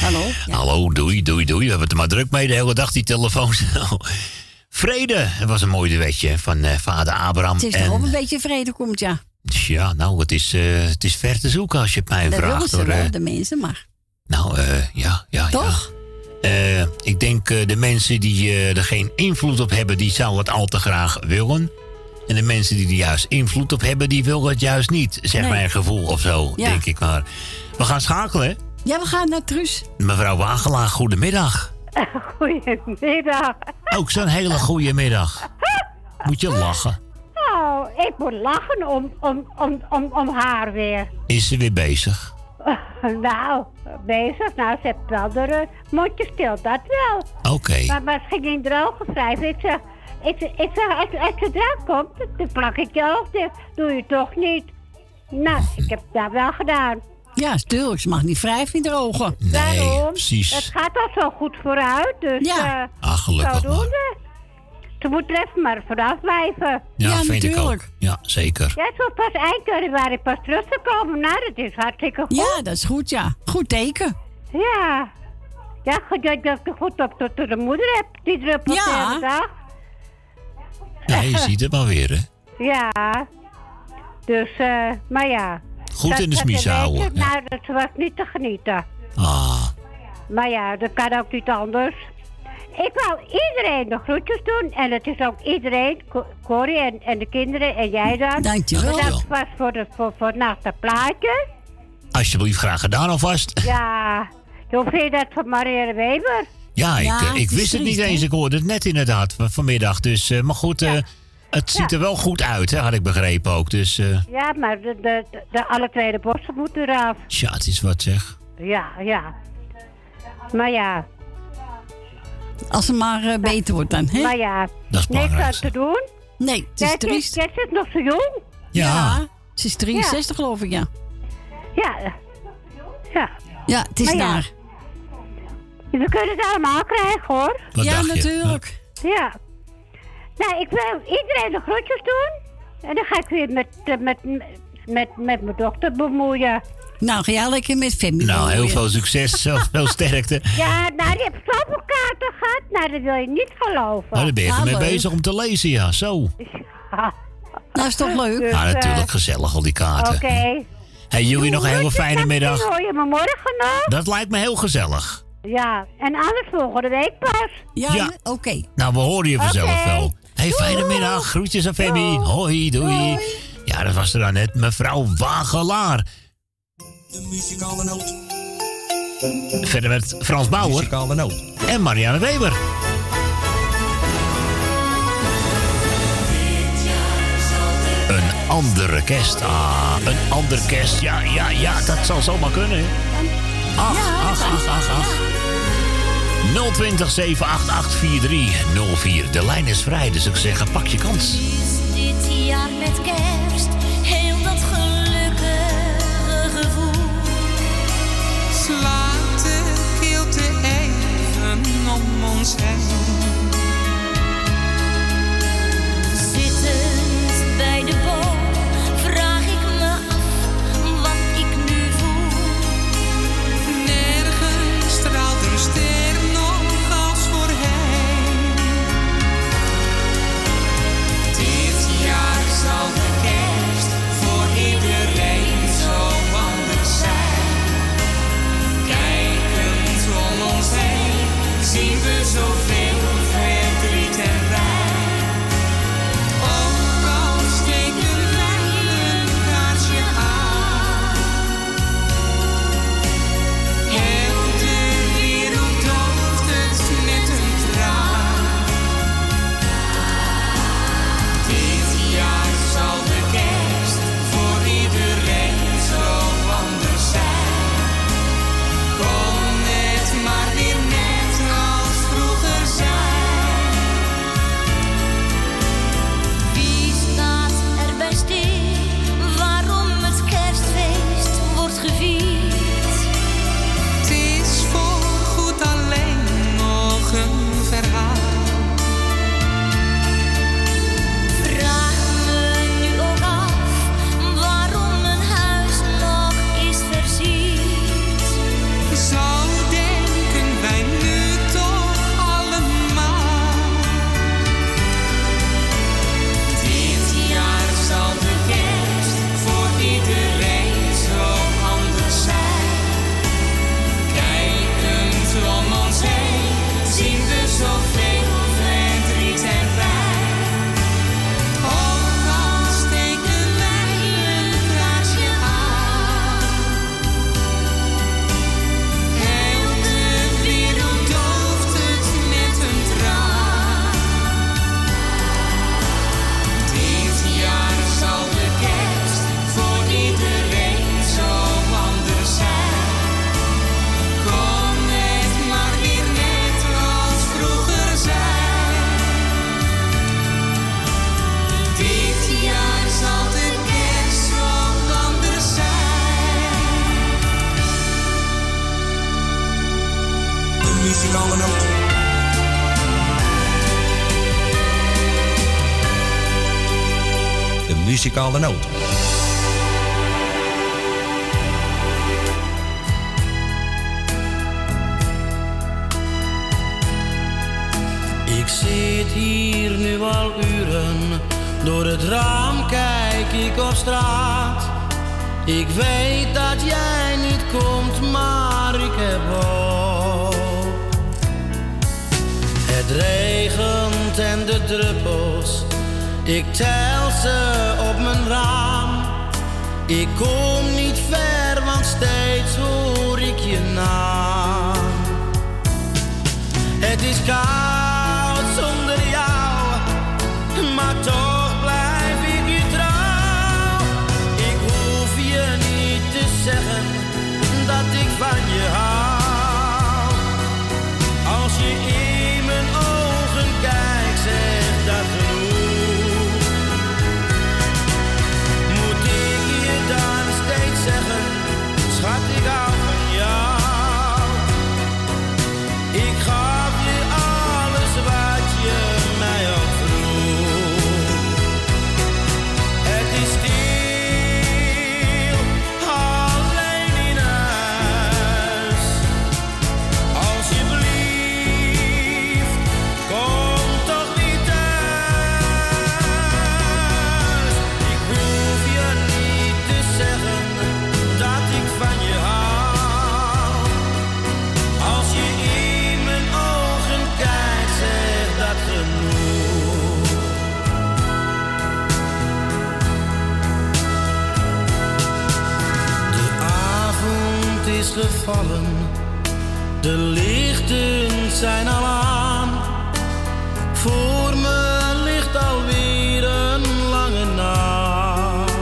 Hallo. Ja. Hallo, doei, doei, doei. We hebben het er maar druk mee de hele dag, die telefoons. Vrede, dat was een mooi duetje van uh, vader Abraham. Het is en, toch ook een beetje vrede komt, ja. Ja, nou, het is, uh, het is ver te zoeken als je het mij Dat vraagt. willen ze Door, uh, wel, de mensen, maar... Nou, uh, ja, ja, toch? ja. Uh, ik denk uh, de mensen die uh, er geen invloed op hebben, die zouden het al te graag willen. En de mensen die er juist invloed op hebben, die willen het juist niet. Zeg Nee. mijn gevoel of zo, Ja. denk ik maar. We gaan schakelen, hè? Ja, we gaan naar Truus. Mevrouw Wagelaar, goedemiddag. Goedemiddag. Ook zo'n hele goede middag. Moet je lachen. Oh, ik moet lachen om, om, om, om, om haar weer. Is ze weer bezig? Nou, bezig. Nou, ze heeft wel de uh, mondje stil, dat wel. Oké. Maar, maar ze ging in droge wrijven. Ik zeg, ik, zeg- ik zeg als, als je eruit komt, dan plak ik je oog dicht. Doe je toch niet? Nou, ik heb dat wel gedaan. Ja, tuurlijk. Ze mag niet wrijven in de ogen. Nee, Daarom. precies. Het gaat al zo goed vooruit, dus Ja. eh, Ach, gelukkig maar. zodoende. Ze moet er even maar vanaf blijven. Ja, vind ik ook. Ja, zeker. Ja, zo pas eind januari pas terug te komen. Nou, dat is hartstikke goed. Ja, dat is goed, ja. Goed teken. Ja. Ja, goed dat dat je goed op tot de moeder hebt. Die druppelt Ja. de hele dag. Nee, je ziet het maar weer, hè? Ja. Dus, eh, maar ja. Goed Dat- in de dat smies een houden. beetje- Ja. Nou, dat was niet te genieten. Ah, Maar ja, dat kan ook niet anders. Ik wou iedereen de groetjes doen. En het is ook iedereen, Co- Corrie en, en de kinderen en jij dan. Dankjewel. En dat was voor, de, voor, voor nacht een plaatje. alsjeblieft, graag gedaan alvast. Ja. Hoe vind je dat van Marianne Weber? Ja, ik, Ja, eh, het ik is wist het niet triest, eens. hè? Ik hoorde het net inderdaad van- vanmiddag. Dus, eh, maar goed, eh, het ziet Ja. er wel goed uit, hè, had ik begrepen ook. Dus, eh, Ja, maar de, de, de, de alle twee de bossen moeten eraf. tja, het is wat zeg. Ja, ja. Maar ja, Als ze maar eh, beter wordt dan, hè? maar ja. Dat is Niks aan belangrijk. te doen. Nee, het is Jij zit, triest. jij zit nog zo jong. Ja, Ja, ze is drieënzestig geloof ik, ja. Ja. Ja. Ja, het is Maar ja. daar. We kunnen het allemaal krijgen, hoor. wat Ja, dacht je? natuurlijk. Ja. Nou, ik wil iedereen de groetjes doen. En dan ga ik weer met, eh, met, met, met mijn dochter bemoeien. Nou, ga jij lekker met Femi. Nou, heel bemoeien. veel succes, veel veel sterkte. Ja, nou, die heeft zoveel kaarten gehad. Nou, dat wil je niet geloven. Nou, daar ben je even Ja, mee leuk. bezig om te lezen, ja, zo. Ja. Nou, is toch leuk? Dus, Ja, eh, natuurlijk gezellig, al die kaarten. Oké. Hey, jullie nog een hele fijne middag. Hoor je me morgen nog? Dat lijkt me heel gezellig. Ja, en anders volgende week pas. Ja, Ja. oké. Nou, we horen je vanzelf Oké. wel. Hey, fijne middag. Groetjes aan Femi. Hoi, doei. Ja, dat was er dan net mevrouw Wagelaar. De muzikale noot. Verder met Frans Bauer Muzikale noot. en Marianne Weber. Een andere kerst. Ah, een andere kerst. Ja, ja, ja, dat zal zomaar kunnen. hè. Ach, ach, ach, ach, ach. nul twintig zeven acht acht vier drie nul vier. De lijn is vrij, dus ik zeg, pak je kans. Dit jaar met kerst, heel dat gelukkige gevoel. Slaat de kilte even om ons heen. Zittend bij de boom vraag ik me af wat ik nu voel. Nergens straalt een ster nog als voorheen. Dit jaar zal de kerst muzikale noot. De muzikale noot. Ik zit hier nu al uren, door het raam kijk ik op straat. Ik weet dat jij niet komt, maar ik heb hoop. Het regent en de druppels, ik tel ze op mijn raam. Ik kom niet ver, want steeds hoor ik je naam. Het is koud zonder jou, maar toch blijf ik je trouw. Ik hoef je niet te zeggen dat ik van je hou. Als je in mijn ogen kijkt, zegt dat genoeg. Moet ik je dan steeds zeggen, schat, ik hou van jou. Ik gaf je alles wat je mij ook vroeg. Het is stil, alleen in huis. Alsjeblieft, kom toch niet thuis. Ik hoef je niet te zeggen dat ik van je hou. Als je in mijn ogen kijkt, zegt dat genoeg. De avond is gevallen, de lichten zijn al aan. Voor me ligt alweer een lange nacht.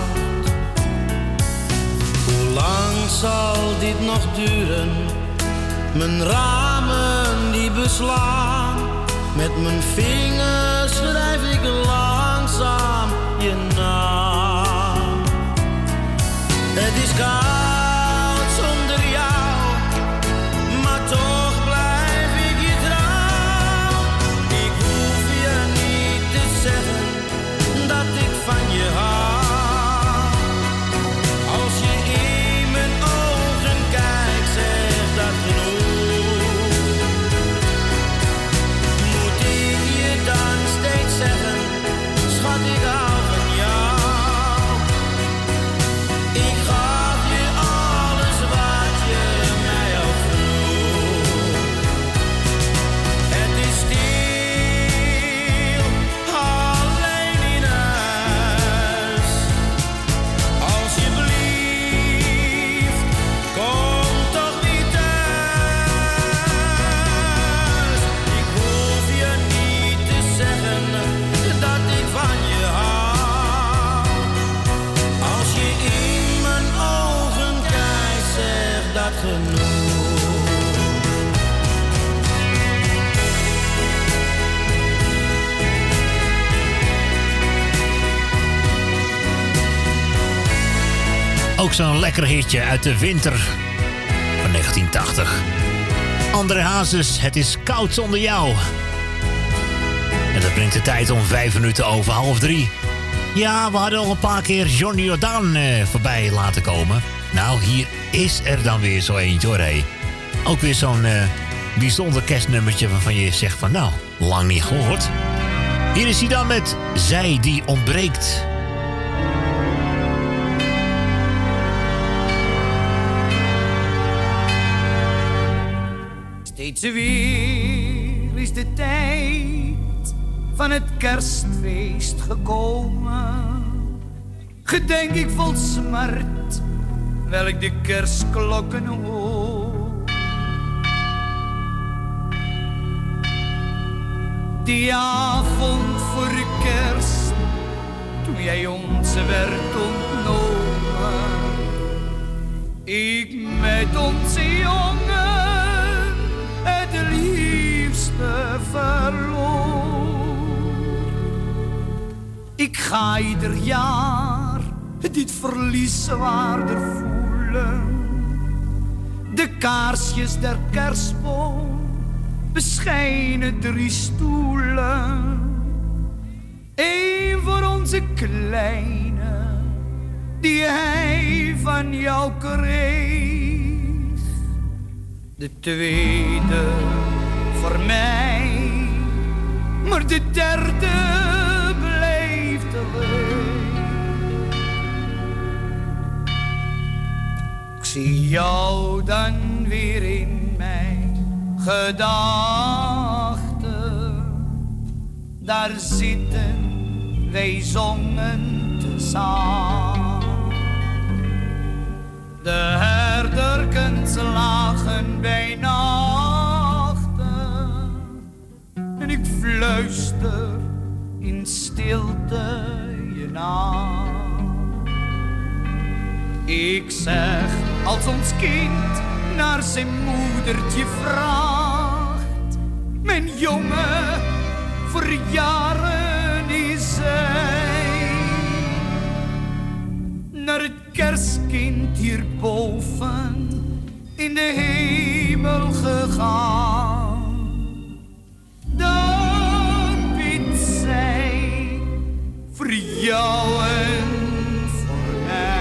Hoe lang zal dit nog duren? Mijn ramen die beslaan. Met mijn vingers schrijf ik langzaam je naam. Het is koud zonder jou, maar toch blijf ik je trouw. Ik hoef je niet te zeggen dat ik van je hou. Als je in mijn ogen kijkt, zegt dat genoeg. Moet ik je dan steeds zeggen, schat, ik hou van jou. Ik gaf je alles wat je mij ook vroeg. Het is stil, alleen in huis. Alsjeblieft, kom toch niet thuis. Ik hoef je niet te zeggen dat ik van je hou. Als je in mijn ogen kijkt, zegt dat genoeg. Ook zo'n lekker hitje uit de winter van negentien tachtig. André Hazes, het is koud zonder jou. En dat brengt de tijd om vijf minuten over half drie. Ja, we hadden al een paar keer Johnny Jordaan eh, voorbij laten komen. Nou, hier is er dan weer zo eentje hoor, hé. Ook weer zo'n eh, bijzonder kerstnummertje waarvan je zegt van nou, lang niet gehoord. Hier is hij dan met Zij die ontbreekt. Steeds weer is de tijd van het kerstfeest gekomen. Gedenk ik vol smart, welk de kerstklokken hoor. Die avond voor kerst, toen jij ons werd ontnomen. Ik met onze jongen het liefste verloor. Ik ga ieder jaar dit verlies zwaarder voelen. De kaarsjes der kerstboom beschijnen drie stoelen. Eén voor onze kleine, die hij van jou kreeg. De tweede voor mij, maar de derde blijft alleen. Ik zie jou dan weer in mijn gedachten. Daar zitten wij zongen tezamen. De herderkens lagen bij nachten. En ik fluister in stilte je naam. Ik zeg als ons kind naar zijn moedertje vraagt. Mijn jongen, voor jaren is hij naar het kerstkind hierboven in de hemel gegaan. Dan bidt zij voor jou en voor mij.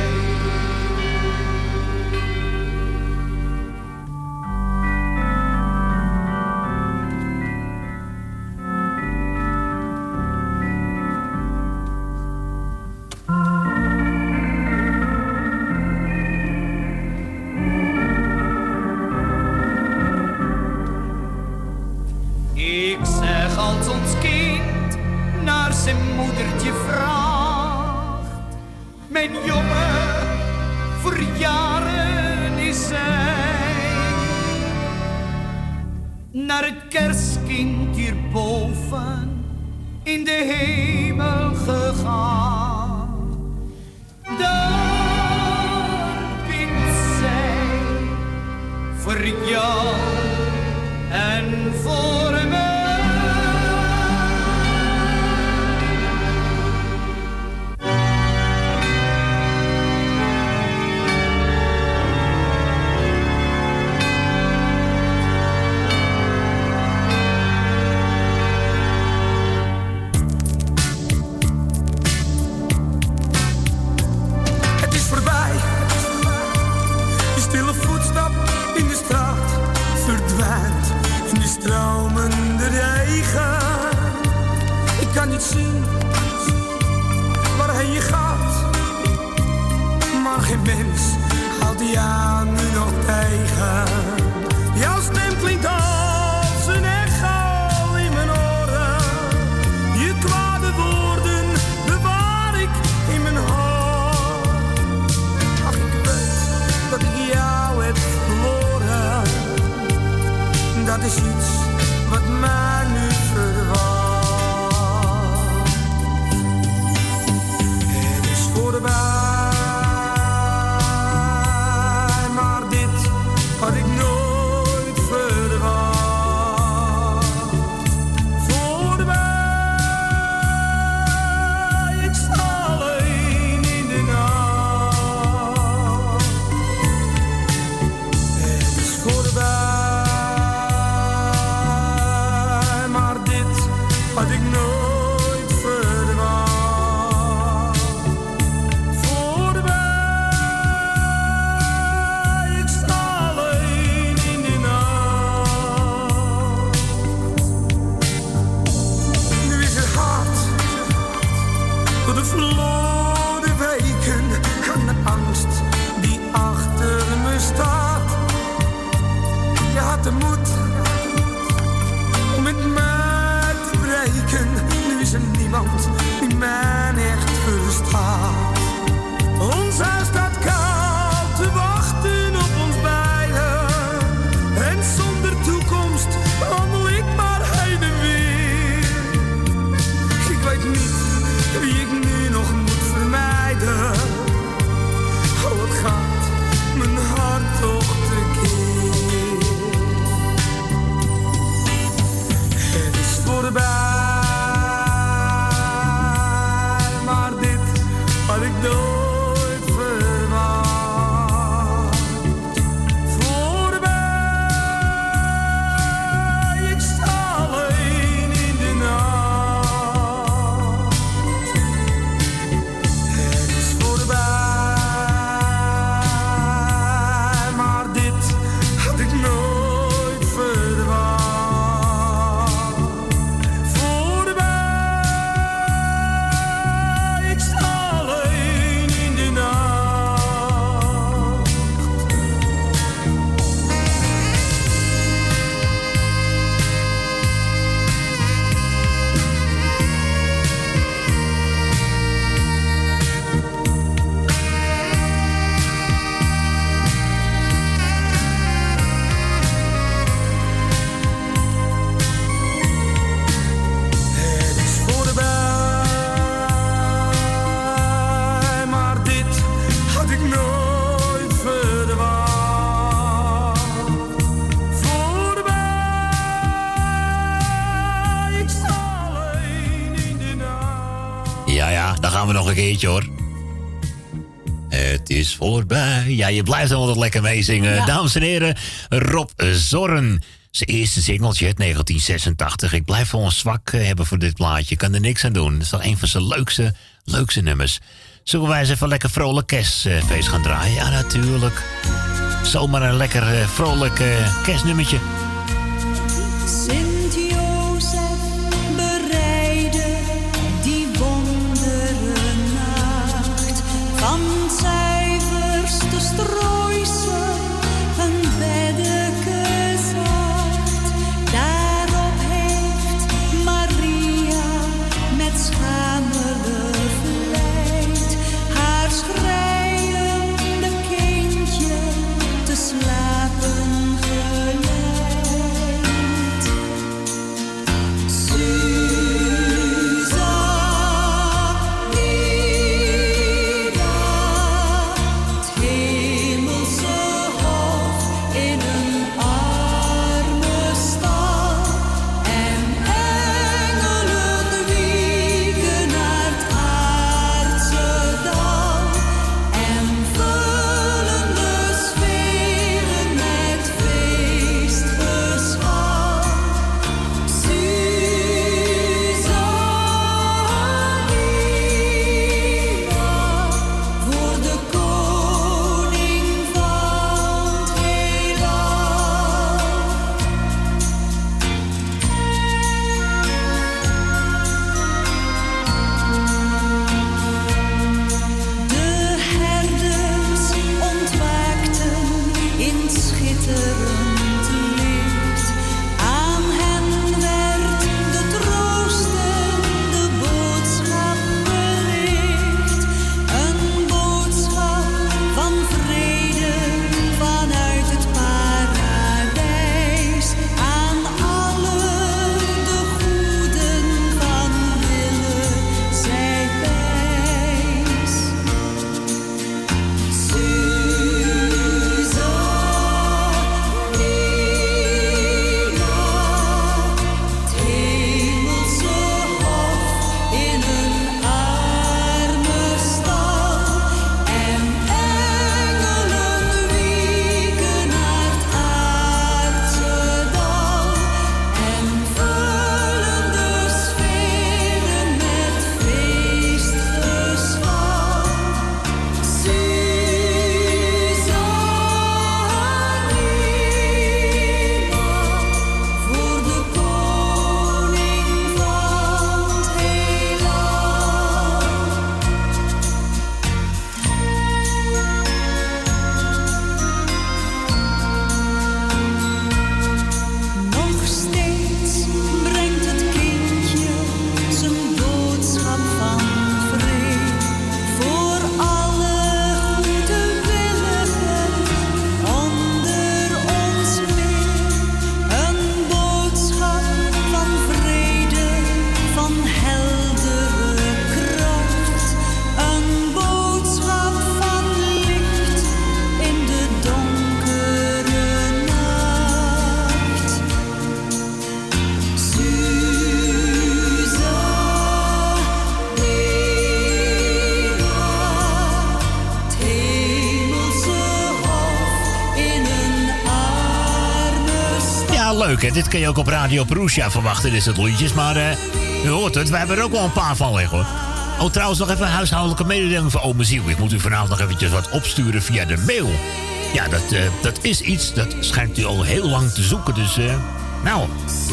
Zijn moedertje vraagt. Mijn jongen, voor jaren is hij naar het kerstkind hierboven in de hemel gegaan. Daar bidt zij voor jou en voor mij. Stromende regen. Ik kan niet zien waarheen je gaat, maar geen mens houdt jou nu nog tegen. Jouw stem klinkt als een echo in mijn oren. Je kwade woorden bewaar ik in mijn hart. Ach, ik weet dat ik jou heb verloren. Dat is iets wat mij nu verwacht. Het is voorbij, maar dit had ik nooit een keertje hoor. Het is voorbij. Ja, je blijft er altijd lekker meezingen. Ja. Dames en heren, Rob Zorn. Zijn eerste singeltje uit negentien zesentachtig. Ik blijf wel een zwak hebben voor dit plaatje. Ik kan er niks aan doen. Dat is toch een van zijn leukste, leukste nummers. Zullen wij eens even lekker vrolijk kerstfeest gaan draaien? Ja, natuurlijk. Zomaar een lekker uh, vrolijk uh, kerstnummertje. Sint-Jozef bereidde die wondere nacht. Van het zuiverste strooisel een beddeke zacht. Daarop heeft Maria met schamele vlijt haar schreiende kindje te slapen geleid. Dit kun je ook op Radio Perusia verwachten, dit soort liedjes. Maar uh, u hoort het, wij hebben er ook wel een paar van liggen hoor. Oh, trouwens nog even een huishoudelijke mededeling van Ome Ziel. Ik moet u vanavond nog eventjes wat opsturen via de mail. Ja, dat, uh, dat is iets, dat schijnt u al heel lang te zoeken. Dus, uh, nou.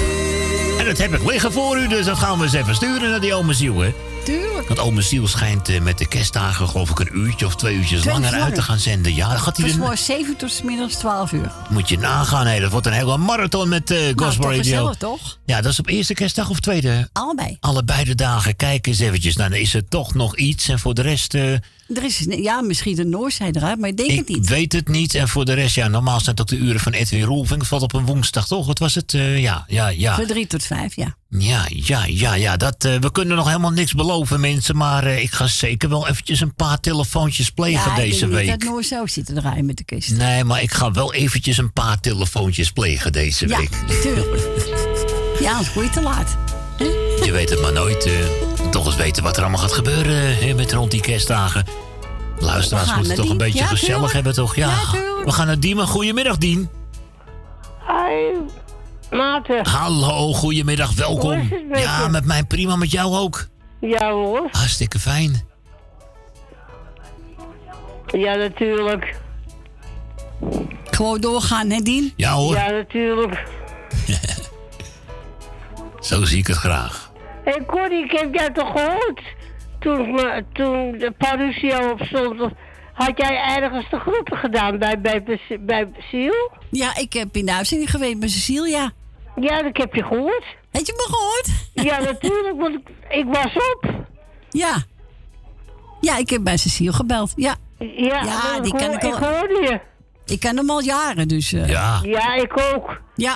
En dat heb ik liggen voor u, dus dat gaan we eens even sturen naar die Ome Ziel, hè. Tuurlijk. Want Ome Ziel schijnt uh, met de kerstdagen geloof ik een uurtje of twee uurtjes twee langer uit te gaan zenden. Ja, dan gaat hij van zeven tot 's middags twaalf uur. Moet je nagaan, hè. Dat wordt een hele marathon met uh, Gospel nou, toch Radio. Gezellig, toch? Ja, dat is op eerste kerstdag of tweede? Allebei. Allebei de dagen. Kijk eens eventjes. Nou, dan is er toch nog iets. En voor de rest... Uh, er is, ja, misschien de Noorzijde eruit, maar ik denk ik het niet. Ik weet het niet. En voor de rest, ja, normaal zijn het ook de uren van Edwin Roelvink. Het valt op een woensdag, toch? Wat was het? Uh, ja, ja, ja. Van drie tot vijf, ja. Ja, ja, ja, ja. Dat, uh, we kunnen nog helemaal niks beloven, mensen. Maar uh, ik ga zeker wel eventjes een paar telefoontjes plegen ja, deze week. Ja, ik denk niet dat Noor zo zit te draaien met de kist. Nee, maar ik ga wel eventjes een paar telefoontjes plegen deze ja, week. Ja, tuurlijk. Ja, anders word je te laat. He? Je weet het maar nooit. Uh, toch eens weten wat er allemaal gaat gebeuren hè, met rond die kerstdagen. Luisteraars gaan moeten naar toch een Dien. beetje Ja, gezellig tuurlijk. hebben, toch? Ja, Ja, tuurlijk. we gaan naar Diemen. Goedemiddag, Dien. Hoi, Maarten. Hallo, goedemiddag, Hoe welkom. is het met Ja, je? met mij prima, met jou ook. Ja hoor. Hartstikke fijn. Ja, natuurlijk. Gewoon doorgaan, hè, Dien? Ja hoor, Ja, natuurlijk. zo zie ik het graag. Hé hey, Corrie, ik heb jou toch gehoord? Toen, me- toen de Parusio op stond, had jij ergens de groeten gedaan bij, bij, bij Siel? Ja, ik heb in de uitzending geweest met Cecile, ja. Ja, dat heb je gehoord. Heb je me gehoord? Ja, natuurlijk, want ik, ik was op. Ja. Ja, ik heb bij Cecile gebeld, ja. Ja, Ja, die ik, kan hoor- ik al... ik hoorde je. Ik ken hem al jaren, dus... eh, Ja. Ja, ik ook. Ja.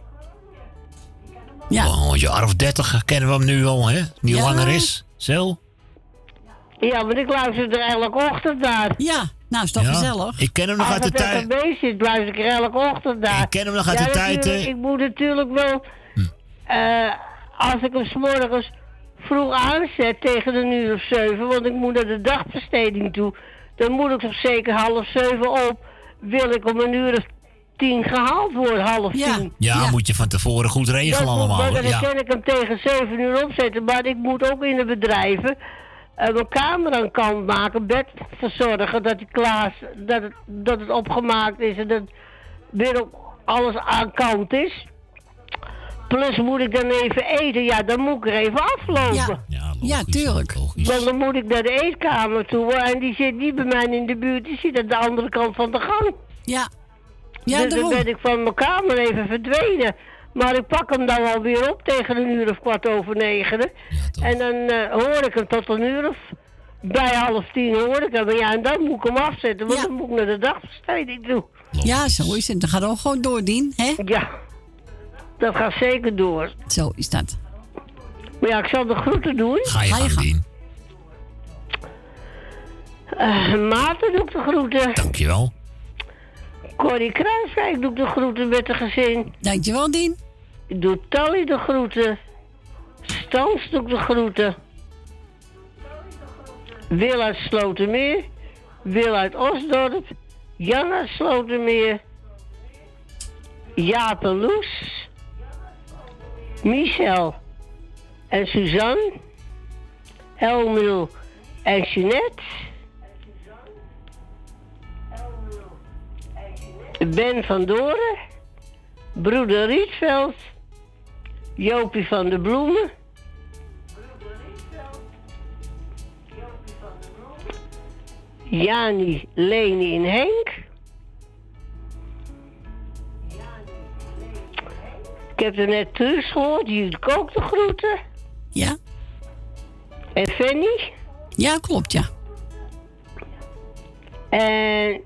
Ja. Oh, je arf dertig kennen we hem nu al, hè? Niet Ja. langer is. Zo. Ja, want ik luister er elke ochtend naar. Ja, nou is toch Ja. gezellig. Ik ken hem nog Als uit de het tijd. F M B zit, blijf ik er elke ochtend naar. Ik ken hem nog uit Ja, de tijd, natuurlijk, eh. Ik moet natuurlijk wel... Hm. eh, als ik hem 's morgens vroeg aanzet tegen een uur of zeven, want ik moet naar de dagbesteding toe, dan moet ik toch zeker half zeven op. Wil ik om een uur of tien gehaald worden, half Ja. tien. Ja, moet je van tevoren goed regelen Dat moet- allemaal. maar hoor. dan Ja. kan ik hem tegen zeven uur opzetten, maar ik moet ook in de bedrijven eh, mijn kamer aan kant maken, bed verzorgen, dat, die klaar, is, dat, het, dat het opgemaakt is en dat weer op alles aan kant is. Plus moet ik dan even eten, ja, dan moet ik er even aflopen. Ja, Ja, ja tuurlijk. Want dan moet ik naar de eetkamer toe en die zit niet bij mij in de buurt, die zit aan de andere kant van de gang. Ja. Ja, dus dan daarom. ben ik van mijn kamer even verdwenen. Maar ik pak hem dan wel weer op tegen een uur of kwart over negen. En dan eh, hoor ik hem tot een uur of bij half tien hoor ik hem. Ja, en dan moet ik hem afzetten, want Ja. dan moet ik naar de dagbesteding toe. Ja, zo is het. Dat gaat ook gewoon door, Dien, hè? Ja, dat gaat zeker door. Zo is dat. Maar ja, ik zal de groeten doen. Ga je Ga je gang, gang. Dien. Eh Maarten doe ik de groeten. Dankjewel. Corrie Kruiswijk doe ik de groeten met de gezin. Dankjewel, Dien. Ik doe Tally de groeten. Stans doe ik de groeten. Wil uit Slotermeer. Wil uit Osdorp. Jan uit Slotermeer. Jaap en Loes. Michel en Suzanne. Elmil en Jeanette. Ben van Doren. Broeder Rietveld. Jopie van de Bloemen. Jani, Leni en Henk. Ik heb er net Truus gehoord, die doet ook de groeten. Ja? En Fanny. Ja, klopt, ja. En...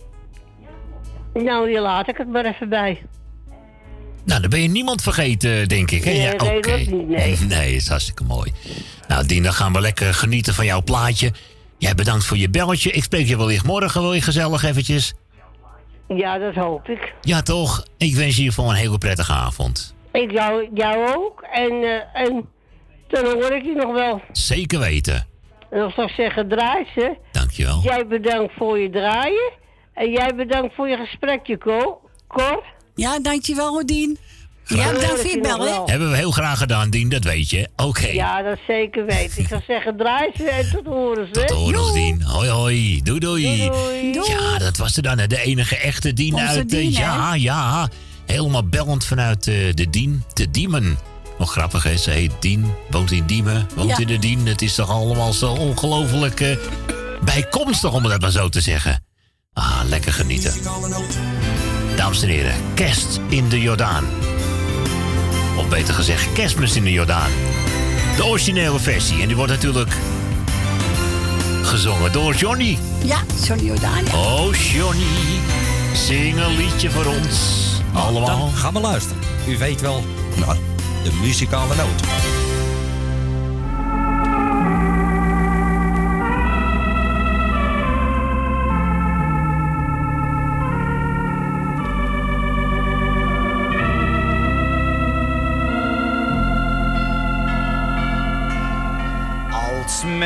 Nou, hier laat ik het maar even bij. Nou, dan ben je niemand vergeten, denk ik. Hè? Nee, Ja, nee, oké. dat niet, nee. Nee, is hartstikke mooi. Nou, Dien, dan gaan we lekker genieten van jouw plaatje. Jij bedankt voor je belletje. Ik spreek je wellicht morgen wel weer gezellig eventjes. Ja, dat hoop ik. Ja, toch? Ik wens je voor een hele prettige avond. Ik jou, jou ook. En, eh, en dan hoor ik je nog wel. Zeker weten. En dan zou ik zeggen, draai ze. Dankjewel. Jij bedankt voor je draaien. En jij bedankt voor je gesprekje, Ko. Cor. Ja, dankjewel, hoor, Dien. Graag. Ja, bedankt voor je Hoor ik je nog bellen. wel. Hebben we heel graag gedaan, Dien, dat weet je. Oké. Ja, dat zeker weet. Ik zou zeggen, draai ze en tot horen ze. Tot horen, Dien. Hoi, hoi. Doei, doei. Doei, doei. Ja, dat was er dan, hè, de enige echte Dien Onze uit... eh, Dien, hè? ja, ja. Helemaal bellend vanuit eh, de Dien. De Diemen. Nog grappig, hè? Ze heet Dien, woont in Diemen, woont Ja. in de Dien. Het is toch allemaal zo ongelooflijk eh, bijkomstig, om het maar zo te zeggen. Ah, lekker genieten. Dames en heren, kerst in de Jordaan. Of beter gezegd, kerstmis in de Jordaan. De originele versie. En die wordt natuurlijk gezongen door Johnny. Ja, Johnny Jordaan, ja. Oh, Johnny, zing een liedje voor ons. Allemaal. Dan gaan we luisteren. U weet wel, nou, de muzikale noot.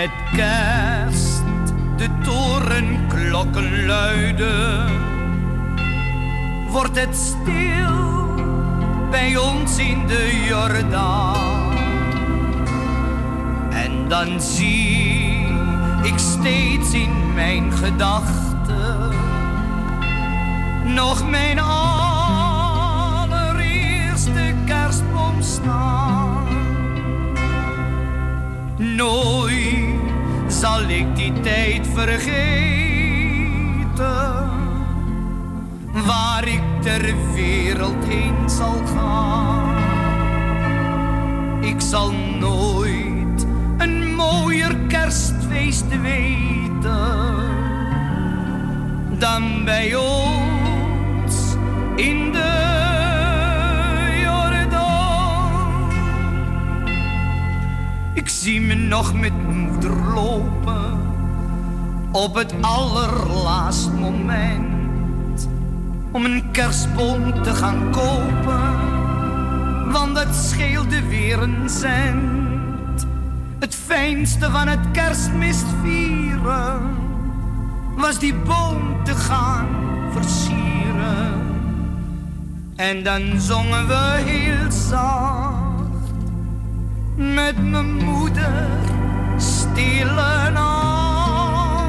Met kerst de torenklokken luiden, wordt het stil bij ons in de Jordaan. En dan zie ik steeds in mijn gedachten nog mijn allereerste kerstboom staan. Nooit zal ik die tijd vergeten, waar ik ter wereld heen zal gaan. Ik zal nooit een mooier kerstfeest weten dan bij ons in de Jordaan. Ik zie me nog met moeder lopen op het allerlaatst moment om een kerstboom te gaan kopen, want dat scheelde weer een cent. Het fijnste van het kerstmis vieren was die boom te gaan versieren. En dan zongen we heel zacht met mijn moeder stille nacht.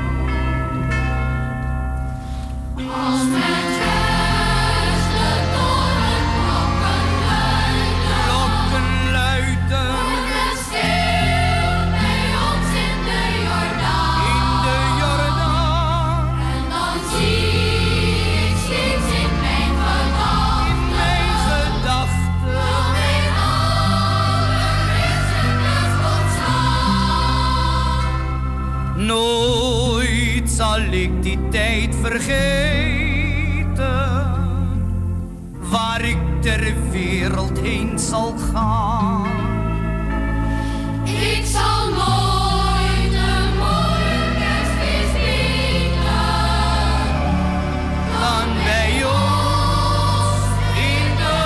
Als met kerst de torenklokken luiden, klokken luiden, wordt het stil bij ons in de Jordaan. In de Jordaan. En dan zie ik steeds in mijn gedachten, in mijn gedachten, nog mijn allereerste kerstboom staan. Nooit zal ik die tijd vergeten, waar ik ter wereld heen zal gaan. Ik zal nooit een mooier kerstfeest weten dan bij ons in de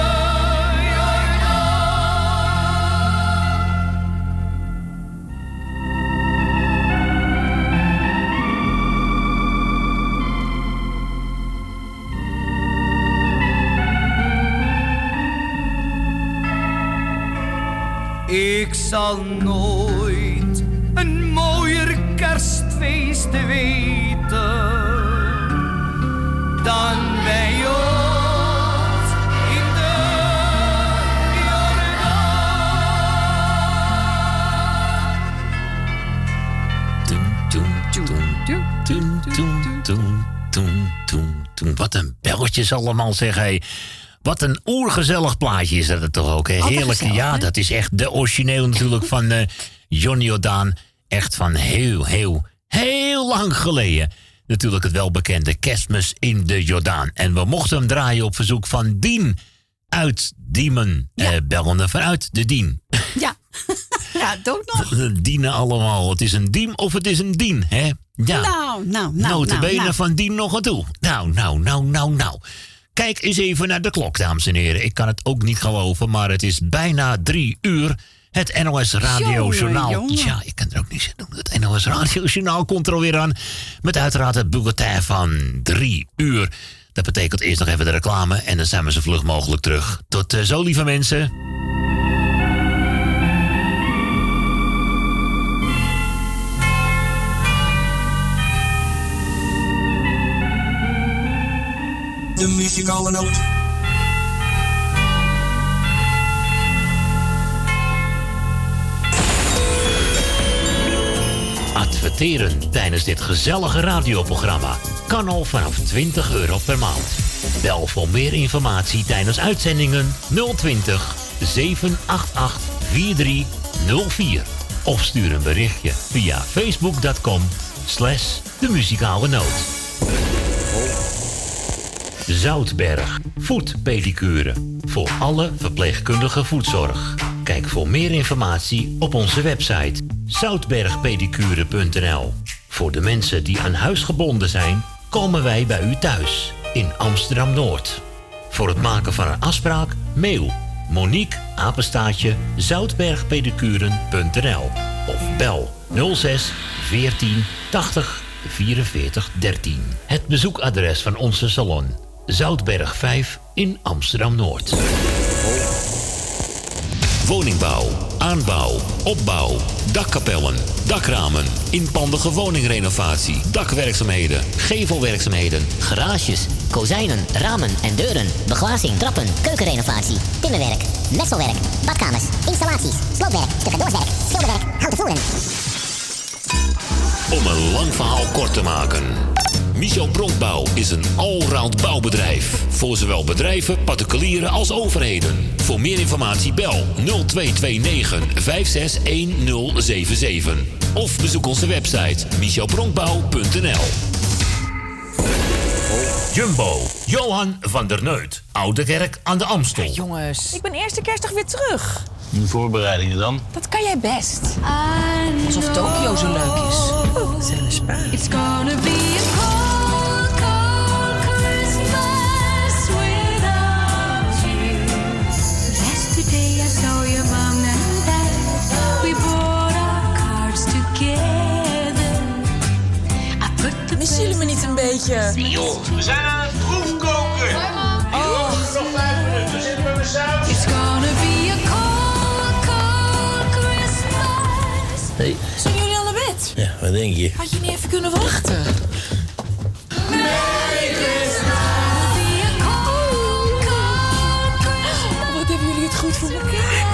Ik zal nooit een mooier kerstfeest weten dan bij ons in de Toen, toen, toen, toen, toen, toen. Wat een belletjes allemaal, zeg hij. Wat een oergezellig plaatje is dat toch ook, hè? Heerlijk. gezellig, Ja, hè? dat is echt de origineel natuurlijk van eh Johnny Jordaan. Echt van heel, heel, heel lang geleden. Natuurlijk het welbekende Kerstmis in de Jordaan. En we mochten hem draaien op verzoek van Dien uit Diemen. Ja. Eh, bellende vanuit de Dien. Ja, ja, dat ook nog. Dienen allemaal. Het is een diem of het is een dien, hè? Ja. Nou, nou, nou. Notabene nou, nou. van dien nog aan toe. Nou, nou, nou, nou, nou. Kijk eens even naar de klok, dames en heren. Ik kan het ook niet geloven, maar het is bijna drie uur. Het N O S Radio Journaal. Ja, ik kan er ook niet doen. Het N O S Radio Journaal komt er alweer aan. Met uiteraard het bulletin van drie uur. Dat betekent eerst nog even de reclame en dan zijn we zo vlug mogelijk terug. Tot uh, zo, lieve mensen. De muzikale noot. Adverteren tijdens dit gezellige radioprogramma kan al vanaf twintig euro per maand. Bel voor meer informatie tijdens uitzendingen nul twintig, zeven acht acht, vier drie nul vier. Of stuur een berichtje via facebook.com slash de muzikale noot. Zoutberg, voetpedicure. Voor alle verpleegkundige voetzorg. Kijk voor meer informatie op onze website zoutbergpedicure punt n l. Voor de mensen die aan huis gebonden zijn, komen wij bij u thuis in Amsterdam-Noord. Voor het maken van een afspraak, mail Monique apenstaartje zoutbergpedicuren punt n l of bel nul zes veertien tachtig vierenveertig dertien. Het bezoekadres van onze salon: Zoutberg vijf in Amsterdam-Noord. Woningbouw, aanbouw, opbouw, dakkapellen, dakramen, inpandige woningrenovatie, dakwerkzaamheden, gevelwerkzaamheden, Garages, kozijnen, ramen en deuren, beglazing, trappen, keukenrenovatie, timmerwerk, messelwerk, badkamers, installaties, sloopwerk, stucadoorswerk, schilderwerk, houten voeren. Om een lang verhaal kort te maken. Michel Bronkbouw is een allround bouwbedrijf. Voor zowel bedrijven, particulieren als overheden. Voor meer informatie bel nul twee twee negen vijf zes een nul zeven zeven. Of bezoek onze website michel bronkbouw punt n l. Jumbo, Johan van der Neut, Oude Kerk aan de Amstel. Ja, jongens, ik ben eerste kerstdag weer terug. Die voorbereidingen dan? Dat kan jij best. Alsof Tokio zo leuk is. Oh, Selma Spaar. It's gonna be a cold, cold Christmas without you. Yesterday I saw your mom and dad. We brought our cards together. I put the Missen jullie me niet een beetje? Joh, we zijn aan het proefkoken. Oh. Nog vijf minuten, dan zitten we met saus. It's gonna be a cold, cold Christmas. Hey. Zijn jullie al naar bed? Ja, wat denk je? Had je niet even kunnen wachten? Merry Christmas. Be a cold, cold Christmas. Wat hebben jullie het goed voor elkaar?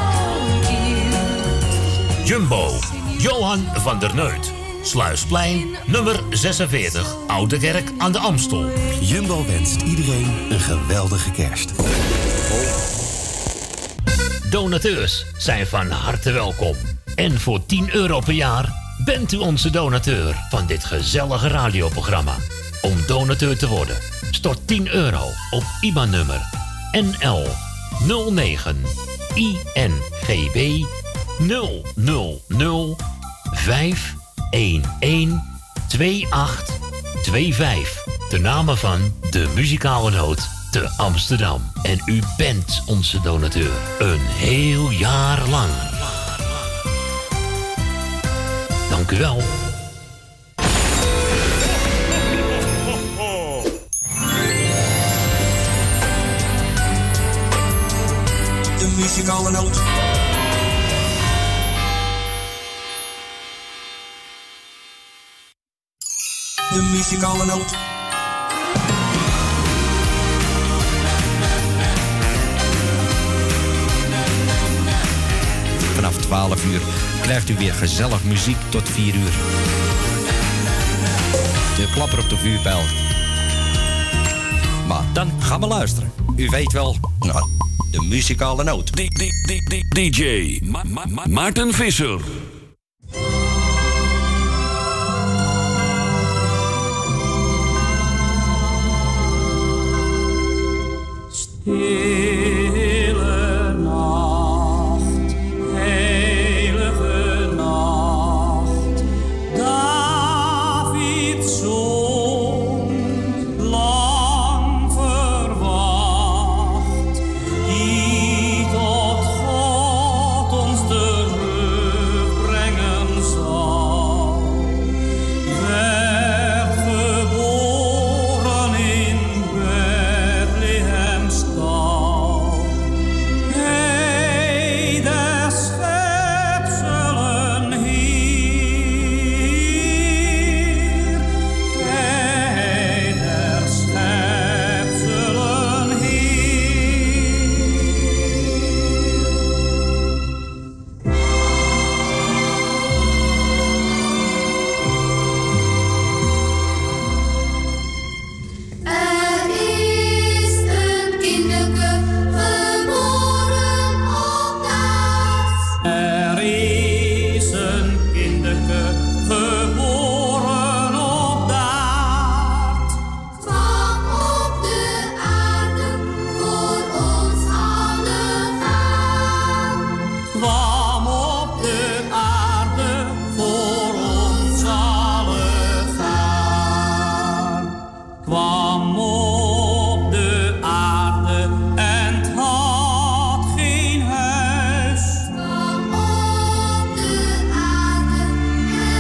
Jumbo, Johan van der Neut. Sluisplein, nummer zesenveertig, Oude Kerk aan de Amstel. Jumbo wenst iedereen een geweldige kerst. Donateurs zijn van harte welkom. En voor tien euro per jaar bent u onze donateur van dit gezellige radioprogramma. Om donateur te worden, stort tien euro op I B A N-nummer N L nul negen I N G B nul nul nul vijf een een twee acht twee vijf. De namen van de muzikale noot te Amsterdam. En u bent onze donateur een heel jaar lang. Dank u wel. De muzikale noot. De muzikale noot. Vanaf twaalf uur krijgt u weer gezellig muziek tot vier uur. De klapper op de vuurpijl. Maar dan gaan we luisteren. U weet wel, nou, de muzikale noot. D J Ma Ma Ma Maarten Visser. Stille nacht, heilige nacht, Davids zoon, lang verwacht, die tot God ons terugbrengen zal, werd geboren in Bethlehem stal. Hij des schepselen Heer, hij der schepselen Heer. Er is een kinderke geboren op daas. Er is een kinderke geboren op daad. Kwam op de aarde voor ons allen gaan. Kwam op de aarde voor ons allen gaan. Kwam op de aarde en het had geen huis. Kwam op de aarde en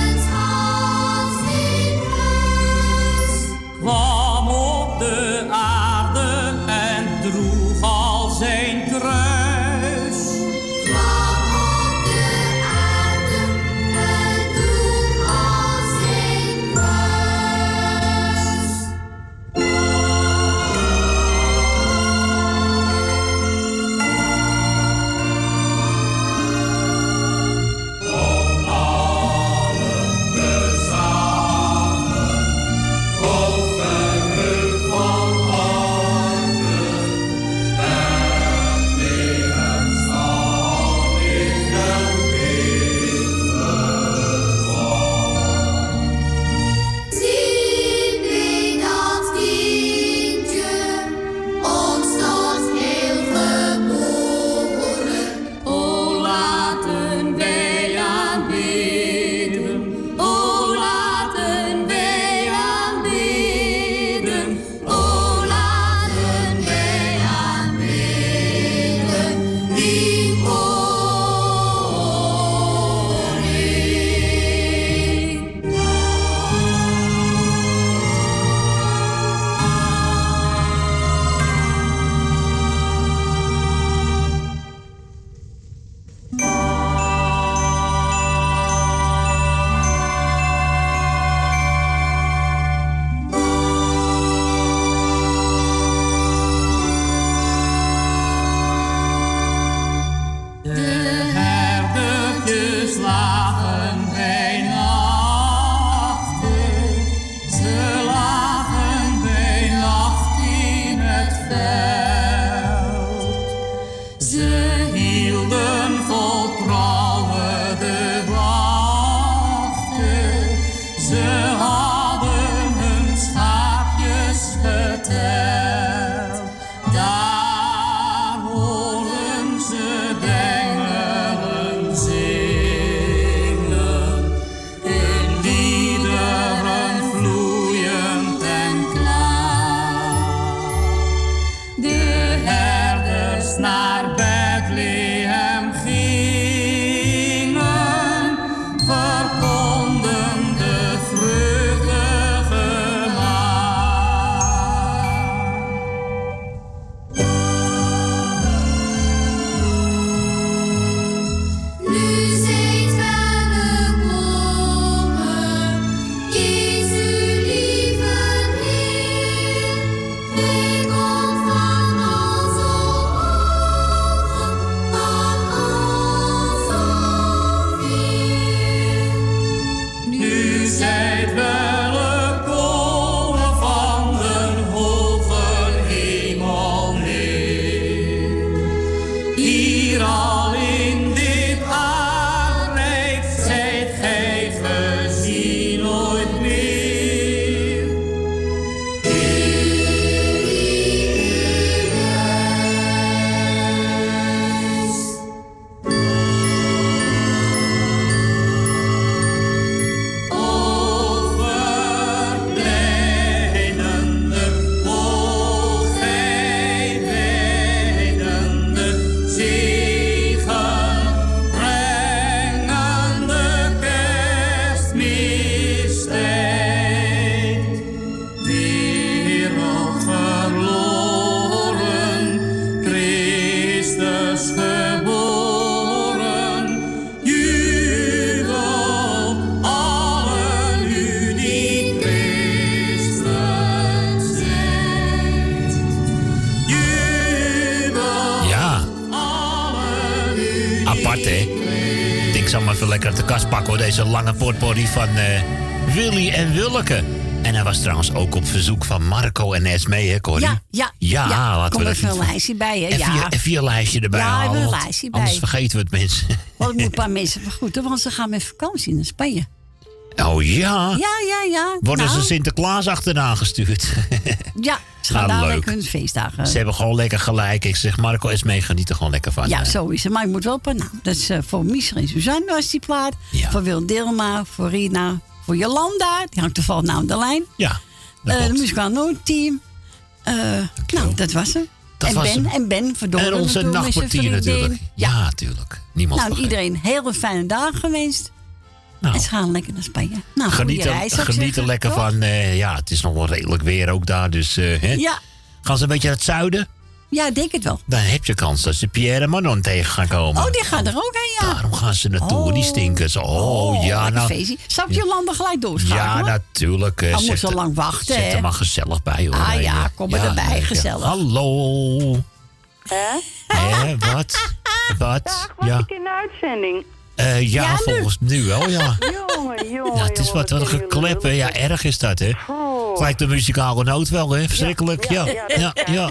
plaat, hè. Ik denk, ik zal maar even lekker uit de kast pakken, hoor. Deze lange potpourri van uh, Willy en Willeke. En hij was trouwens ook op verzoek van Marco en Esme, hè, Corrie? Ja, ja. Ja, ja. laten Kom we even dat een lijstje bij, hè? Even, Ja. je, even je lijstje erbij Ja, halen. even een want lijstje bij. Anders vergeten we het, mensen. Want ik moet een paar mensen vergroeten, want ze gaan met vakantie naar Spanje. Oh ja? Ja, ja, ja. Worden nou, ze Sinterklaas achterna gestuurd? Ja, ze gaan Ah, daar leuk. lekker hun feestdagen. Ze hebben gewoon lekker gelijk. Ik zeg, Marco Esme, geniet er gewoon lekker van. Ja, hè. zo is het. Maar ik moet wel op. Nou, dat is uh, voor Michel en Suzanne was die plaat. Voor Wil Dilma, voor Rina, voor Jolanda. Die hangt toevallig nou aan de lijn. Ja, uh, de muzikaal noodteam. Uh, nou, dat was het. Dat en, was ben, hem. en Ben Verdoren. En onze natuurlijk, met zijn nachtportier vriendin. natuurlijk. Ja, natuurlijk. Niemand Nou, vergeet. iedereen heel fijne dagen gewenst. En ze gaan lekker naar Spanje. Nou, Geniet goede er, reis, zou ik geniet er zeggen, lekker toch? van. eh, ja, het is nog wel redelijk weer ook daar. Dus, eh, hè? Ja. Gaan ze een beetje naar het zuiden? Ja, ik denk het wel. Dan heb je kans dat ze Pierre en Manon tegen gaan komen. Oh, die gaan er ook heen, ja. Daarom gaan ze naartoe, die stinkers. Oh, ja, lekker nou. feestje. Zal ik Jolanda gelijk doorschakelen? Ja, natuurlijk. eh, Hij zet moet zo er- lang wachten, Zet hè? er maar gezellig bij, hoor. Ah Nee, ja, eh, kom er erbij, leuk, gezellig. ja. Hallo. Hè? Hé, wat? Wat? Dag, was Ja, ik in de uitzending? Eh, ja, Ja, nu. volgens nu wel, ja. Jongen, jongen, Ja, het is wat, wat een geklep, hè. Ja, erg is dat, hè. Oh. Lijkt de muzikale noot wel, hè. Verschrikkelijk, ja. Ja, ja, ja.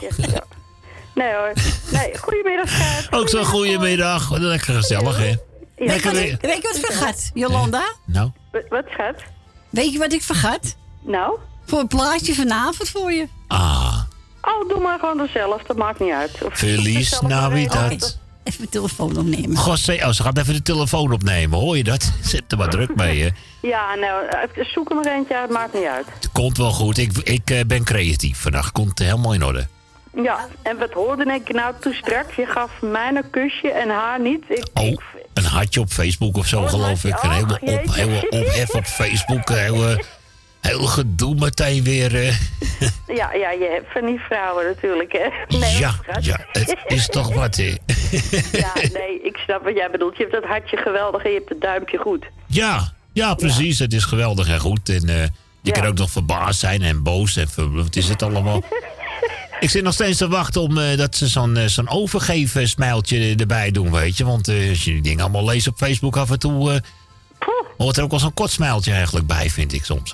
Nee hoor. Nee, goedemiddag, schat. Ook zo'n goede middag. Lekker gezellig, hè. Weet je, Lekker wat weer. ik, weet je wat ik vergat, Jolanda? Nou, Wat, wat, schat? Weet je wat ik vergat? Nou? Voor een plaatje vanavond voor je. ah, Oh, doe maar gewoon zelf, dat maakt niet uit. Of Feliz zelf maar Navidad. even- Even mijn telefoon opnemen. Godzee, oh, ze gaat even de telefoon opnemen, hoor je dat? Zet er maar druk mee, hè. Ja, nou, even zoek er maar eentje uit, maakt niet uit. Het komt wel goed. Ik, ik eh, ben creatief vandaag. Komt helemaal in orde. Ja, en wat hoorde ik nou toen straks? Je gaf mij een kusje en haar niet. Ik, Oh, een hartje op Facebook of zo, Oh, geloof ik. Een oh, hele, op, jeetje. hele ophef op Facebook. Een hele, heel gedoe meteen weer. eh. Ja, ja, je hebt van die vrouwen natuurlijk, hè? Nee, ja, schat. ja, het is toch wat, hè. Ja, nee, ik snap wat jij bedoelt. Je hebt dat hartje geweldig en je hebt het duimpje goed. Ja, ja, precies. Het is geweldig en goed. En eh, je kan ook nog verbaasd zijn en boos. En ver- wat is het allemaal? Ik zit nog steeds te wachten om eh, dat ze zo'n eh, zo'n overgeven smijltje erbij doen, weet je. Want eh, als je die dingen allemaal leest op Facebook af en toe... eh, hoort er ook wel zo'n kort smijltje eigenlijk bij, vind ik soms.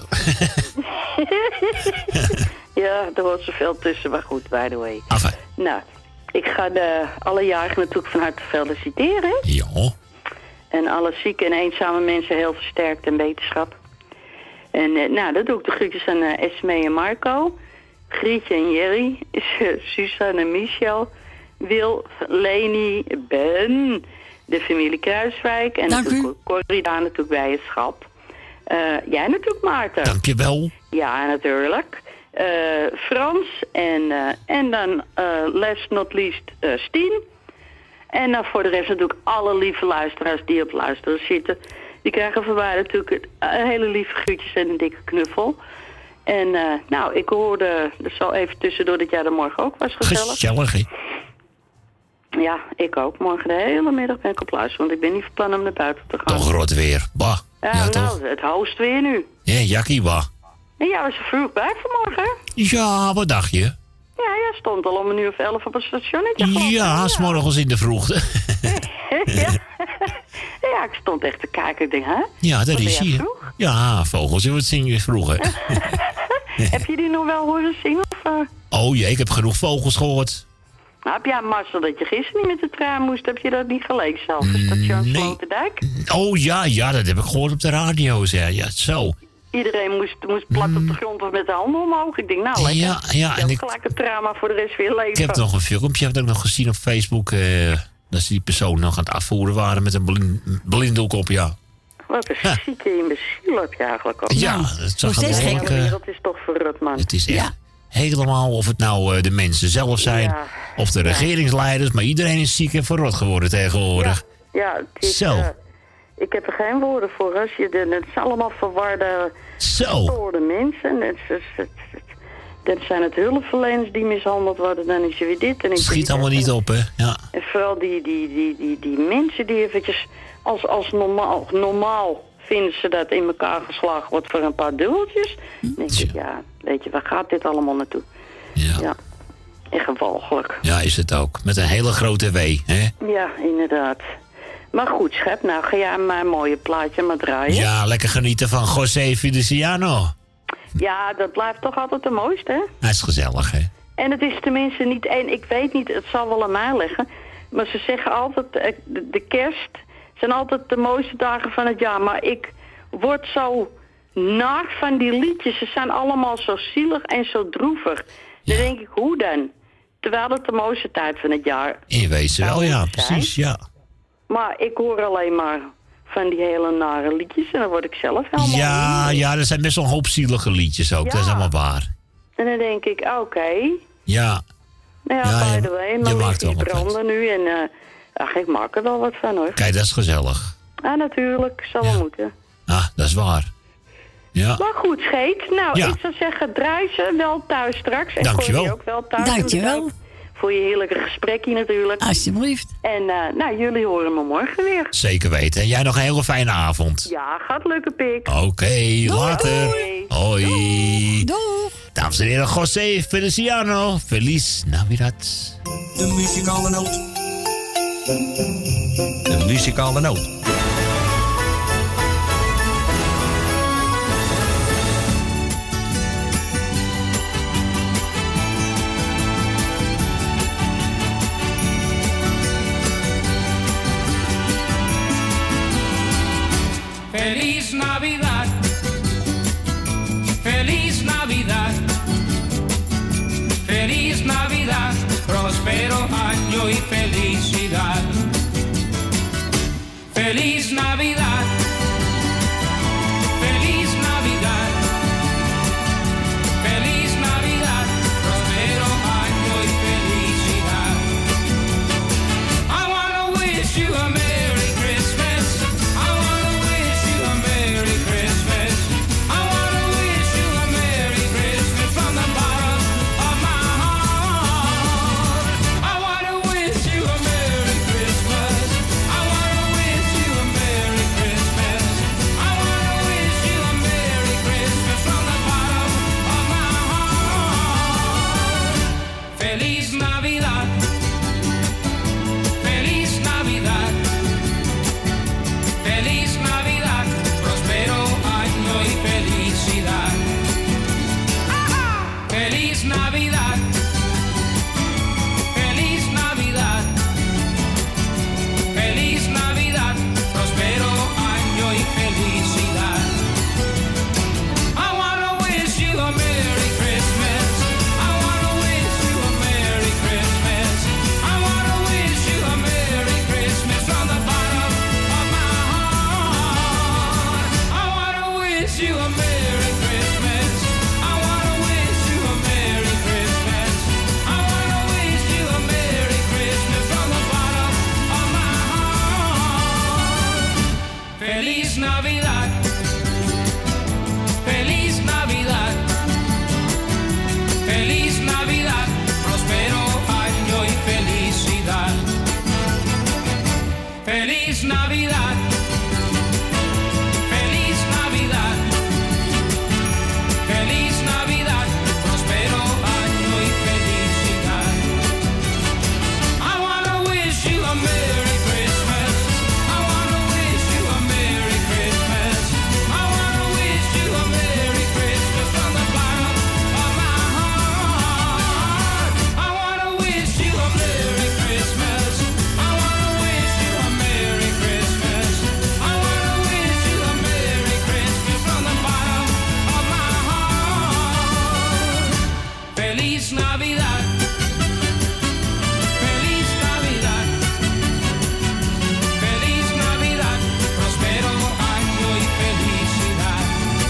Ja, er hoort zoveel tussen, maar goed, by the way. Enfin. Nou, ik ga de alle jarigen natuurlijk van harte feliciteren. Ja. En alle zieke en eenzame mensen heel versterkt en wetenschap. En eh, nou, dat doe ik de groetjes aan eh, Esme en Marco. Grietje en Jerry. Suzanne en Michel. Wil, Leni, Ben. De familie Kruiswijk. En Dank natuurlijk Corrie daar natuurlijk bij het schap. Eh, jij natuurlijk, Maarten. Dankjewel. Ja, natuurlijk. Eh, Frans en, eh, en dan eh, last not least eh, Stien. En dan voor de rest natuurlijk alle lieve luisteraars die op luisteren zitten. Die krijgen van mij natuurlijk eh, hele lieve groetjes en een dikke knuffel. En eh, nou, ik hoorde er zo even tussendoor dat jij er morgen ook was gezellig. Gezellig, hè? Ja, ik ook. Morgen de hele middag ben ik op luisteren, want ik ben niet van plan om naar buiten te gaan. Toch rot weer. Bah. Ja, Ja, nou, toch? het host weer nu. Ja, Jackie, bah. En jij was er vroeg bij vanmorgen, hè? Ja, wat dacht je? Ja, jij stond al om een uur of elf op het stationnetje. geloof ik. Ja, s'morgens in de vroegte. ja. ja, ik stond echt te kijken. Ik denk, hè? Ja, Wat dat ben is jij hier. vroeg? Ja, vogels, wat zing je vroeger? Heb je die nog wel horen zingen? Of, eh? Oh jee, ik heb genoeg vogels gehoord. Nou, heb jij mazzel dat je gisteren niet met de trein moest? Heb je dat niet gelezen zelf? Het station Sloterdijk? Oh ja, ja, dat heb ik gehoord op de radio. Ja, ja zo. Iedereen moest, moest plat op de grond of met de handen omhoog. Ik denk, nou lekker. Ja, ja, Je en hebt ik- gelijk het trauma voor de rest weer leven. Ik heb nog een filmpje heb ik nog gezien op Facebook. eh, dat ze die persoon nog aan het afvoeren waren met een blin, blinddoek op, ja. Wat een Ja. zieke imbeciel heb je eigenlijk ook. Ja, het zag er behoorlijk, De eh, wereld is toch verrot, man. Het is echt helemaal, of het nou eh, de mensen zelf zijn, Ja. of de regeringsleiders, maar iedereen is ziek en verrot geworden tegenwoordig. Ja, het is, Zo. eh, ik heb er geen woorden voor. Als je de, het zijn allemaal verwarde, Zo. gestoorde mensen. Het, het, het, het, dan zijn het hulpverleners die mishandeld worden. Dan is er weer dit en is er Schiet weer allemaal dat. niet op, hè? Ja. En vooral die, die, die, die, die mensen die eventjes als, als normaal, normaal vinden ze dat in elkaar geslagen wordt voor een paar dubbeltjes. Dan denk ik, ja, weet je, waar gaat dit allemaal naartoe? Ja. ja. Echt walgelijk. Ja, is het ook. Met een hele grote W, hè? Ja, inderdaad. Maar goed, schep, nou ga jij maar een mooie plaatje maar draaien. Ja, lekker genieten van José Feliciano. Ja, dat blijft toch altijd de mooiste, hè? Hij is gezellig, hè? En het is tenminste niet één, ik weet niet, het zal wel aan mij liggen. Maar ze zeggen altijd, eh, de, de kerst zijn altijd de mooiste dagen van het jaar. Maar ik word zo naar van die liedjes. Ze zijn allemaal zo zielig en zo droevig. Dan denk ik, hoe dan? Terwijl het de mooiste tijd van het jaar in wezen wel, ja, precies, ja. Maar ik hoor alleen maar van die hele nare liedjes en dan word ik zelf helemaal... Ja, ja, er zijn best wel een hoop zielige liedjes ook, Ja. dat is allemaal waar. En dan denk ik, oké. Ja. Nou ja, Ja, by je- the way, je mijn maakt licht wel die wat branden nu en uh, ach, ik maak er wel wat van hoor. Kijk, dat is gezellig. Ja, natuurlijk, zal wel moeten. Ah, dat is waar. Ja. Maar goed, Scheet. Nou, Ja. ik zou zeggen, draai ze wel thuis straks. En Dankjewel. Corrie ook wel thuis. Dankjewel. En bedankt voor je heerlijke gesprekje natuurlijk. Alsjeblieft. En uh, nou, jullie horen me morgen weer. Zeker weten. En jij nog een hele fijne avond. Ja, gaat lukken, pik. Oké, later. Doei. Hoi. Doeg. Dames en heren, José Feliciano. Feliz Navidad. De muzikale noot. De muzikale noot. Feliz Navidad, Feliz Navidad, Feliz Navidad, próspero año y felicidad. Feliz Navidad, Feliz Navidad, Feliz Navidad, próspero año y felicidad. I wanna wish you a Merry Christmas. I wanna wish you a Merry Christmas. I wanna wish you a Merry Christmas from the bottom of my heart. I wanna wish you a Merry Christmas. I wanna wish you a Merry Christmas. I wanna wish you a Merry Christmas from the bottom of my heart. Feliz Navidad. Feliz Navidad. Feliz Navidad, próspero año y felicidad. Feliz Navidad. Feliz Navidad. Feliz Navidad, próspero año y felicidad. I wanna wish you a Merry Christmas. I wanna wish you a Merry Christmas. I wanna wish you a Merry Christmas from the bottom of my heart. I wanna wish you a Merry Christmas. I wanna wish you a Merry Christmas. I wanna wish you a Merry Christmas from the bottom of my heart. Feliz Navidad. Feliz Navidad. Feliz Navidad, próspero año y felicidad. Feliz Navidad. Feliz Navidad. Feliz Navidad, próspero año y felicidad. I wanna wish you a Merry Christmas. I wanna wish you a Merry Christmas. I wanna wish you a Merry Christmas from the bottom of my heart. I wanna wish you a Merry Christmas. I wanna wish you a Merry Christmas. I wanna wish you a Merry Christmas from the bottom of my heart. Feliz Navidad. Feliz Navidad. Feliz Navidad, próspero año y felicidad.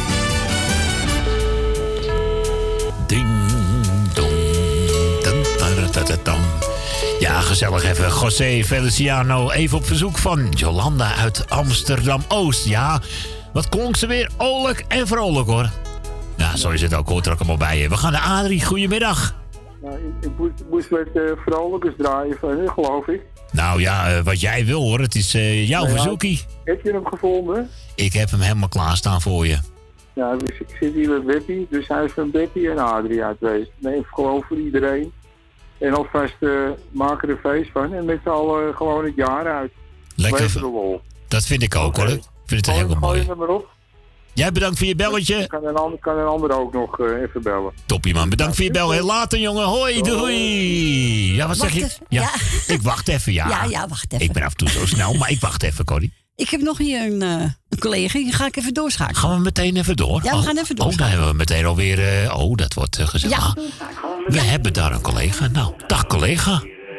Ding, dong, dan, tada, tada, dam. Ja, gezellig even. José Feliciano, even op verzoek van Jolanda uit Amsterdam-Oost. Ja, wat klonk ze weer oorlijk en vrolijk, hoor. Ja, zo is het ook, hoort er ook allemaal bij je. We gaan naar Adrie, goedemiddag. Nou, ik, ik moest, moest wat uh, vrolijkers draaien van hen, geloof ik. Nou ja, eh, wat jij wil, hoor. Het is eh, jouw Nou ja, verzoekie. Heb je hem gevonden? Ik heb hem helemaal klaarstaan voor je. Ja, dus ik zit hier met Betty, dus hij is van Betty en Adrie uitwezen. Nee, gewoon voor iedereen. En alvast uh, maken er een feest van en met z'n allen gewoon het jaar uit. Lekker. Wederom. Dat vind ik ook, hoor. Ik vind het een heel mooi. Gooi maar op. Jij bedankt voor je belletje. Kan een ander, kan een ander ook nog uh, even bellen. Toppie, man. Bedankt voor je bel. Heel later, jongen. Hoi, doei. Ja, wat Wacht zeg je? even. Ja. Ja. Ik wacht even, ja. Ja, ja, wacht even. Ik ben af en toe zo snel, maar ik wacht even, Corrie. Ik heb nog hier een, uh, een collega, die ga ik even doorschakelen. Gaan we meteen even door? Ja, we Oh, gaan even Oh, dan hebben we meteen alweer... Uh, oh, dat wordt uh, gezellig. Ja. We hebben daar een collega. Nou, dag collega.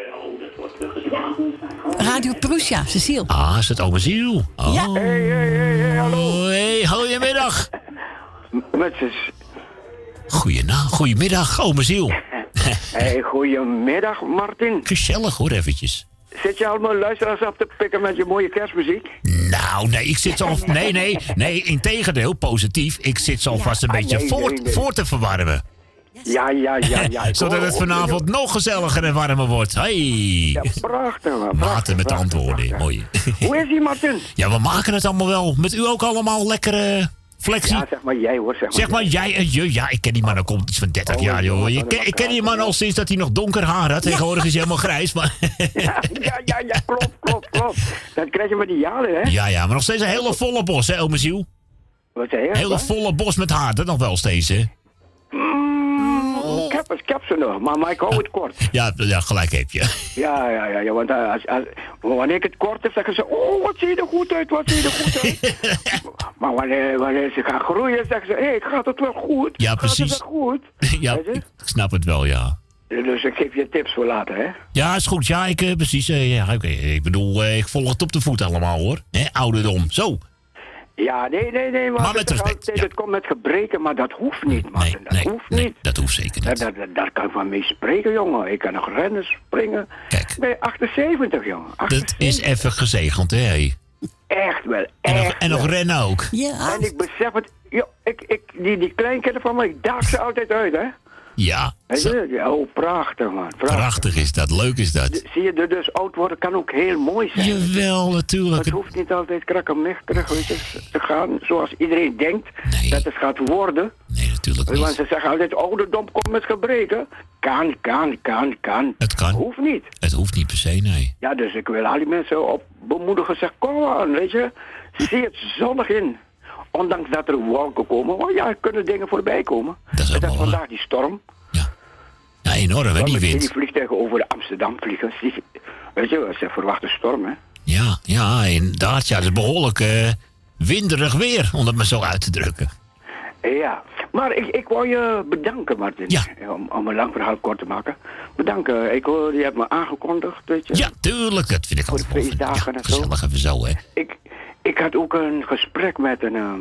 Radio Perusia, Cecile. Ah, is het ome Ziel? Oh. Ja. Hey, hey, hey, hey, hallo. Hey, goedemiddag. Met z'n... Goeienacht, goedemiddag, ome Ziel. Hey, goedemiddag, Martin. Gezellig hoor, eventjes. Zit je allemaal luisteraars af te pikken met je mooie kerstmuziek? Nou, nee, ik zit zo... Nee, nee, nee, integendeel, positief. Ik zit zo vast een Ah, beetje nee, voor, nee, nee. voor te verwarmen. Ja, ja, ja, ja. ik Zodat hoor- het vanavond nog gezelliger en warmer wordt. Hey. Ja, prachtig, man. Maarten Prachtig, met de prachtig, antwoorden, prachtig. mooi. Hoe is ie, Martin? Ja, we maken het allemaal wel. Met u ook allemaal lekkere flexie. Ja, zeg maar jij hoor, zeg maar. Zeg maar jij en je. Ja, ik ken die man al komt iets van dertig Oh, jaar, joh. ja, Je ken, ik ken die man al sinds dat hij nog donker haar had. Tegenwoordig is hij helemaal grijs, maar... Ja, ja, ja, ja, klopt, klopt, klopt. Dat krijg je met die jaren, hè? Ja, ja, maar nog steeds een hele volle bos, hè, ome Ziel? Wat zei je? Hele Wat? volle bos met haar, dat nog wel steeds, hè? Mm, ik, heb, ik heb ze nog, maar, maar ik hou het kort. Ja, ja, gelijk heb je. Ja, ja, ja, ja, want uh, als, als, wanneer ik het kort heb, zeggen ze... Oh, wat zie je er goed uit, wat zie je er goed uit. Maar wanneer, wanneer ze gaan groeien, zeggen ze... Hé, hey, gaat het wel goed? Ja, Gaat precies. het wel goed? Ja, Weet je? ik snap het wel, ja. Dus ik geef je tips voor later, hè? Ja, is goed. Ja, ik, eh, precies. eh, ja, oké. Ik bedoel, eh, ik volg het op de voet allemaal, hoor. Hè, ouderdom. Zo. Ja, nee, nee, nee. Maar het met is respect, altijd, ja. Het komt met gebreken, maar dat hoeft niet, man. Nee, dat nee, hoeft nee, niet. dat hoeft zeker Daar, niet. daar, daar kan ik van mee spreken, jongen. Ik kan nog rennen, springen. Kijk. Ik ben achtenzeventig, jongen. Dat is even gezegend, hè? Hey. Echt wel, En, nog, echt en nog wel. rennen ook. Ja. En ik besef het... Jo, ik, ik, die, die kleinkinderen van mij, ik daag ze altijd uit, hè? Ja. Weet Zo, je? Ja, oh, prachtig, man. Prachtig. prachtig is dat. Leuk is dat. Zie je, de- dus oud worden kan ook heel mooi zijn. Jawel, natuurlijk. Het hoeft niet altijd krakkemichterig, weet je, te gaan zoals iedereen denkt Nee. dat het gaat worden. Nee, natuurlijk Want niet. ze zeggen altijd, ouderdom komt met gebreken. Kan, kan, kan, kan. Het kan. Hoeft niet. Het hoeft niet per se, nee. Ja, dus ik wil al die mensen op bemoedigen. Zeg, kom aan, weet je. Zie het zonnig in. Ondanks dat er wolken komen. Oh ja, er kunnen dingen voorbij komen. Dat is En dat helemaal waar. vandaag die storm. Ja, enorm, hè, Want die ik zie wind. die vliegtuigen over Amsterdam vliegen. Zie- Weet je, ze verwachten storm, hè. Ja, ja, inderdaad. Ja, het is behoorlijk eh, winderig weer, om het maar zo uit te drukken. Ja, maar ik, ik wou je bedanken, Martin. Ja. Om, om een lang verhaal kort te maken. Bedanken. Ik hoor, je hebt me aangekondigd, weet je. Ja, tuurlijk. Dat vind ik Voor de altijd wel fijn. feestdagen Ja, en zo. gezellig even zo, hè. Ik, ik had ook een gesprek met een... ehm,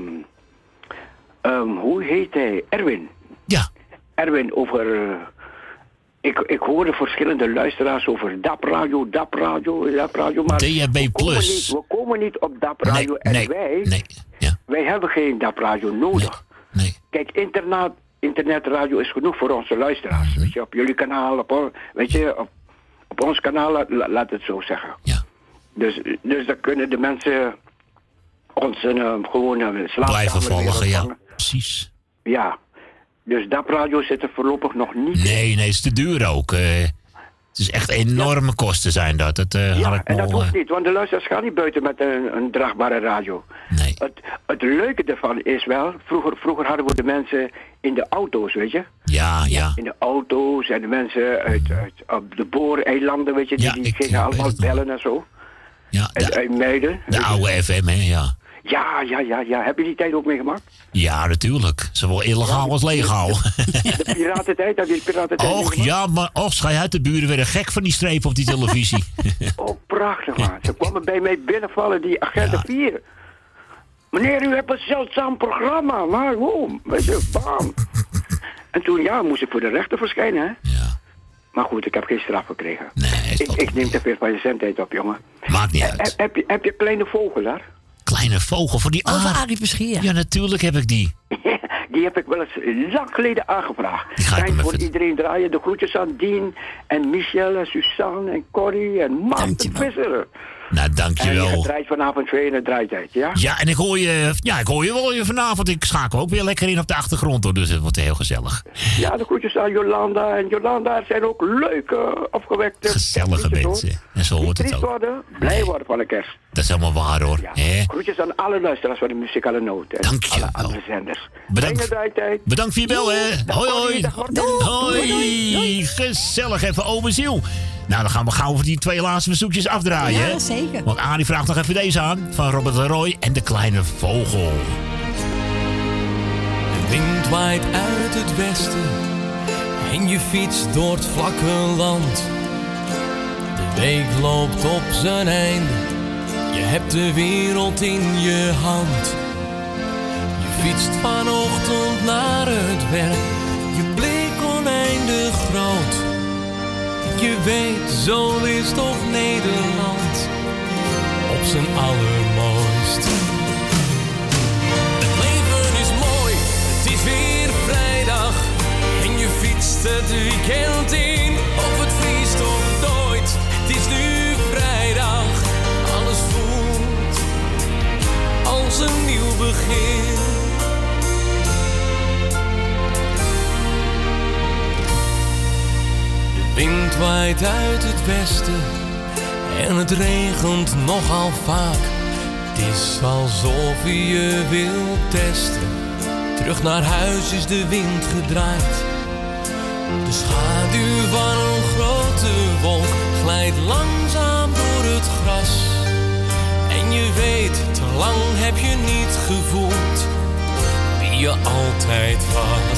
ehm, hoe heet hij? Erwin. Ja. Erwin over... eh, ik, ik hoorde verschillende luisteraars over D A P Radio, D A P Radio, D A P Radio. Maar D H B we komen, plus. niet, we komen niet op D A P Radio. Nee, en nee, wij, nee. Ja. wij hebben geen D A P Radio nodig. Nee. Kijk, internet, internetradio is genoeg voor onze luisteraars. Mhm. Weet je, op jullie kanaal, op, on- weet je, op, op ons kanaal, la- la- laat het zo zeggen. Ja. Dus, dus dan kunnen de mensen ons uh, gewoon uh, slaapkamer Blijven weer volgen, ja. ontvangen. Precies. Ja. Dus D A P Radio zit er voorlopig nog niet in. Nee, nee, het is te duur ook. eh. het is echt enorme kosten zijn dat. Dat eh, had ik En dat wel... hoeft eh, niet, want de luisteraars gaan niet buiten met een, een draagbare radio. Nee. Het, het leuke ervan is wel, vroeger, vroeger hadden we de mensen in de auto's, weet je. ja, ja. In de auto's en de mensen uit, uit op de Booreilanden, weet je, die, Ja, die ik, gingen eh, allemaal weet het nog. bellen en zo. Ja, En de, uit Muiden. de weet je. oude F M, hè, ja. Ja, ja, ja, ja. Heb je die tijd ook meegemaakt? Ja, natuurlijk. Zowel illegaal als legaal. De piratentijd, heb je de piratentijd Och, meegemaakt? ja, maar och, schij uit, de buren werden gek van die streep op die televisie. Oh, prachtig, man. Ze kwamen bij mij binnenvallen, die agenten Ja. vier. Meneer, u hebt een zeldzaam programma. Maar waarom? Weet je, bam. En toen, ja, moest ik voor de rechter verschijnen, hè. Ja. Maar goed, ik heb geen straf gekregen. Nee, is Ik, toch ik neem te veel van je zendtijd op, jongen. Maakt niet Heb, uit. heb, je, heb je een kleine vogel daar? Kleine vogel voor die Over aard. Arie Verschier. Ja, natuurlijk heb ik die. Die heb ik wel eens lang geleden aangevraagd. Die ga ik Kan je hem voor even- iedereen draaien. De groetjes aan Dien en Michel en Suzanne en Corrie en Maarten Dankjewel. Visser. Nou, dankjewel. En je draait vanavond weer in de draaitijd, ja? Ja, en ik hoor je, ja, ik hoor je wel weer vanavond. Ik schakel ook weer lekker in op de achtergrond, hoor. Dus het wordt heel gezellig. Ja, de groetjes aan Jolanda. En Jolanda zijn ook leuke, opgewekte... Gezellige mensen. Hoor. En zo hoort niet het ook. Worden, blij worden van de kerst. Dat is helemaal waar, hoor. Ja. He? Groetjes aan alle luisteraars van de muzikale noot. Dank je wel. Alle andere zenders. Bedankt. Bedankt voor je bel, hè. Hoi, hoi. Hoi. Gezellig even, ome Ziel. Nou, dan gaan we gauw voor die twee laatste verzoekjes afdraaien. Ja, hè? zeker. Want Arie vraagt nog even deze aan. Van Robert Leroy en de kleine vogel. De wind waait uit het westen en je fietst door het vlakke land. De week loopt op zijn einde, je hebt de wereld in je hand. Je fietst vanochtend naar het werk, je blik oneindig groot. Je weet, zo is toch Nederland op zijn allermooist. Het leven is mooi, het is weer vrijdag en je fietst het weekend in. Of het vriest of nooit, het is nu vrijdag. Alles voelt als een nieuw begin. De wind waait uit het westen en het regent nogal vaak. Het is alsof je je wilt testen. Terug naar huis is de wind gedraaid. De schaduw van een grote wolk glijdt langzaam door het gras. En je weet, te lang heb je niet gevoeld wie je altijd was.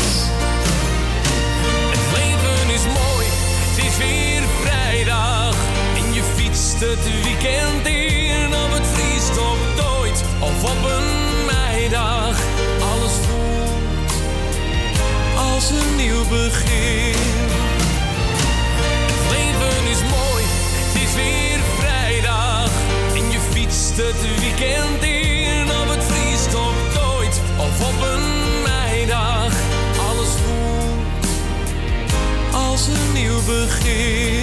Het leven is mooi, het is weer vrijdag en je fietst het weekend in. Of het vriest of dooit, of op een meidag. Alles voelt als een nieuw begin. Het leven is mooi, het is weer vrijdag en je fietst het weekend in. Of het vriest of dooit, of op een meidag. Alles voelt als een nieuw begin.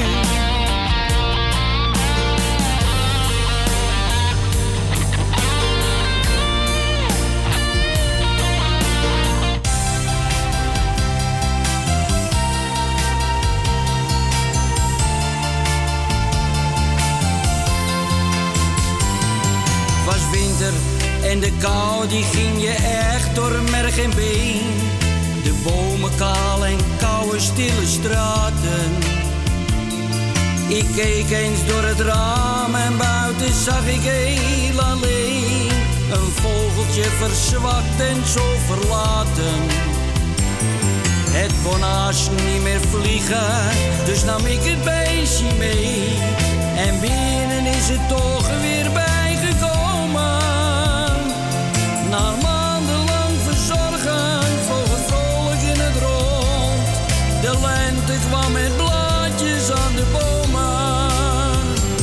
Het was winter en de kou die ging je echt door merg en been. De bomen kaal en koude stille straten. Ik keek eens door het raam en buiten zag ik heel alleen een vogeltje verzwakt en zo verlaten. Het kon haast niet meer vliegen, dus nam ik het beestje mee. En binnen is het toch weer bijgekomen. Na maandenlang verzorgen vloog het vrolijk in het rond. De lente kwam met blaadjes aan de bomen.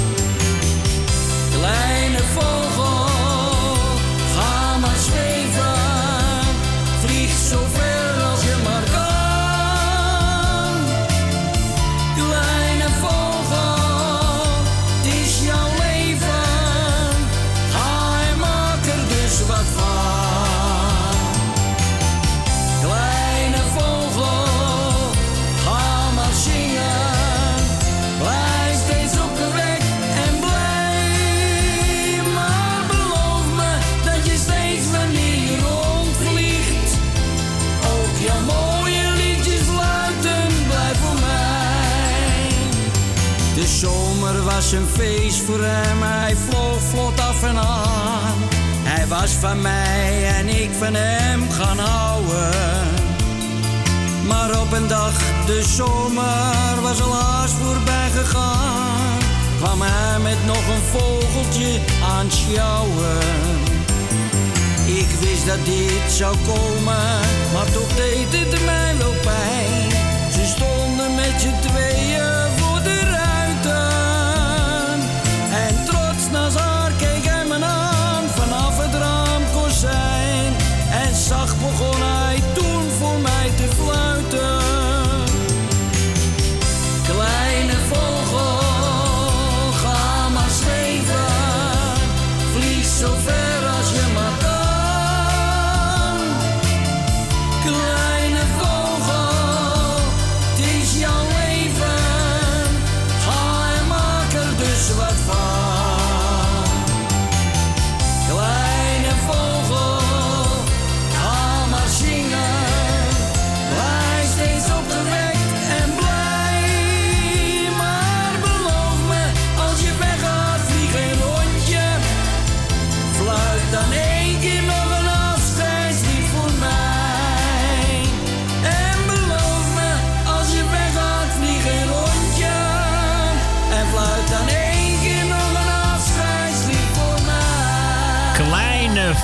Kleine vogel, ga maar zweven. Vlieg zo ver als je maar kan. Kleine vogel, het is jouw leven. Ga en maak er dus wat van. Kleine vogel, ga maar zingen. Blijf steeds op de weg en blij. Maar beloof me dat je steeds wanneer je rondvliegt ook jouw mooie liedjes fluiten, blijf voor mij. De zomer was een feest voor hem, hij vloog vlot af en aan. Hij was van mij en ik van hem gaan houden. Maar op een dag, de zomer was al haast voorbij gegaan, kwam hij met nog een vogeltje aan sjouwen. Ik wist dat dit zou komen, maar toch deed het mij wel pijn. Ze stonden met z'n tweeën voor de ruiten. En trots naar haar keek hij me aan vanaf het raamkozijn. En zacht begon hij toen voor mij te fluiten. Kleine vogel, ga maar zweven.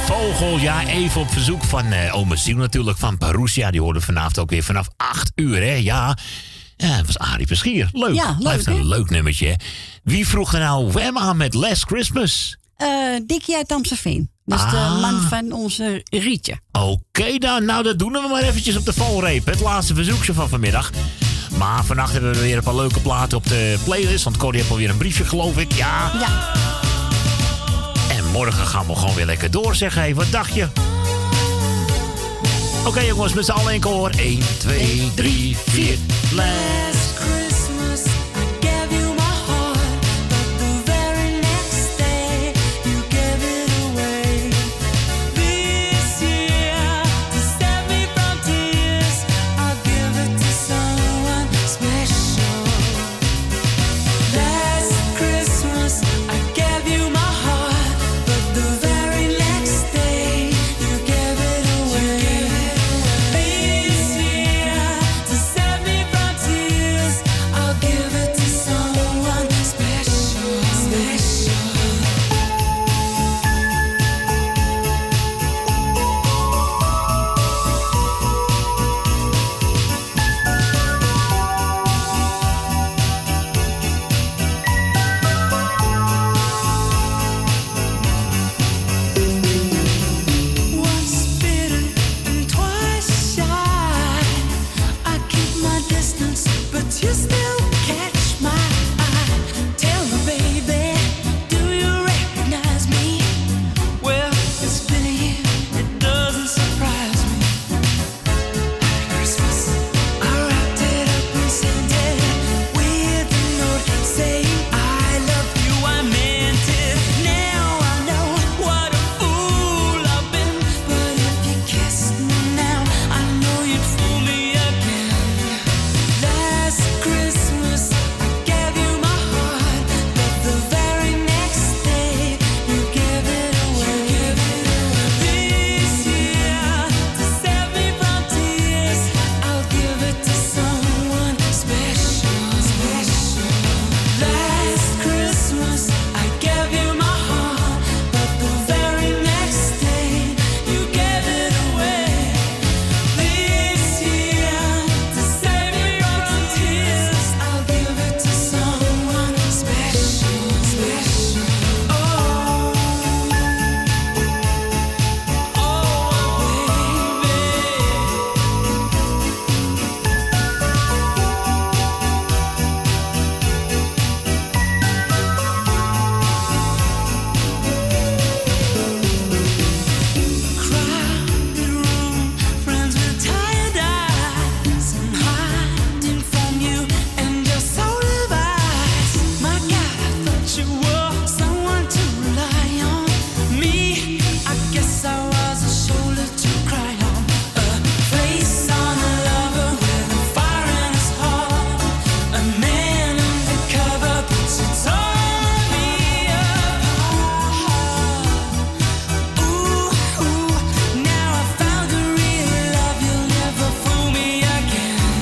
Vogel, ja, even op verzoek van uh, ome Siel natuurlijk, van Parousia. Die hoorde vanavond ook weer vanaf acht uur, hè, ja. Ja, dat was Arie Peschier. Leuk. Ja, leuk, Blijft een hè? leuk nummertje, hè. Wie vroeg er nou Wham aan met Last Christmas? Uh, Dikkie uit Amstelveen. Dat is Ah. de man van onze Rietje. Oké dan, nou dat doen we maar eventjes op de valreep. Het laatste verzoekje van vanmiddag. Maar vannacht hebben we weer een paar leuke platen op de playlist. Want Corrie heeft alweer een briefje, geloof ik. Ja. Ja. En morgen gaan we gewoon weer lekker door, zeg. Hey, wat dacht je? Oké okay, jongens, met z'n allen in koor. één, twee, drie, vier. Last Christmas, I gave you my heart, but the very next day you gave it away. This year, to save me from tears, I'll give it to someone special. Last Christmas, I gave you my heart, but the very next day you gave it away. This year, to save me from tears, I'll give it to someone special, special. Once bitten and twice shy, I keep my distance, but you still catch my eye. Tell me, baby, do you recognize me? Well, it's been a year, it doesn't surprise me. Happy Christmas, I wrapped it up and sent it with a note saying I love you, I meant it. Now I know what a fool I've been, but if you kissed me now, I know you'd fool me again. Last Christmas, I gave you my heart, but the very next day you gave it away. This year, to save me from tears, I'll give it to someone special, special. Last Christmas, I gave you my heart, but the very next day you gave it away. This year, to save me from tears, I'll give it to someone special, special. Oh, crowded room, friends with tired eyes, and hiding from you and your soul eyes. My God, I thought you were someone to rely on. Me, I guess I was a shoulder to cry on. A face on a lover with a fire in his heart. A man undercover puts it on me apart. Ooh, ooh, now I found a real love, you'll never fool me again.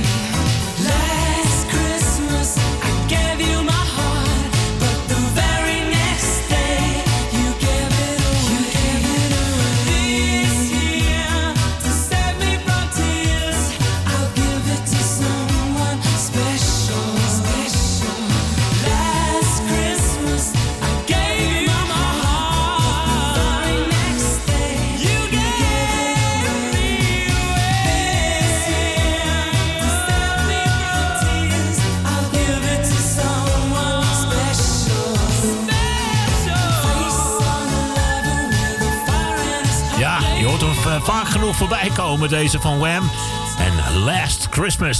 Last Christmas, I gave you my heart, but the very next day you gave it away. This year, to save me from tears, I'll give it to someone special, special. Last Christmas, I gave you my heart, the very next day you gave me away. This year, to save me from tears, I'll give it to someone special, special. Face on a lover with a fire in his heart. Ja, je hoort hem uh, vaak genoeg voorbij komen, deze van Wham. En Last Christmas.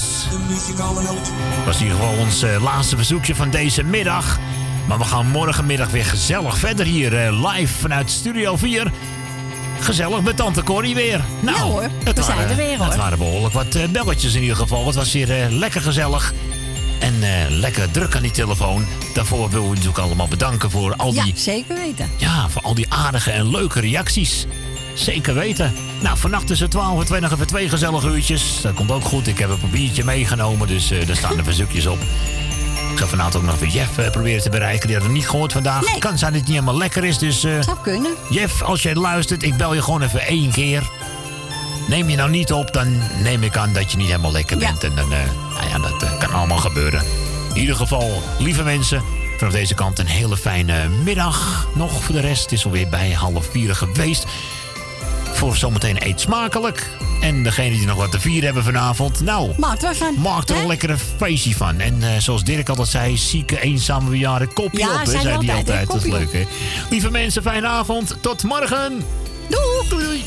Was in ieder geval ons uh, laatste verzoekje van deze middag. Maar we gaan morgenmiddag weer gezellig verder hier uh, live vanuit Studio vier. Gezellig met Tante Corrie weer. Nou, Ja, hoor, het we waren, zijn er weer, hoor. Het waren behoorlijk wat uh, belletjes in ieder geval. Het was hier uh, lekker gezellig. En uh, lekker druk aan die telefoon. Daarvoor wil we natuurlijk allemaal bedanken voor al die... Ja, zeker weten. Ja, voor al die aardige en leuke reacties. Zeker weten. Nou, vannacht tussen twaalf en twee nog even twee gezellige uurtjes. Dat komt ook goed. Ik heb een papiertje meegenomen, dus uh, daar staan de verzoekjes op. Ik zou vanavond ook nog weer Jeff uh, proberen te bereiken. Die had hem niet gehoord vandaag. Nee. Kan zijn dat het niet helemaal lekker is. Dus uh, zou kunnen. Jeff, als jij luistert, ik bel je gewoon even één keer. Neem je nou niet op, dan neem ik aan dat je niet helemaal lekker bent. Ja. En dan, uh, nou ja, dat uh, kan allemaal gebeuren. In ieder geval, lieve mensen, vanaf deze kant een hele fijne middag nog voor de rest. Het is alweer bij half vier geweest. Voor zometeen eet smakelijk. En degenen die nog wat te vieren hebben vanavond, nou, maak er, van, maak er een lekkere feestje van. En uh, zoals Dirk altijd zei, zieke, eenzame bejaarden, kopje ja, op, hè, zei hij altijd. Dat is leuk, hè. Lieve mensen, fijne avond. Tot morgen. Doei, doei, doei.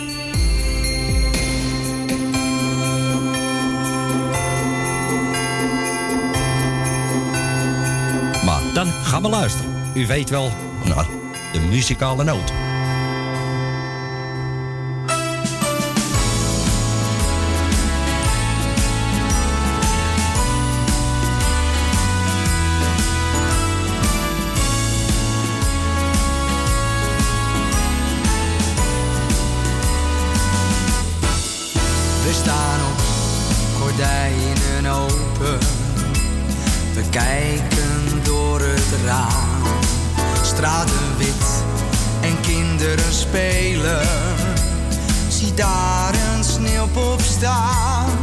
Maar dan gaan we luisteren. U weet wel, nou, de muzikale noot. We staan op gordijnen open. We kijken door het raam. Straten wit en kinderen spelen. Zie daar een sneeuwpop staan.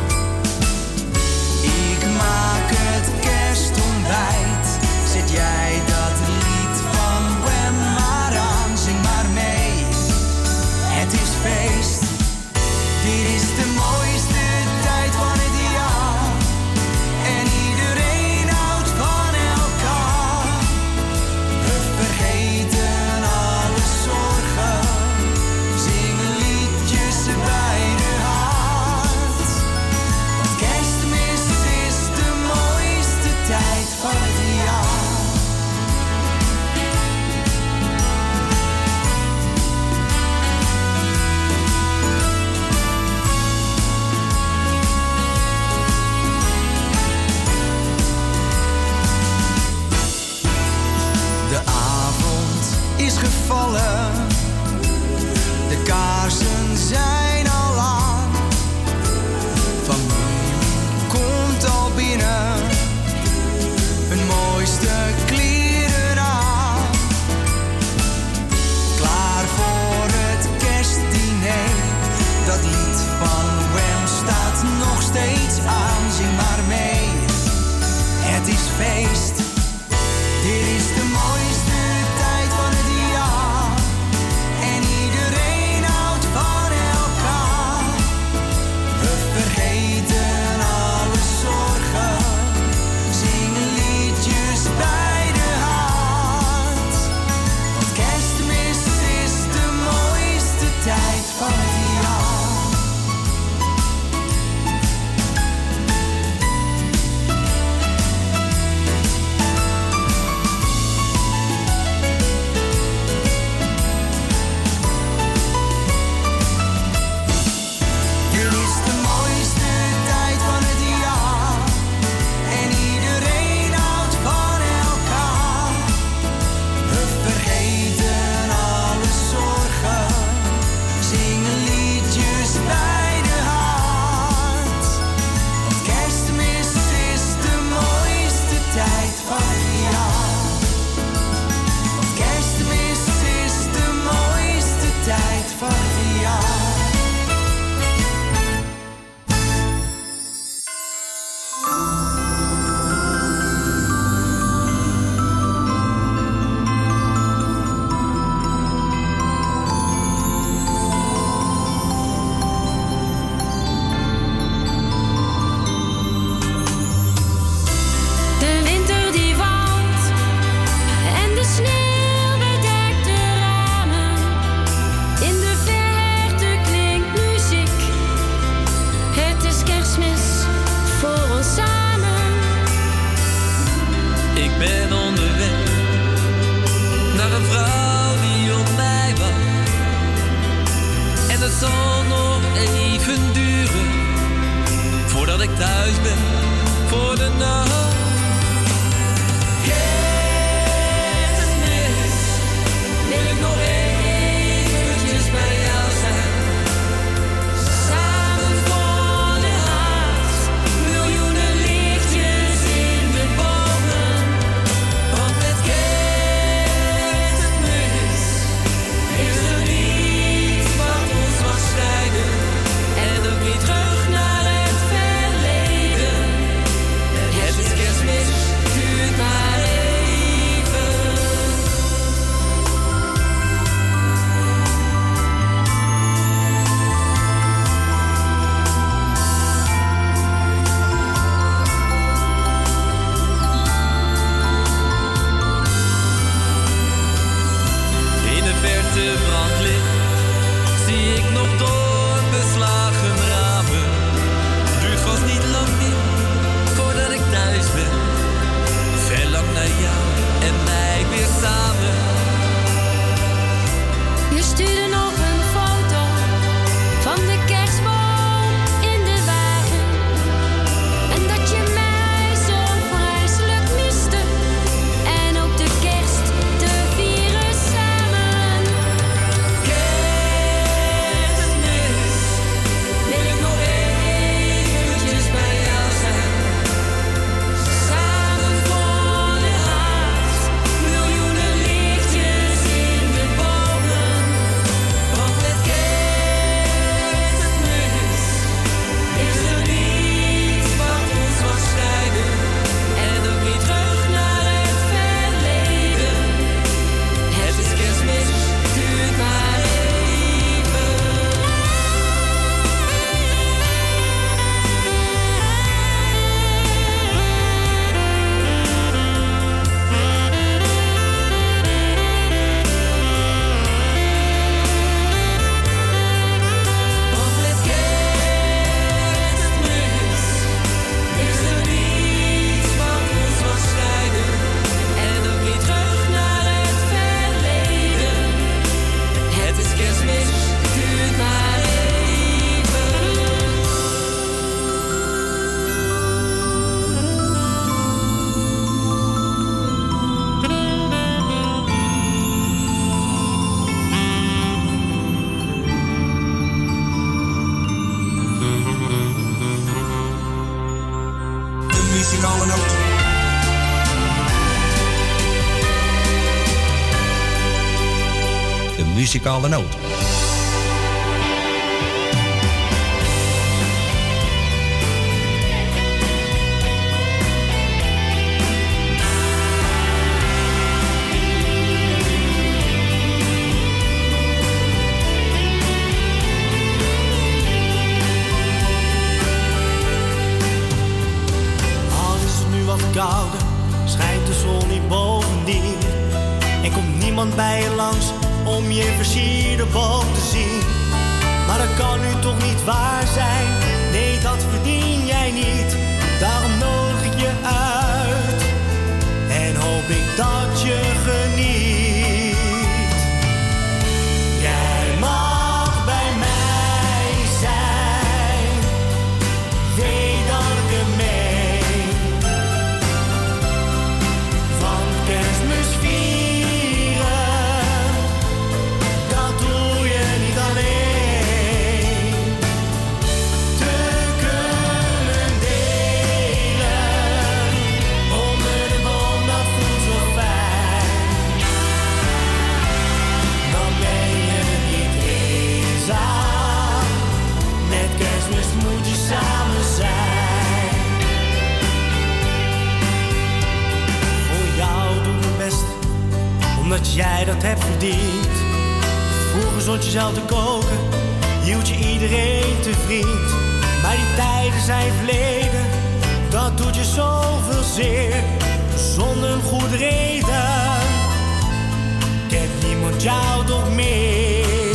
Ik maak het kerstontbijt. Zet jij dat lied van Wham maar aan. Zing maar mee. Het is feest. Dit is de mooiste tijd van het jaar. En iedereen houdt van elkaar. We vergeten alle zorgen. Zingen liedjes bij de haard. Want kerstmis is de mooiste tijd van het jaar. Is gevallen, de kaarsen zijn al aan. Familie komt al binnen, hun mooiste kleren aan. Klaar voor het kerstdiner, dat lied van Wham staat nog steeds aan. Zing maar mee, het is feest, dit is de mooiste tijd van het jaar. En iedereen houdt van elkaar. We vergeten alle zorgen. Zingen liedjes bij de haard. Want kerstmis is de mooiste tijd van het jaar. De winter die valt en de sneeuw bedekt de ramen. In de verte klinkt muziek. Het is kerstmis voor ons samen. Ik ben onderweg naar een vrouw die op mij wacht. En het zal nog even duren voordat ik thuis ben voor de nacht. Kerstmis, wil ik nog eventjes bij jou zijn. Samen voor de haard, miljoenen lichtjes in de boom. muzikale noot. De muzikale noot. Kouder, schijnt de zon niet bovendien. En komt niemand bij je langs om je versierde boom te zien. Maar dat kan nu toch niet waar zijn. Nee, dat verdien jij niet. Daarom nodig ik je uit. En hoop ik dat je geniet. Jij mag bij mij zijn. Weet dat ik er mee. Omdat jij dat hebt verdiend. Vroeger zond je zelf te koken, hield je iedereen te vriend. Maar die tijden zijn verleden, dat doet je zoveel zeer. Zonder een goede reden kent niemand jou toch meer.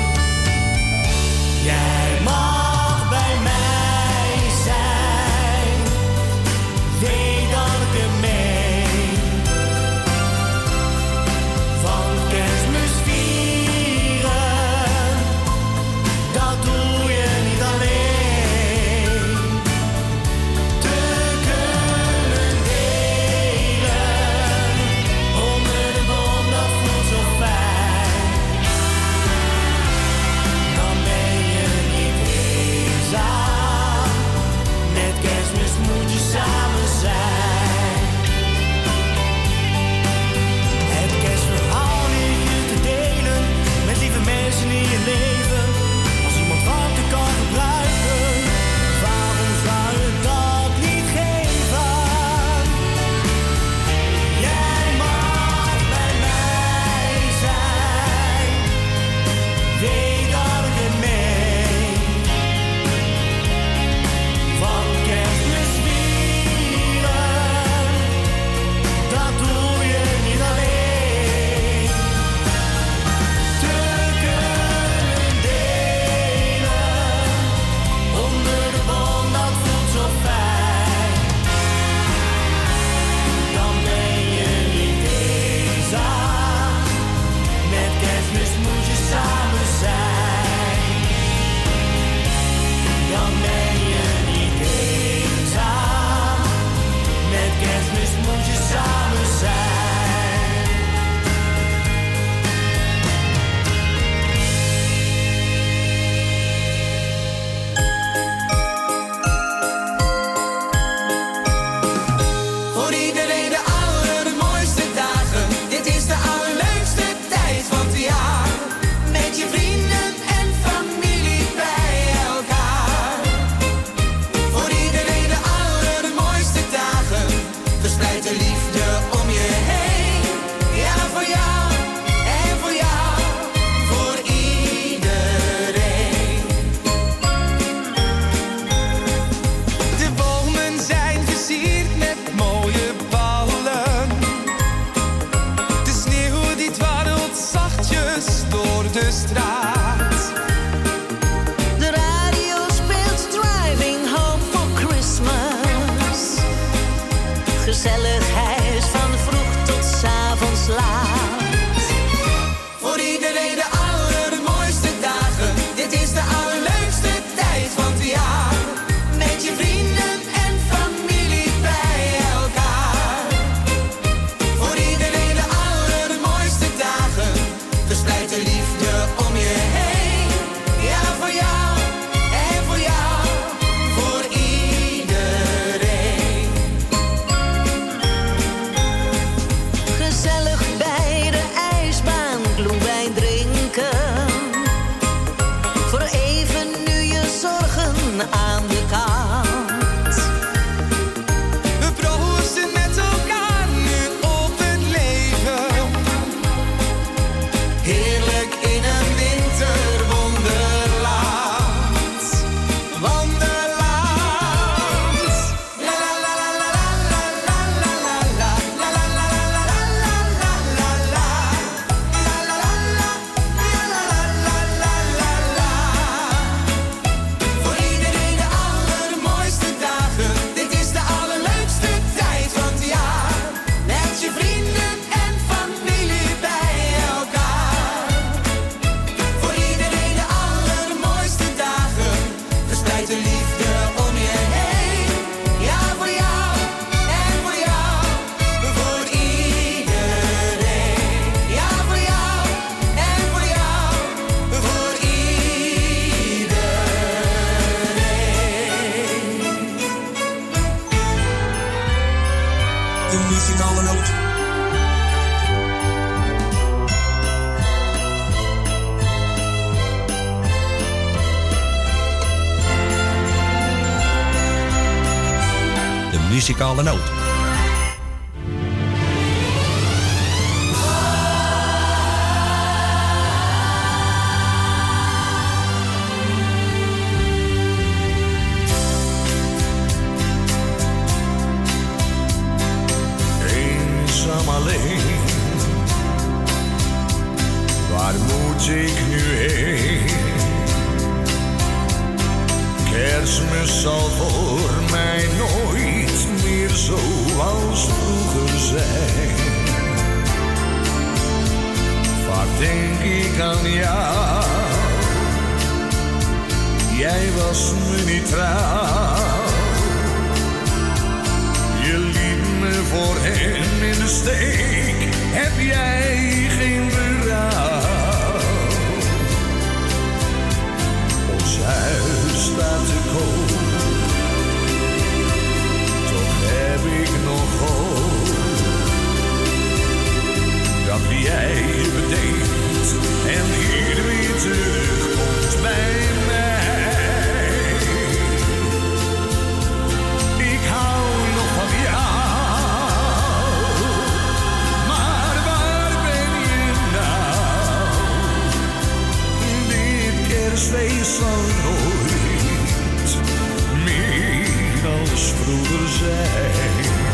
Jij mag bij mij zijn. Weet dat ik er mee. De muzikale noot. De muzikale noot. Eenzaam alleen, waar moet ik nu heen? Kerstmis zal voor mij nooit meer zoals vroeger zijn. Vaak denk ik aan jou, jij was me niet trouw. Je liet me voor hen in de steek, heb jij geen berouw? Ons huis staat te koop, toch heb ik nog hoop dat jij je bedenkt en hier weer terugkomt bij mij. Ik hou nog van jou, maar waar ben je nou? Dit kerstfeest zal nooit meer als vroeger zijn.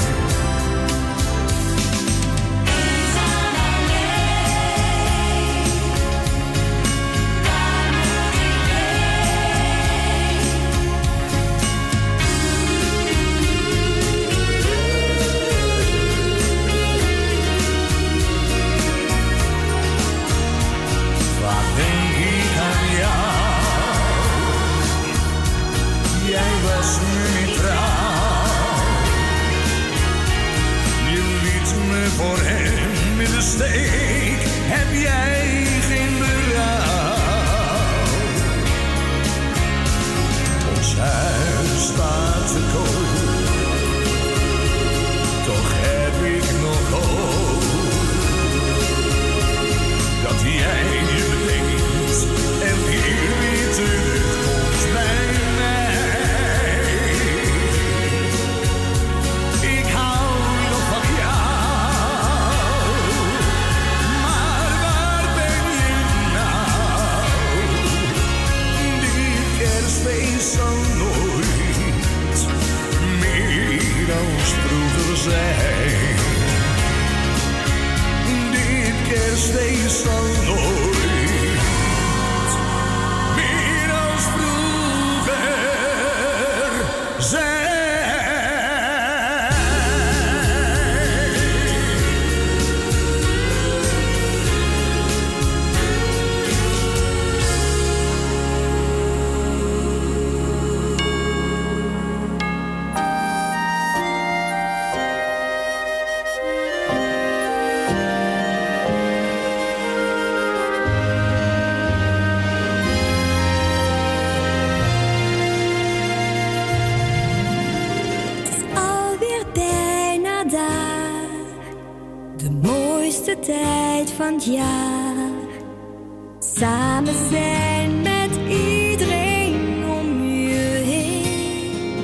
Vaak denk ik aan jou, jij was me niet trouw. Je liet me voor hem in de steek, heb jij geen berouw? Ons huis staat te koop, toch heb ik nog hoop dat jij je bedenkt en hier weer terugkomt bij mij. Ik hou nog van jou, maar waar ben je nou? Dit kerstfeest zal nooit meer als vroeger zijn. Dit kerstfeest zal nooit meer als vroeger zijn. Alweer bijna daar, de mooiste tijd van het jaar. Samen zijn met iedereen om je heen.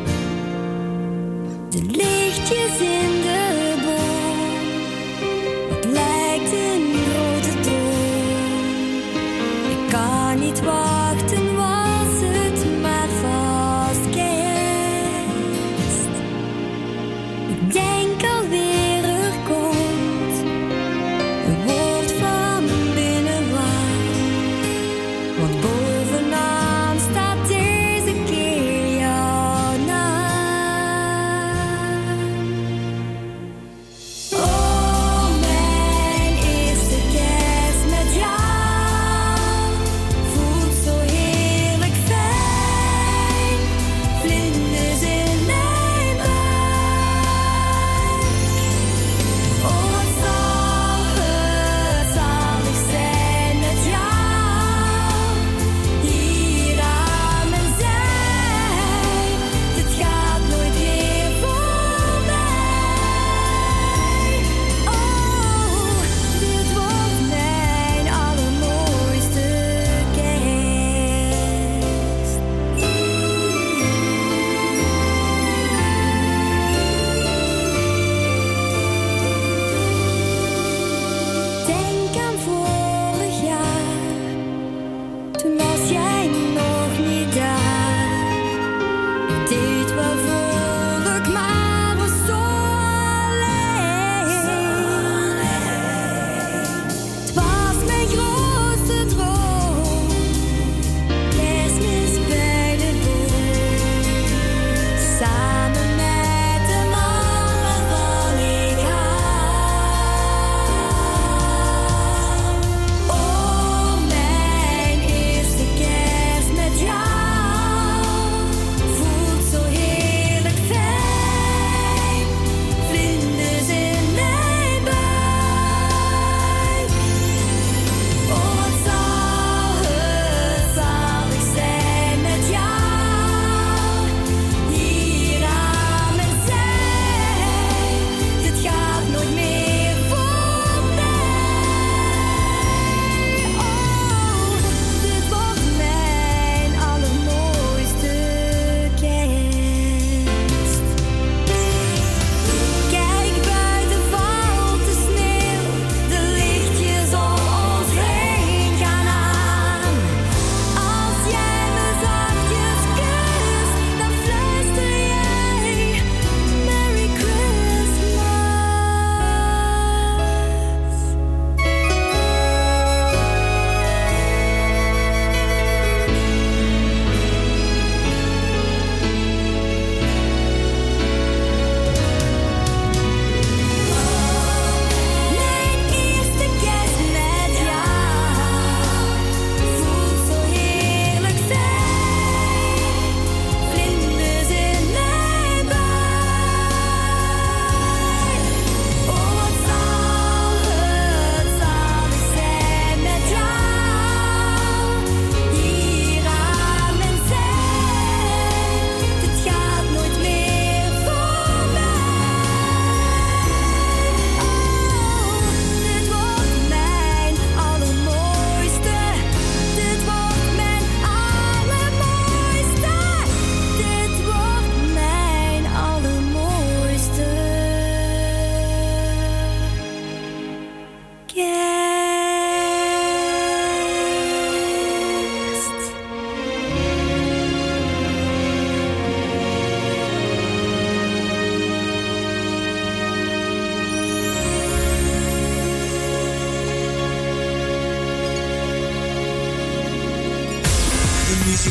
De lichtjes in de boom, het lijkt een grote droom. Ik kan niet wachten, was het maar vast kerst. Ik denk alweer er komt een woord van binnenwaar. Want bovenaan staat deze keer jouw naam. Oh, mijn eerste kerst met jou voelt zo heerlijk fijn. Vlinders in mijn buik,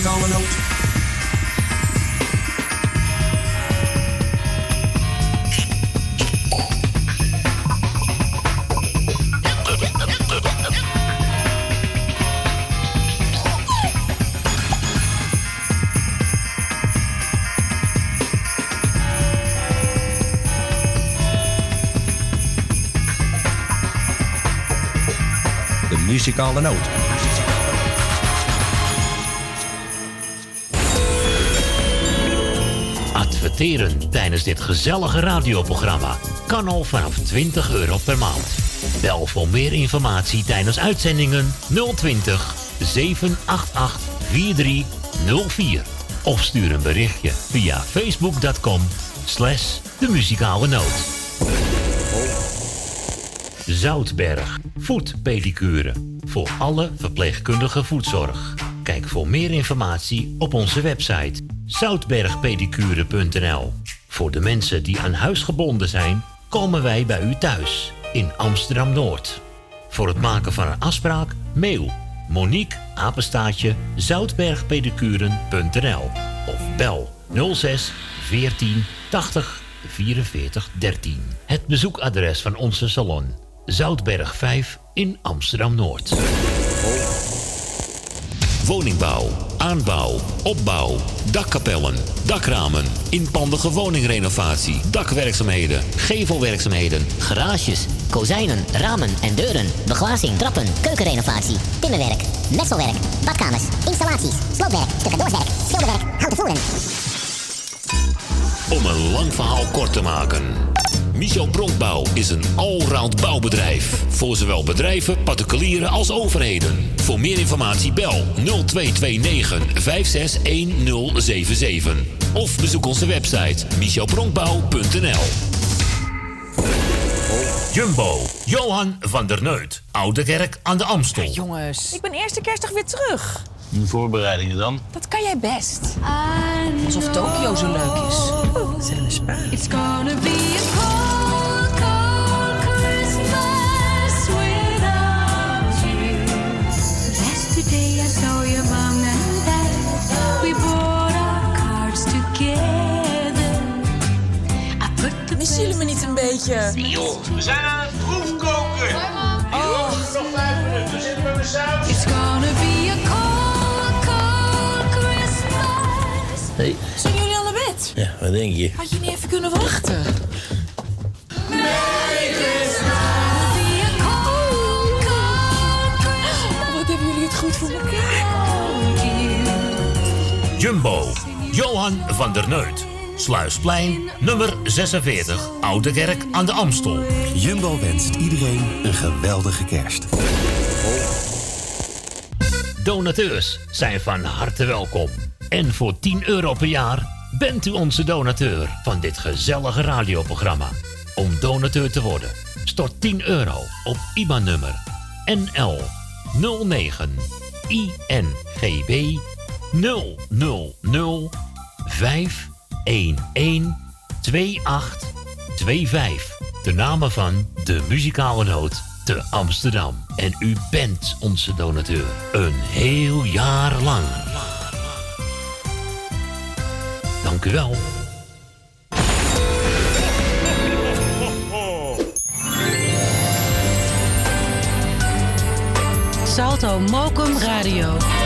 muzikale noot. De muzikale noot. Adverteren tijdens dit gezellige radioprogramma kan al vanaf twintig euro per maand. Bel voor meer informatie tijdens uitzendingen nul twintig, zeven acht acht, vier drie nul vier. Of stuur een berichtje via facebook.com slash de muzikale noot. Zoutberg Voetpedicure. Voor alle verpleegkundige voetzorg. Kijk voor meer informatie op onze website zoutbergpedicure punt n l. Voor de mensen die aan huis gebonden zijn, komen wij bij u thuis in Amsterdam-Noord. Voor het maken van een afspraak, mail Monique apenstaartje zoutbergpedicuren punt n l of bel nul zes veertien tachtig vierenveertig dertien. Het bezoekadres van onze salon: Zoutberg vijf in Amsterdam-Noord. Woningbouw, aanbouw, opbouw, dakkapellen, dakramen, inpandige woningrenovatie, dakwerkzaamheden, gevelwerkzaamheden, Garages, kozijnen, ramen en deuren, beglazing, trappen, keukenrenovatie, timmerwerk, messelwerk, badkamers, installaties, sloopwerk, stucadoorswerk, schilderwerk, houten voeren. Om een lang verhaal kort te maken. Michel Bronkbouw is een allround bouwbedrijf. Voor zowel bedrijven, particulieren als overheden. Voor meer informatie bel nul twee twee negen vijf zes een nul zeven zeven. Of bezoek onze website michel bronkbouw punt n l. Jumbo, Johan van der Neut, Oude Kerk aan de Amstel. Jongens, ik ben eerste kerstdag weer terug. De voorbereidingen dan? Dat kan jij best. Alsof Tokio zo leuk is. Zet hem eens bij. It's gonna be a cold, cold Christmas without you. Yesterday I saw your mom and dad. We brought our cards together. I put the Missen jullie me niet een beetje? Joh, we zijn aan het proefkoken. Hier loopt het nog vijf minuten. Zitten we met saus? It's gonna be a cold, cold Christmas. Hey. Zijn jullie al naar bed? Ja, wat denk je? Had je niet even kunnen wachten? Wat hebben jullie het goed voor elkaar? Jumbo, Johan van der Neut. Sluisplein, nummer zesenveertig, Oude Kerk aan de Amstel. Jumbo wenst iedereen een geweldige kerst. Donateurs zijn van harte welkom. En voor tien euro per jaar bent u onze donateur van dit gezellige radioprogramma. Om donateur te worden, stort tien euro op I B A N-nummer N L nul negen I N G B nul nul nul vijf een een twee acht twee vijf. De namen van de muzikale noot te Amsterdam. En u bent onze donateur een heel jaar lang. Dank u wel. Salto Mokum Radio.